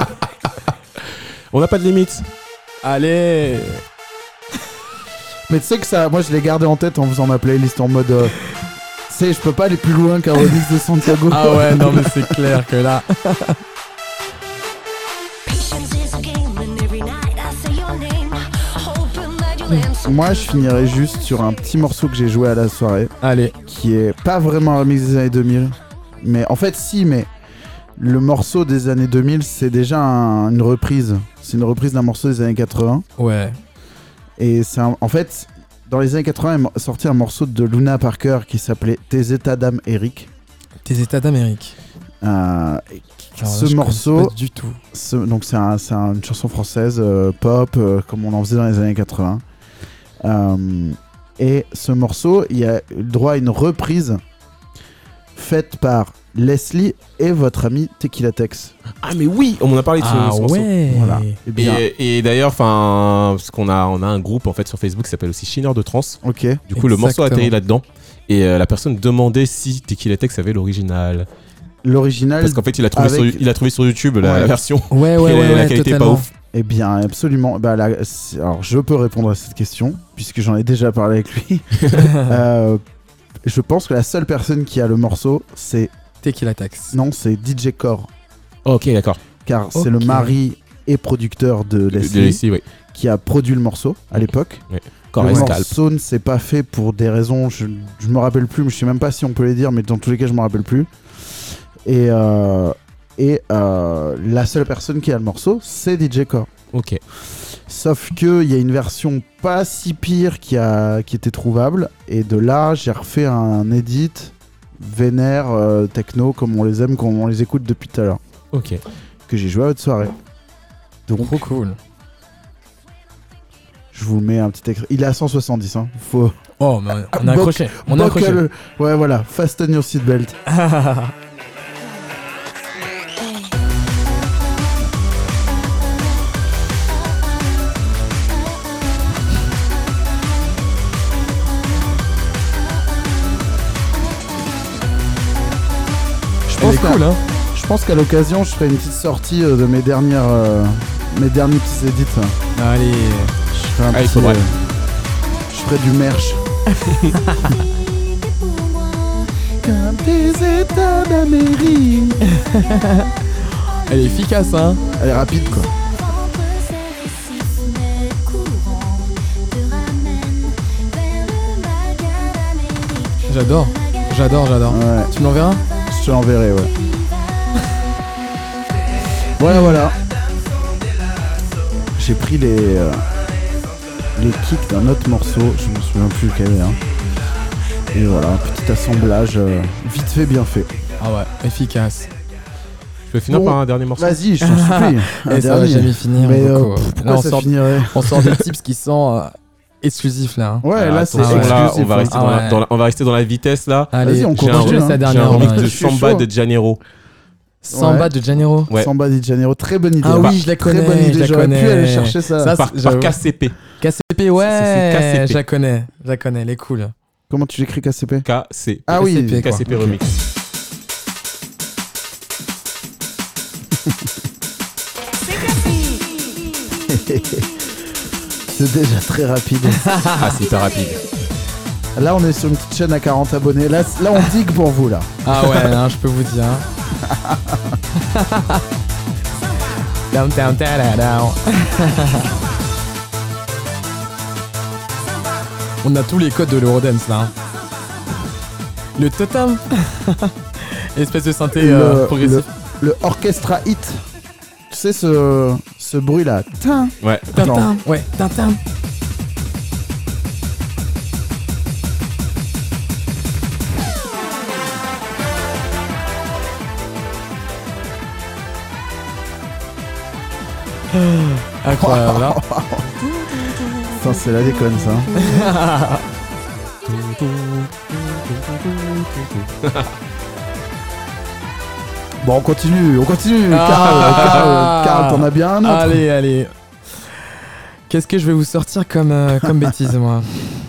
S4: On n'a pas de limite.
S5: Allez.
S3: Mais tu sais que ça, moi je l'ai gardé en tête en faisant ma playlist en mode. Tu sais, je peux pas aller plus loin qu'un remix de Santiago.
S5: Ah ouais, non mais c'est clair que là.
S6: Patience is a game, and every night I say your name, hoping that you'll answer.
S3: Moi je finirai juste sur un petit morceau que j'ai joué à la soirée,
S5: Allez.
S3: qui est pas vraiment un remix des années 2000. Mais en fait, si, mais le morceau des années 2000, c'est déjà une reprise. C'est une reprise d'un morceau des années 80.
S5: Ouais.
S3: Et c'est en fait, dans les années 80, est sorti un morceau de Luna Parker qui s'appelait Tes états d'âme, Eric.
S5: Tes états d'Amérique.
S3: Et
S5: Alors là,
S3: ce
S5: je
S3: morceau,
S5: connais pas du tout.
S3: donc c'est une chanson française pop, comme on en faisait dans les années 80. Et ce morceau, il y a eu le droit à une reprise faite par Leslie et votre ami Tequila Tex.
S4: Ah mais oui, on m'en a parlé de ce morceau.
S3: Voilà. Eh bien,
S4: Et d'ailleurs, enfin, parce qu'on a un groupe en fait sur Facebook qui s'appelle aussi Chineur de Trance.
S3: ok.
S4: Du coup, le morceau a
S5: Exactement.
S4: atterri là-dedans. Et la personne demandait si Tequila Tex avait l'original.
S3: L'original,
S4: Parce qu'en fait, il a trouvé,
S3: avec-
S4: il a trouvé sur YouTube la
S3: Ouais.
S4: version.
S5: Ouais,
S4: Et la qualité est pas
S5: totalement.
S4: ouf.
S3: eh bien, absolument. Bah, alors, je peux répondre à cette question, puisque j'en ai déjà parlé avec lui. Je pense que la seule personne qui a le morceau, c'est
S5: Tequila Tex.
S3: c'est DJ Core.
S4: Ok, d'accord.
S3: Car c'est le
S5: Ok.
S3: mari et producteur de
S4: De
S3: Leslie
S4: Leslie, oui.
S3: qui a produit le morceau à l'époque.
S4: Corps
S3: Le
S4: et Scalp.
S3: morceau ne s'est pas fait pour des raisons, je me rappelle plus, mais je sais même pas si on peut les dire, mais dans tous les cas, je me rappelle plus. Et la seule personne qui a le morceau, c'est DJ Core.
S4: Ok.
S3: Sauf qu'il y a une version pas si pire qui était trouvable. Et de là, j'ai refait un edit vénère techno, comme on les aime, comme on les écoute depuis tout à l'heure.
S4: Ok.
S3: Que j'ai joué à votre soirée. Donc,
S5: Trop cool.
S3: je vous mets un petit extrait. Il est à 170, hein. Faut...
S5: Oh, mais on a accroché. On a accroché.
S3: Buckle. Ouais, voilà. Fasten your seatbelt.
S5: Elle est cool, hein.
S3: Je pense qu'à l'occasion, je ferai une petite sortie de mes derniers petits edits.
S5: Allez.
S3: Je ferai un
S4: Ah, il
S3: petit,
S4: faudrait.
S3: je ferai du merch. Comme des états d'Amérique.
S5: Elle est efficace, hein.
S3: Elle est rapide, quoi.
S5: J'adore.
S3: Ouais.
S5: Tu me l'enverras?
S3: Je te l'enverrai, ouais. Voilà. J'ai pris les kicks d'un autre morceau, je me souviens plus lequel. Hein. Et voilà, un petit assemblage vite fait, bien fait.
S5: Ah ouais, efficace.
S4: Je peux finir
S3: Bon,
S4: par un dernier morceau.
S3: Vas-y, je t'en supplie. Un
S5: Et ça va
S3: dernier.
S5: jamais finir.
S3: Mais
S5: Coco.
S3: pourquoi
S5: Là,
S3: ça finirait
S5: on sort des tips qui sont exclusifs là. hein.
S3: Ouais,
S4: Alors,
S3: là c'est
S4: attention, là,
S3: exclusif.
S4: on va rester
S5: hein.
S4: dans la-
S5: Ah ouais.
S4: dans la- on va rester dans la vitesse là.
S5: Allez,
S3: Vas-y, on
S5: je
S3: continue,
S5: laisse
S3: hein.
S5: la
S4: J'ai un
S5: dernière.
S4: remix
S5: ouais.
S4: de
S3: Je suis
S4: Samba
S3: chaud.
S4: de Janeiro.
S5: Samba
S3: Ouais.
S5: de Janeiro.
S4: Ouais.
S3: Samba di Janeiro, très bonne idée.
S5: Ah
S3: Bah,
S5: oui, je la
S3: très
S5: connais.
S3: bonne idée,
S5: je la
S3: j'aurais pu
S5: connais.
S3: aller chercher ça.
S5: Ça,
S4: Par
S5: j'avoue.
S4: KCP.
S5: KCP, ouais.
S4: C'est KCP.
S5: Je la connais. Elle est cool.
S3: Comment tu l'écris KCP
S4: KCP.
S3: Ah oui,
S5: KCP, quoi.
S4: KCP
S3: Ok.
S4: remix.
S3: C'est déjà très rapide.
S4: Ah, c'est hyper rapide.
S3: Là, on est sur une petite chaîne à 40 abonnés. Là, on digue pour vous, là.
S5: Ah ouais, hein, je peux vous dire. Down, down, down, down. On a tous les codes de l'Eurodance là. hein. Le totem. Espèce de synthé progressif.
S3: le orchestra hit. Tu sais, ce bruit-là. Tin.
S4: Ouais.
S5: Tintin. Ouais, Tintin. Incroyable. hein.
S3: Putain, c'est la déconne, ça. Bon, on continue.
S5: Ah.
S3: Karl, t'en as bien un autre.
S5: Allez. Qu'est-ce que je vais vous sortir comme bêtise, moi?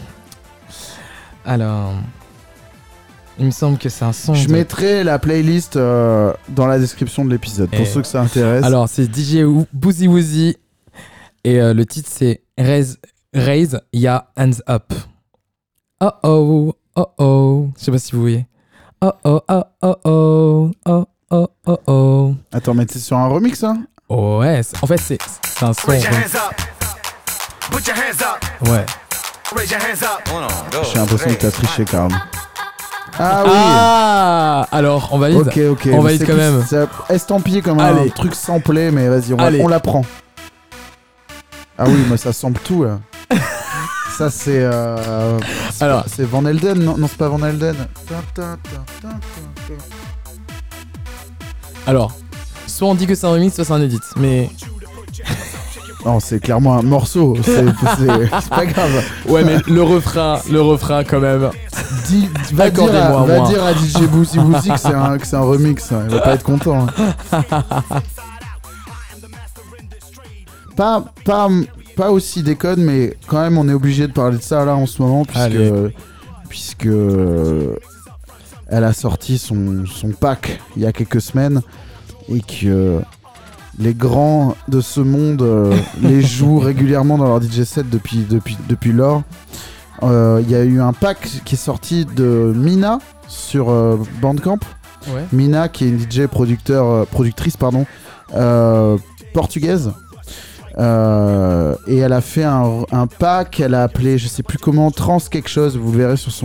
S5: Alors. Il me semble que c'est un son.
S3: Je
S5: de-
S3: mettrai la playlist dans la description de l'épisode, pour
S5: Et-
S3: ceux que ça intéresse.
S5: Alors, c'est DJ Boozy Woozy. Et le titre, c'est Raise Ya Hands Up. Oh oh, oh oh. Je sais pas si vous voyez. Oh oh, oh oh, oh oh, oh oh, oh.
S3: Attends, mais c'est sur un remix, hein
S5: Ouais, en fait, c'est un son.
S1: Raise your hands up. Put your hands up.
S5: Ouais.
S1: Raise your hands up.
S3: J'ai l'impression que t'as triché, Karl. Ah oui.
S5: Ah, alors, on valide.
S3: Ok.
S5: On
S3: mais
S5: valide
S3: c'est
S5: quand
S3: plus-
S5: même.
S3: C'est estampillé comme un
S5: Allez.
S3: truc samplé, mais vas-y,
S5: Allez.
S3: on l'apprend. Ah oui, mais ça sample tout, là. Ça, c'est...
S5: Alors.
S3: C'est Van Elden, non, c'est pas Van Elden.
S5: Alors, soit on dit que c'est un remix, soit c'est un edit. Mais
S3: Non, c'est clairement un morceau. C'est pas grave.
S5: ouais, mais le refrain quand même.
S3: Va
S5: Accordez-moi,
S3: dire à DJ Boozy Boozy que c'est un remix, hein. Il va pas être content. Hein. Pas aussi déconne, mais quand même on est obligé de parler de ça là en ce moment puisque elle a sorti son pack il y a quelques semaines et que les grands de ce monde les jouent régulièrement dans leur DJ set depuis lors. Il y a eu un pack qui est sorti de Mina sur Bandcamp.
S5: Ouais.
S3: Mina qui est une DJ productrice portugaise. Et elle a fait un pack, elle a appelé, je sais plus comment, Trans quelque chose, vous le verrez sur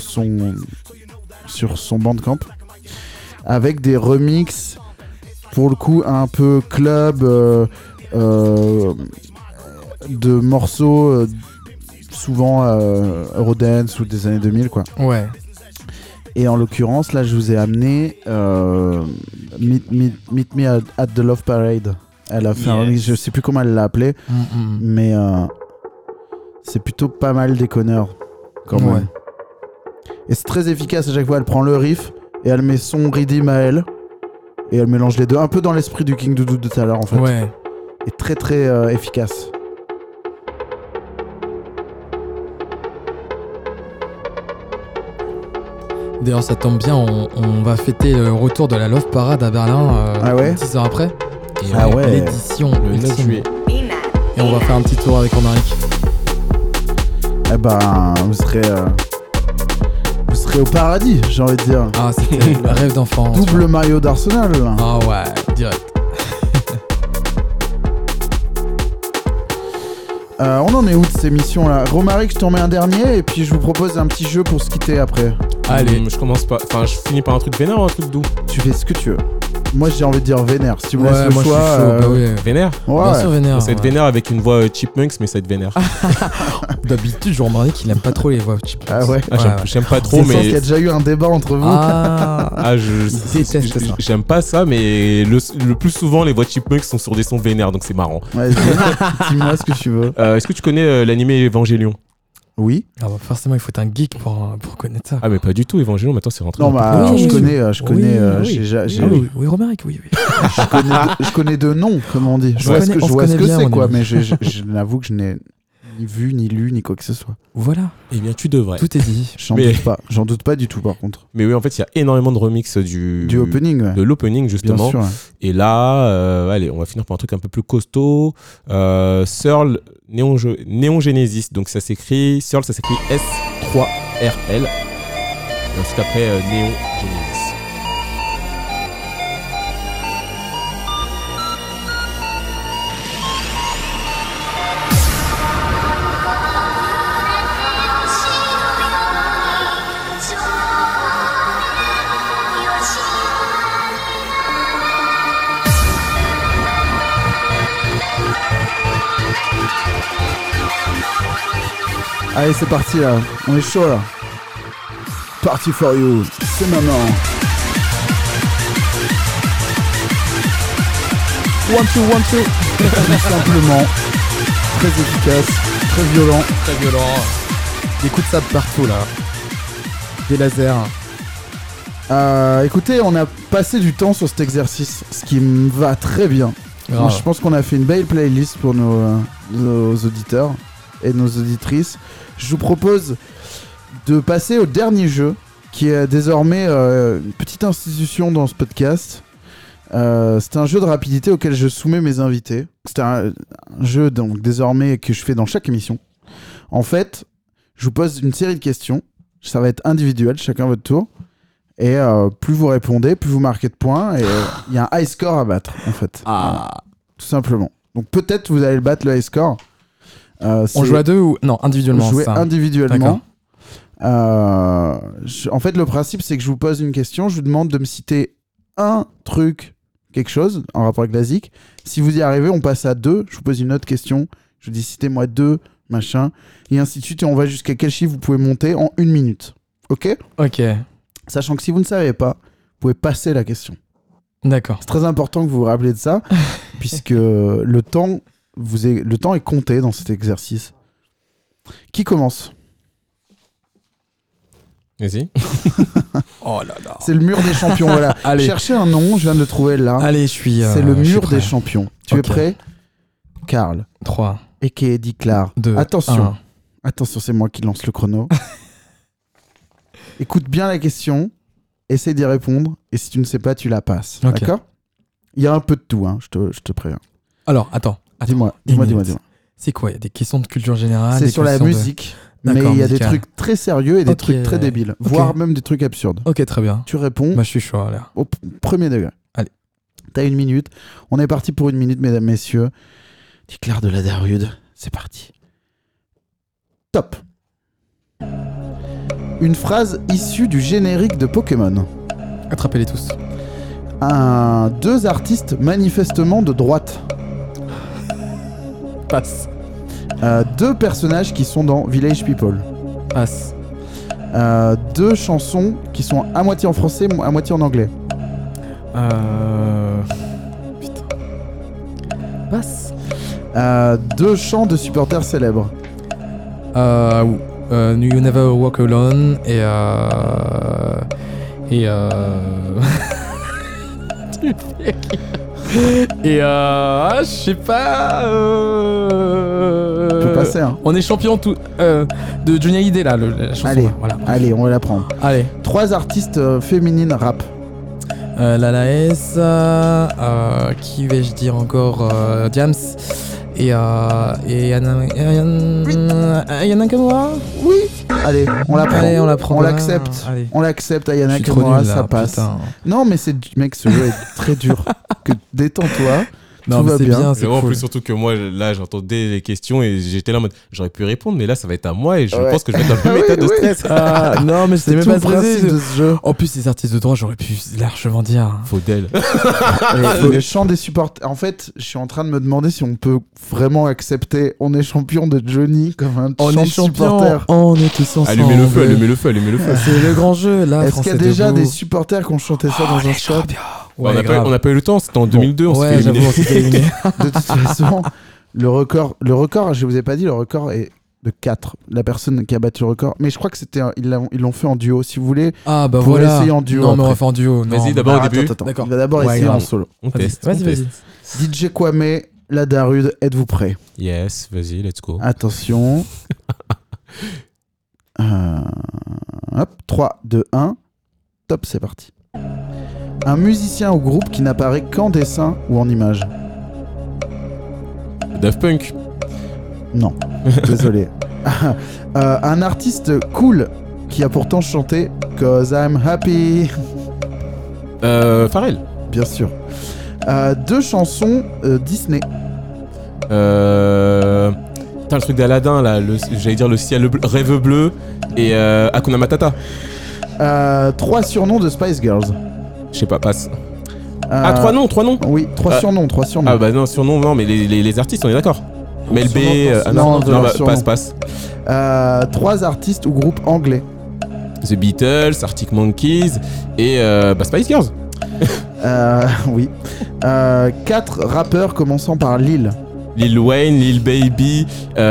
S3: son Bandcamp, avec des remixes pour le coup un peu club de morceaux souvent Eurodance ou des années 2000 quoi.
S5: Ouais.
S3: Et en l'occurrence là je vous ai amené Meet Me at the Love Parade. Elle a fait un remix, je sais plus comment elle l'a appelé, mais c'est plutôt pas mal déconneur quand même. Et c'est très efficace à chaque fois, elle prend le riff et elle met son rhythm à elle et elle mélange les deux, un peu dans l'esprit du King Doudou de tout à l'heure en fait.
S5: Ouais.
S3: Et très très efficace.
S5: D'ailleurs, ça tombe bien, on va fêter le retour de la Love Parade à Berlin 10 heures après. Et l'édition
S4: le 9 juillet.
S5: Et on va faire un petit tour avec Romaric.
S3: Eh ben, vous serez au paradis, j'ai envie de dire.
S5: Ah, c'était le rêve d'enfant.
S3: Double Mario d'Arsenal.
S5: Ah ouais, direct.
S3: On en est où de ces missions-là? Romaric, je t'en mets un dernier et puis je vous propose un petit jeu pour se quitter après.
S5: Allez.
S4: Je commence pas. Enfin, je finis par un truc vénère ou un truc doux?
S3: Tu fais ce que tu veux. Moi, j'ai envie de dire vénère. Si tu me laisses le
S5: moi,
S3: choix.
S5: je suis chaud. Bah oui.
S4: Vénère?
S3: Ouais.
S5: Bien sûr, vénère.
S4: Ça va être vénère avec une voix Chipmunks, mais ça va être vénère.
S5: D'habitude, je remarque qu'il aime pas trop les voix cheap.
S3: Ah ouais.
S4: J'aime pas trop,
S3: C'est sens
S4: mais.
S3: qu'il y a déjà eu un débat entre vous.
S5: Il déteste ça.
S4: J'aime pas ça, mais le plus souvent, les voix Chipmunks sont sur des sons vénères, donc c'est marrant.
S3: Ouais, dis-moi ce que tu veux.
S4: Est-ce que tu connais l'animé Evangelion?
S3: Oui.
S5: Ah bah forcément, il faut être un geek pour connaître ça.
S4: Ah, mais pas du tout, Evangelion, maintenant c'est rentré
S3: Non,
S4: dans
S3: bah,
S4: le
S3: alors,
S5: oui,
S3: je
S5: oui.
S3: connais.
S5: Oui, oui, Romaric, oui.
S3: Je connais de noms, comme on dit. Je vois ce que c'est, quoi, mais je l'avoue que je n'ai ni vu, ni lu, ni quoi que ce soit.
S5: Voilà,
S4: Eh bien, tu devrais.
S5: tout est dit.
S3: J'en doute pas du tout, par contre.
S4: Mais oui, en fait, il y a énormément de remix du
S3: opening, ouais.
S4: de l'opening, justement.
S3: Bien sûr. Ouais.
S4: Et là, allez, on va finir par un truc un peu plus costaud. Searle Neon Genesis. Donc ça s'écrit Searle, ça s'écrit S3RL. Et ensuite après Neon Genesis.
S3: Allez, c'est parti là. On est chaud là. Party for you. C'est maintenant. One, two. Tout simplement. Très efficace. Très violent.
S5: Très violent. Des coups de sable partout là. Des lasers.
S3: Écoutez, on a passé du temps sur cet exercice, ce qui me va très bien. Moi, je pense qu'on a fait une belle playlist pour nos auditeurs et nos auditrices. Je vous propose de passer au dernier jeu, qui est désormais une petite institution dans ce podcast. C'est un jeu de rapidité auquel je soumets mes invités. C'est un jeu donc désormais que je fais dans chaque émission. En fait, je vous pose une série de questions. Ça va être individuel, chacun votre tour. Et plus vous répondez, plus vous marquez de points. Et il y a un high score à battre, en fait. Voilà, tout simplement. Donc peut-être vous allez le battre, le high score.
S5: On joue à deux ou... Non, individuellement.
S3: Jouer
S5: ça.
S3: individuellement. En fait, le principe, c'est que je vous pose une question. Je vous demande de me citer un truc, quelque chose, en rapport avec la zik. Si vous y arrivez, on passe à 2. Je vous pose une autre question. Je vous dis, citez-moi 2, machin. Et ainsi de suite. Et on va jusqu'à quel chiffre vous pouvez monter en 1 minute. Ok ?
S5: Ok.
S3: Sachant que si vous ne savez pas, vous pouvez passer la question.
S5: D'accord.
S3: C'est très important que vous vous rappeliez de ça, puisque le temps est compté dans cet exercice. Qui commence ?
S4: Vas-y.
S5: Oh là là.
S3: C'est le mur des champions, voilà.
S5: Allez.
S3: Cherchez un nom, je viens de le trouver là.
S5: Allez, je suis.
S3: C'est le
S5: je suis
S3: mur
S5: prêt.
S3: des champions. Tu es
S5: Ok.
S3: prêt? Karl,
S5: 3,
S3: a.k.a. Diclar.
S5: 2,
S3: Attention. Attention, c'est moi qui lance le chrono. Écoute bien la question, essaie d'y répondre, et si tu ne sais pas, tu la passes.
S5: Ok.
S3: D'accord? Il y a un peu de tout, hein, je te préviens.
S5: Alors, attends.
S3: Dis-moi.
S5: C'est quoi? Il y a des questions de culture générale.
S3: C'est
S5: des
S3: sur la
S5: questions de-
S3: musique, mais
S5: D'accord,
S3: il y a des
S5: musical.
S3: trucs très sérieux et des
S5: Ok.
S3: trucs très débiles,
S5: Ok.
S3: voire même des trucs absurdes.
S5: Ok, très bien.
S3: Tu réponds
S5: Bah, je suis chaud, là.
S3: au premier degré.
S5: Allez.
S3: T'as 1 minute. On est parti pour 1 minute, mesdames, messieurs. Diclar de la Darude, c'est parti. Top. Une phrase issue du générique de Pokémon.
S5: Attrapez-les tous.
S3: 2 artistes manifestement de droite.
S5: Passe.
S3: 2 personnages qui sont dans Village People.
S5: Passe.
S3: 2 chansons qui sont à moitié en français, à moitié en anglais.
S5: Putain. Passe.
S3: 2 chants de supporters célèbres.
S5: You Never Walk Alone et je sais pas.
S3: Tu peux passer, hein.
S5: On est champion tout de Johnny Hallyday là, la chanson.
S3: Allez.
S5: là, voilà.
S3: Allez, on va la prendre.
S5: Allez.
S3: 3 artistes féminines rap.
S5: Lala S, qui vais-je dire encore, Jams et Yana Nakamura.
S3: Oui. Allez, on la prend.
S5: Allez, on la prend.
S3: On l'accepte.
S5: Allez.
S3: On l'accepte,
S5: Je
S3: Ayana
S5: suis trop
S3: Nakamura,
S5: nul, là,
S3: ça passe.
S5: putain.
S3: Non, mais c'est mec, ce jeu est très dur. Détends-toi.
S5: Non,
S3: Tout
S5: mais
S3: va
S5: c'est
S3: bien.
S5: bien,
S4: Mais
S5: c'est
S4: moi, en
S5: cool.
S4: plus, surtout que moi, là, j'entendais les questions et j'étais là en mode, j'aurais pu répondre, mais là, ça va être à moi et je
S3: Ouais.
S4: pense que je vais être dans le
S3: Oui,
S4: état de
S3: oui.
S4: stress.
S5: Ah, non, mais
S3: C'est
S5: c'était même
S3: tout
S5: pas
S3: le principe
S5: stressé.
S3: de ce jeu.
S5: En plus, les artistes de droit, j'aurais pu largement dire.
S4: Faut d'elle.
S3: Et le chant des supporters. En fait, je suis en train de me demander si on peut vraiment accepter On est champion de Johnny comme un
S5: On
S3: chant
S5: est
S3: de
S5: champion,
S3: supporter.
S5: on est tous ensemble.
S4: Allumez le feu, allumez le feu, allumez le feu.
S5: C'est le grand jeu, là.
S3: Est-ce qu'il y a déjà des supporters qui ont chanté ça dans un stade?
S4: on n'a pas eu le temps, c'était en 2002, on s'est
S5: Ouais,
S4: fait
S5: j'avoue,
S4: éliminer.
S5: on s'est fait éliminer.
S3: De toute façon, le record, je vous ai pas dit, le record est de 4. La personne qui a battu le record. Mais je crois que ils l'ont fait en duo. Si vous voulez,
S5: Ah, bah
S3: Pour
S5: voilà.
S3: essayer en duo
S5: Non, mais on
S3: après.
S5: va faire en duo. non.
S4: Vas-y, d'abord au
S3: Alors,
S4: début.
S3: attends.
S5: D'accord.
S3: Il va d'abord
S5: Ouais,
S3: essayer
S5: grave.
S3: en solo.
S4: On
S5: Vas-y,
S4: teste.
S5: vas-y,
S4: on
S5: vas-y.
S4: teste.
S3: DJ Kwame, la Darude, êtes-vous prêts?
S4: Yes, vas-y, let's go.
S3: Attention. Hop, 3, 2, 1. Top, c'est parti. Un musicien ou groupe qui n'apparaît qu'en dessin ou en image.
S4: Daft Punk.
S3: Non, désolé. Un artiste cool qui a pourtant chanté Cause I'm Happy.
S4: Pharrell.
S3: Bien sûr. 2 chansons Disney.
S4: Putain, le truc d'Aladin, là, j'allais dire le ciel rêve bleu et Hakuna Matata.
S3: 3 surnoms de Spice Girls.
S4: Je sais pas, passe.
S3: Euh,
S4: 3 noms.
S3: Oui, 3 surnoms.
S4: Ah bah non, surnom, non, mais les artistes, on est d'accord. Mel B,
S3: non, de leur
S4: bah,
S3: surnom.
S4: passe.
S3: 3 artistes ou groupes anglais.
S4: The Beatles, Arctic Monkeys et Spice Girls.
S3: Oui. 4 rappeurs commençant par Lil.
S4: Lil Wayne, Lil Baby,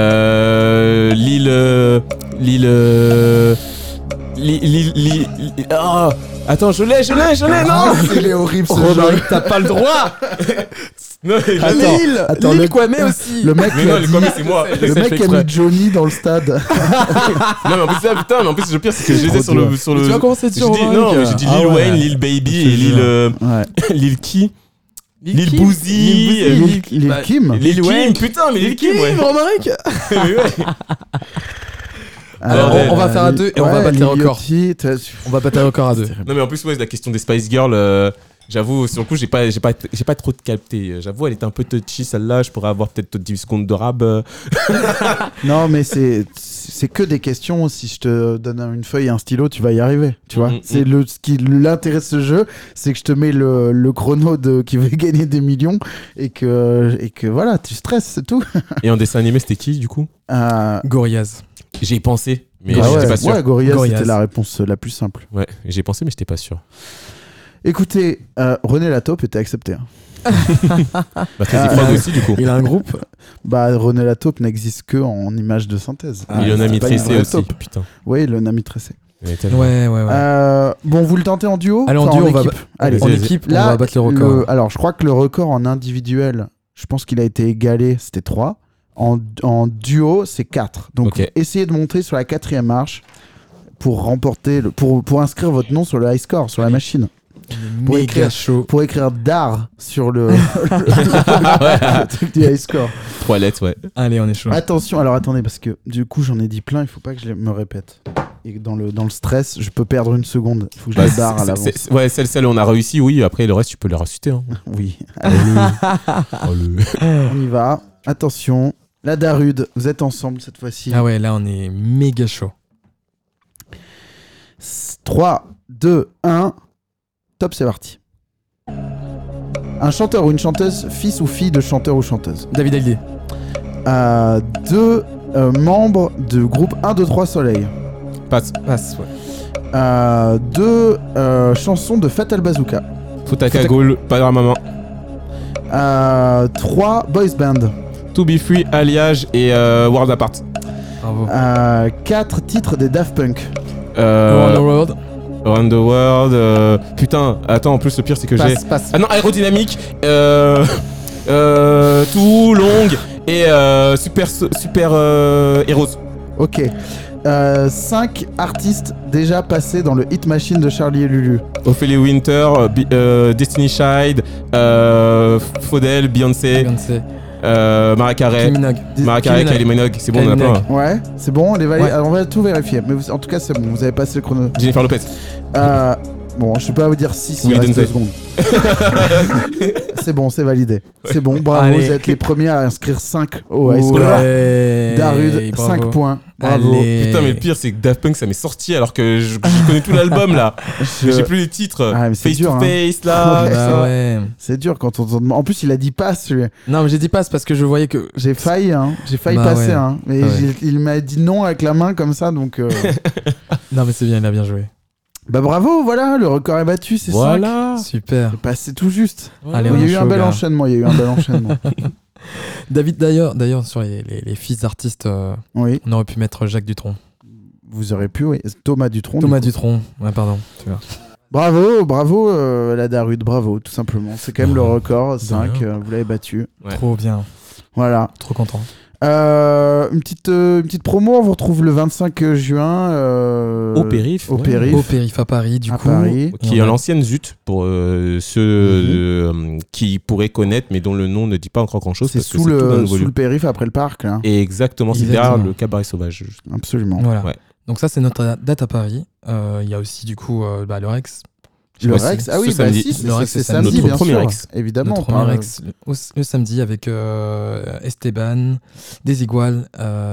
S4: Ah, attends, je l'ai, non.
S3: Il est horrible ce
S5: Romaric,
S3: jeu.
S5: t'as pas le droit.
S4: Non, mais
S3: Attends,
S5: Lil
S3: le
S5: Kwame aussi.
S3: le mec,
S4: mais
S3: qui
S4: non,
S3: a
S4: le
S3: dit-
S4: comic, c'est moi.
S3: le mec qui a mis Johnny dans le stade.
S4: Non, mais en plus, putain, mais en plus, le pire, c'est que je les ai
S3: Trop
S4: sur
S3: dur.
S4: le. Sur
S5: Mais
S4: le...
S5: tu vas commencer
S4: J'ai
S5: dessus,
S4: dit,
S5: Romaric.
S4: non, mais j'ai dit
S5: Ah
S4: Lil
S5: ouais.
S4: Wayne, Lil Baby et Lil.
S3: Ouais.
S4: Lil qui Lil
S5: Kim.
S4: Boozy.
S3: Lil Kim.
S4: Lil Kim, putain, mais Lil Kim, ouais.
S5: Romaric.
S4: Mais ouais.
S5: Alors, on va faire à 2 et on va battre les records.
S3: Lil Yachty,
S5: On va battre un record à 2.
S4: Non, mais en plus, ouais, la question des Spice Girls, j'avoue, sur le coup, j'ai pas trop capté. J'avoue, elle était un peu touchy celle-là. Je pourrais avoir peut-être 10 secondes de rab.
S3: Non, mais c'est que des questions. Si je te donne une feuille et un stylo, tu vas y arriver. Tu vois, c'est l'intérêt de ce jeu, c'est que je te mets le chrono qui veut gagner des millions et que voilà, tu stresses, c'est tout.
S4: Et en dessin animé, c'était qui du coup
S5: Gorillaz.
S4: J'ai pensé, mais
S3: Ah
S4: j'étais
S3: ouais,
S4: pas sûr.
S3: ouais, Gorillaz,
S5: Gorillaz.
S3: c'était la réponse la plus simple.
S4: Ouais, j'ai pensé, mais j'étais pas sûr.
S3: Écoutez, René Lataupe était accepté. Hein.
S4: Patrick Frog aussi, du coup.
S5: Il a un groupe.
S3: Bah, René Lataupe n'existe que en image de synthèse.
S4: Il en a
S3: c'est
S4: mis
S3: pas une
S4: Tressé
S3: vraie
S4: aussi,
S3: taupe.
S4: putain.
S3: Oui, le Nami Tressé.
S5: Ouais.
S3: Bon, vous le tentez en duo?
S5: Allez, en
S3: Enfin,
S5: duo, on va
S3: équipe. Allez.
S5: En équipe, on
S3: Là,
S5: va battre le record.
S3: alors, je crois que le record en individuel, je pense qu'il a été égalé, c'était 3. En duo, c'est 4. Donc,
S4: Ok.
S3: essayez de monter sur la 4e marche pour remporter, pour inscrire votre nom sur le high score, sur la machine. Pour
S5: Méga
S3: écrire-
S5: chaud.
S3: Pour écrire DAR sur le truc du high score.
S4: 3 lettres, ouais.
S5: Allez, on est chaud.
S3: Attention, alors attendez, parce que du coup, j'en ai dit plein, il faut pas que je me répète. Et dans le stress, je peux perdre une seconde. Il faut que je les barre à l'avance.
S4: Ouais, celle où on a réussi, oui. Après, le reste, tu peux les réciter. Hein.
S3: Oui. Allez, on y va. Attention. La Darude, vous êtes ensemble cette fois-ci.
S5: Ah ouais, là, on est méga chaud.
S3: 3, 2, 1. Top, c'est parti. Un chanteur ou une chanteuse, fils ou fille de chanteur ou chanteuse.
S5: David Hallyday.
S3: 2 membres du groupe 1, 2, 3 Soleil.
S4: Passe.
S5: Passe, ouais.
S3: 2 chansons de Fatal Bazooka.
S4: Fouta Cagoule, pas dans ma main.
S3: 3 boys band.
S4: To Be Free, Alliage et World Apart.
S5: Bravo.
S3: 4 titres des Daft Punk.
S5: Around the World.
S4: Around the World. Putain, attends, en plus, le pire, c'est que j'ai.
S5: Passe.
S4: Ah non, Aérodynamique. Too Long et Super Heroes.
S3: Ok. 5 artistes déjà passés dans le Hit Machine de Charlie et Lulu.
S4: Ophélie Winter, Destiny Child, Faudel, Beyoncé, Mariah Carey.
S5: Kylie Minogue.
S4: Mariah Carey, Kylie Minogue, c'est bon, on en a
S5: Kylie
S4: plein.
S5: Minogue.
S3: Ouais, c'est bon,
S5: Ouais.
S3: Alors, on va tout vérifier. Mais en tout cas, c'est bon, vous avez passé le chrono.
S4: Jennifer Lopez.
S3: Bon, je peux pas vous dire 6,
S4: Oui,
S3: il reste 2
S4: Denzel.
S3: secondes. C'est bon, c'est validé. C'est bon, bravo,
S5: Allez.
S3: vous êtes les premiers à inscrire 5 au high score.
S5: Ouais.
S3: Darude,
S5: Bravo.
S3: 5 points. Bravo.
S5: Allez.
S4: Putain, mais le pire, c'est que Daft Punk, ça m'est sorti alors que je connais tout l'album là.
S3: Je-
S4: J'ai plus les titres.
S3: Ah, mais c'est
S4: Face
S3: dur,
S4: to
S3: hein.
S4: Face là.
S3: Ouais.
S4: tout ça.
S5: Bah ouais.
S3: C'est dur quand on demande. En plus, il a dit passe.
S5: Non, mais j'ai dit passe parce que je voyais que.
S3: J'ai failli
S5: Bah
S3: passer.
S5: ouais.
S3: Hein. Mais
S5: Ah ouais.
S3: il m'a dit non avec la main comme ça, donc.
S5: Non, mais c'est bien, il a bien joué.
S3: Bah bravo, voilà, le record est battu, c'est 5.
S4: Voilà.
S5: Super.
S3: C'est passé tout juste.
S5: Allez,
S3: Il
S5: on
S3: y a
S5: est
S3: eu un
S5: chaud,
S3: bel
S5: gars.
S3: enchaînement.
S5: David, d'ailleurs, sur les fils d'artistes,
S3: Oui,
S5: on aurait pu mettre Jacques Dutronc.
S3: vous aurez pu, oui. Thomas Dutronc.
S5: Thomas
S3: du coup.
S5: Dutronc. Ouais, pardon. Tu vois.
S3: Bravo, la Darude, bravo, tout simplement. C'est quand même le record, 5, vous l'avez battu.
S4: Ouais.
S5: Trop bien.
S3: Voilà.
S5: Trop content.
S3: Une petite promo, on vous retrouve le 25 juin.
S4: Au Périph'.
S3: Au
S4: ouais.
S3: Périph'.
S5: Au Périph' à Paris, du
S3: à
S5: coup.
S3: Paris.
S4: Qui est l'ancienne Zut pour ceux qui pourraient connaître mais dont le nom ne dit pas encore grand chose.
S3: C'est
S4: parce que
S3: sous
S4: tout dans
S3: le,
S4: nouveau
S3: sous
S4: lieu.
S3: le périph' après le parc, là.
S4: Et exactement, c'est
S5: Exactement.
S4: derrière le cabaret sauvage.
S3: Absolument.
S5: Voilà.
S4: Ouais.
S5: Donc ça, c'est notre date à Paris. Il y a aussi, du coup, le Rex.
S3: Le
S4: Ouais,
S3: Rex,
S4: c'est
S3: ah oui,
S4: ce
S3: bah
S4: samedi.
S3: si, c'est
S5: Le Rex,
S3: c'est
S5: c'est
S3: samedi,
S4: notre
S3: bien
S4: premier
S3: sûr.
S4: Rex.
S3: Évidemment.
S5: Notre premier Rex le samedi avec Esteban, Desigual,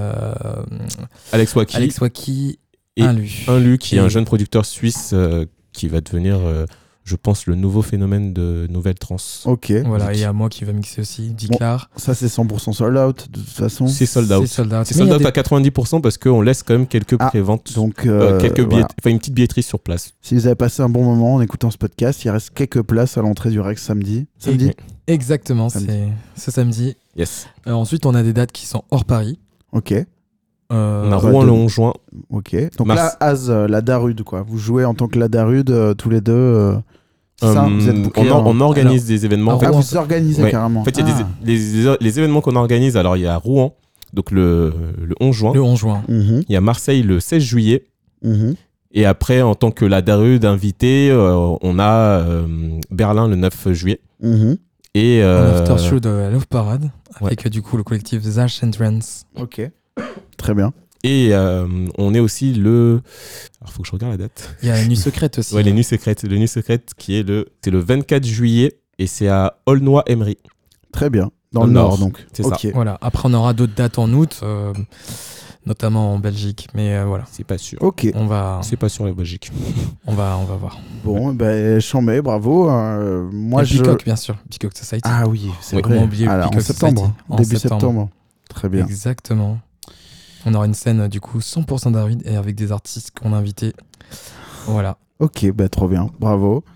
S4: Alex Waki
S5: Alex Waki,
S4: et
S5: un Lu.
S4: un Lu qui est
S5: Et-
S4: un jeune producteur suisse qui va devenir, je pense, le nouveau phénomène de nouvelle trance.
S3: Ok.
S5: Voilà, et à moi qui va mixer aussi, Diclar.
S3: Ça, c'est 100% sold out, de toute façon.
S4: C'est sold out.
S5: C'est sold out.
S4: C'est
S5: Mais il
S4: sold
S5: y a
S4: out à 90% parce qu'on laisse quand même quelques
S3: Ah,
S4: préventes,
S3: Donc,
S4: quelques billets,
S3: voilà.
S4: enfin une petite billetterie sur place.
S3: Si vous avez passé un bon moment en écoutant ce podcast, il reste quelques places à l'entrée du Rex samedi. Samedi.
S5: Exactement,
S3: Samedi.
S5: c'est ce samedi.
S4: Yes.
S5: Ensuite, on a des dates qui sont hors Paris.
S3: Ok.
S4: On a
S3: Ouais,
S4: Rouen
S3: de-
S4: le 11 juin.
S3: Ok. Donc
S4: Mars.
S3: là, Az, la Darude, quoi. Vous jouez en tant que la Darude tous les deux. C'est ça, vous êtes bookés
S4: on organise des événements. En fait,
S3: Ah,
S5: Rouen,
S3: vous organisez
S4: ouais.
S3: carrément.
S4: En fait, il y a
S3: Ah.
S4: les événements qu'on organise. Alors, il y a Rouen, donc le 11 juin.
S5: Le 11 juin.
S3: Mhm,
S4: Il y a Marseille le 16 juillet.
S3: mhm.
S4: Et après, en tant que la Darude invité, on a Berlin le 9 juillet.
S3: Mhm.
S4: Et
S5: En after show de la Love Parade avec du coup le collectif Zash and Trance.
S3: Ok. Très bien.
S4: Et on est aussi le... Alors, faut que je regarde la date.
S5: Il y a une nuit secrète aussi.
S4: Ouais, les Nuits Secrètes. Le Nuit Secrète qui est c'est le 24 juillet et c'est à Aulnoy-Emery.
S3: Très bien. Dans
S4: Dans
S3: le
S4: le
S3: nord,
S4: nord,
S3: donc.
S4: c'est
S3: Ok.
S4: ça.
S5: Voilà. Après, on aura d'autres dates en août, notamment en Belgique. Mais voilà,
S4: C'est pas sûr.
S3: Ok.
S5: on va
S4: C'est pas sûr la Belgique.
S5: on va voir.
S3: Bon, ben, chambé, bravo. Moi,
S5: Et
S3: je.
S5: Peacock, bien sûr. Peacock Society.
S3: Ah oui, c'est
S4: Oui.
S3: vrai.
S5: Comment oublier le
S3: Alors, en
S5: Peacock
S3: septembre.
S5: Society. En
S3: Début
S5: septembre.
S3: septembre. Très bien.
S5: Exactement. On aura une scène du coup 100% Darude et avec des artistes qu'on a invités. Voilà.
S3: Ok, bah, trop bien. Bravo.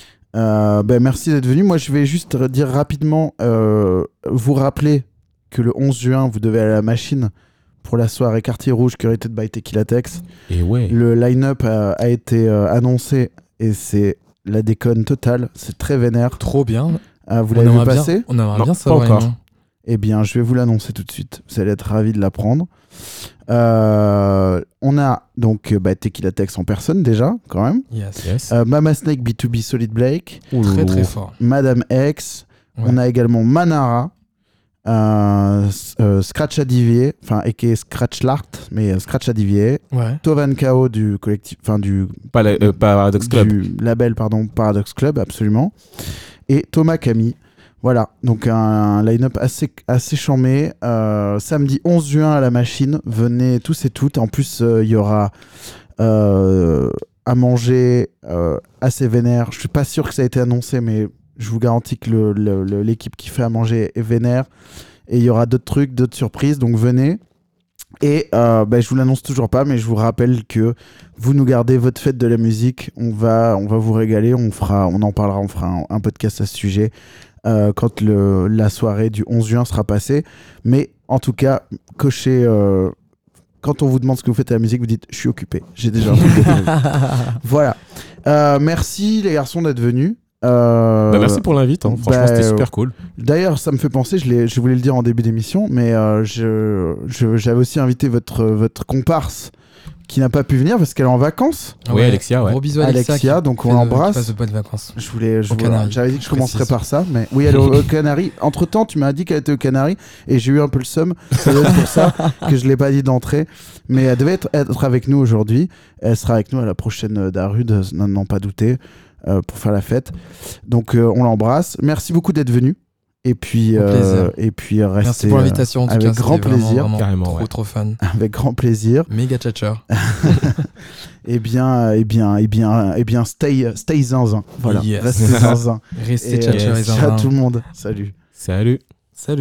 S3: Merci d'être venu. Moi, je vais juste dire rapidement, vous rappeler que le 11 juin, vous devez aller à la machine pour la soirée Quartier Rouge curated by Tequila Tex.
S4: Et ouais.
S3: Le line-up a été annoncé et c'est la déconne totale. C'est très vénère.
S5: Trop bien.
S3: Vous l'avez vu passer?
S5: On aimerait
S4: Non,
S5: bien
S4: pas
S5: savoir.
S4: encore.
S5: les noms.
S3: Eh bien, je vais vous l'annoncer tout de suite. Vous allez être ravis de l'apprendre. On a donc Tequila Tex en personne déjà, quand même.
S5: Yes.
S4: Yes.
S3: Mama Snake, B2B, Solid Blake.
S5: Très très fort.
S3: Madame X.
S5: Ouais.
S3: On a également Manara. Scratch Adivier, enfin aka Scratch L'Art, mais Scratch Adivier.
S5: Ouais.
S3: Tovan Kao du collectif, enfin du
S4: Paradox Club.
S3: du label Paradox Club, absolument. Et Thomas Camille. Voilà, donc un line-up assez charmé. Samedi 11 juin à la Machine, venez tous et toutes. En plus, il y aura à manger assez vénère. Je suis pas sûr que ça a été annoncé, mais je vous garantis que l'équipe qui fait à manger est vénère. Et il y aura d'autres trucs, d'autres surprises, donc venez. Et je vous l'annonce toujours pas, mais je vous rappelle que vous nous gardez votre fête de la musique. On va vous régaler, on en parlera, on fera un podcast à ce sujet quand la soirée du 11 juin sera passée. Mais en tout cas, cochez... quand on vous demande ce que vous faites à la musique, vous dites « je suis occupé, j'ai déjà un truc de prévu ». Voilà. Merci les garçons d'être venus.
S4: Merci pour l'invite, hein. Franchement c'était super cool.
S3: D'ailleurs, ça me fait penser, je voulais le dire en début d'émission, mais j'avais aussi invité votre comparse qui n'a pas pu venir parce qu'elle est en vacances.
S4: Oui, Alexia, ouais.
S5: Gros bisous à
S3: Alexia, donc on l'embrasse.
S5: Passe de bonnes vacances.
S3: J'avais dit que je commencerais
S5: précise.
S3: par ça, mais oui, elle est aux Canaries. Entre temps, tu m'as dit qu'elle était aux Canaries et j'ai eu un peu le seum. Ça doit être pour ça que je l'ai pas dit d'entrée. Mais elle devait être avec nous aujourd'hui. Elle sera avec nous à la prochaine Darude, n'en pas douter, pour faire la fête. Donc on l'embrasse. Merci beaucoup d'être venu. Et puis restez.
S5: Merci pour l'invitation. En tout
S3: avec
S5: cas,
S3: grand
S5: c'était
S3: plaisir.
S5: vraiment
S4: Carrément,
S5: trop fun.
S3: Avec grand plaisir.
S5: Méga tchatcher.
S3: Eh bien, stay zinzin. Voilà,
S5: Yes.
S3: restez zinzin.
S5: Restez
S3: Et
S5: tchatcher et
S3: ciao
S5: zinzin.
S3: tout le monde. Salut.
S4: Salut.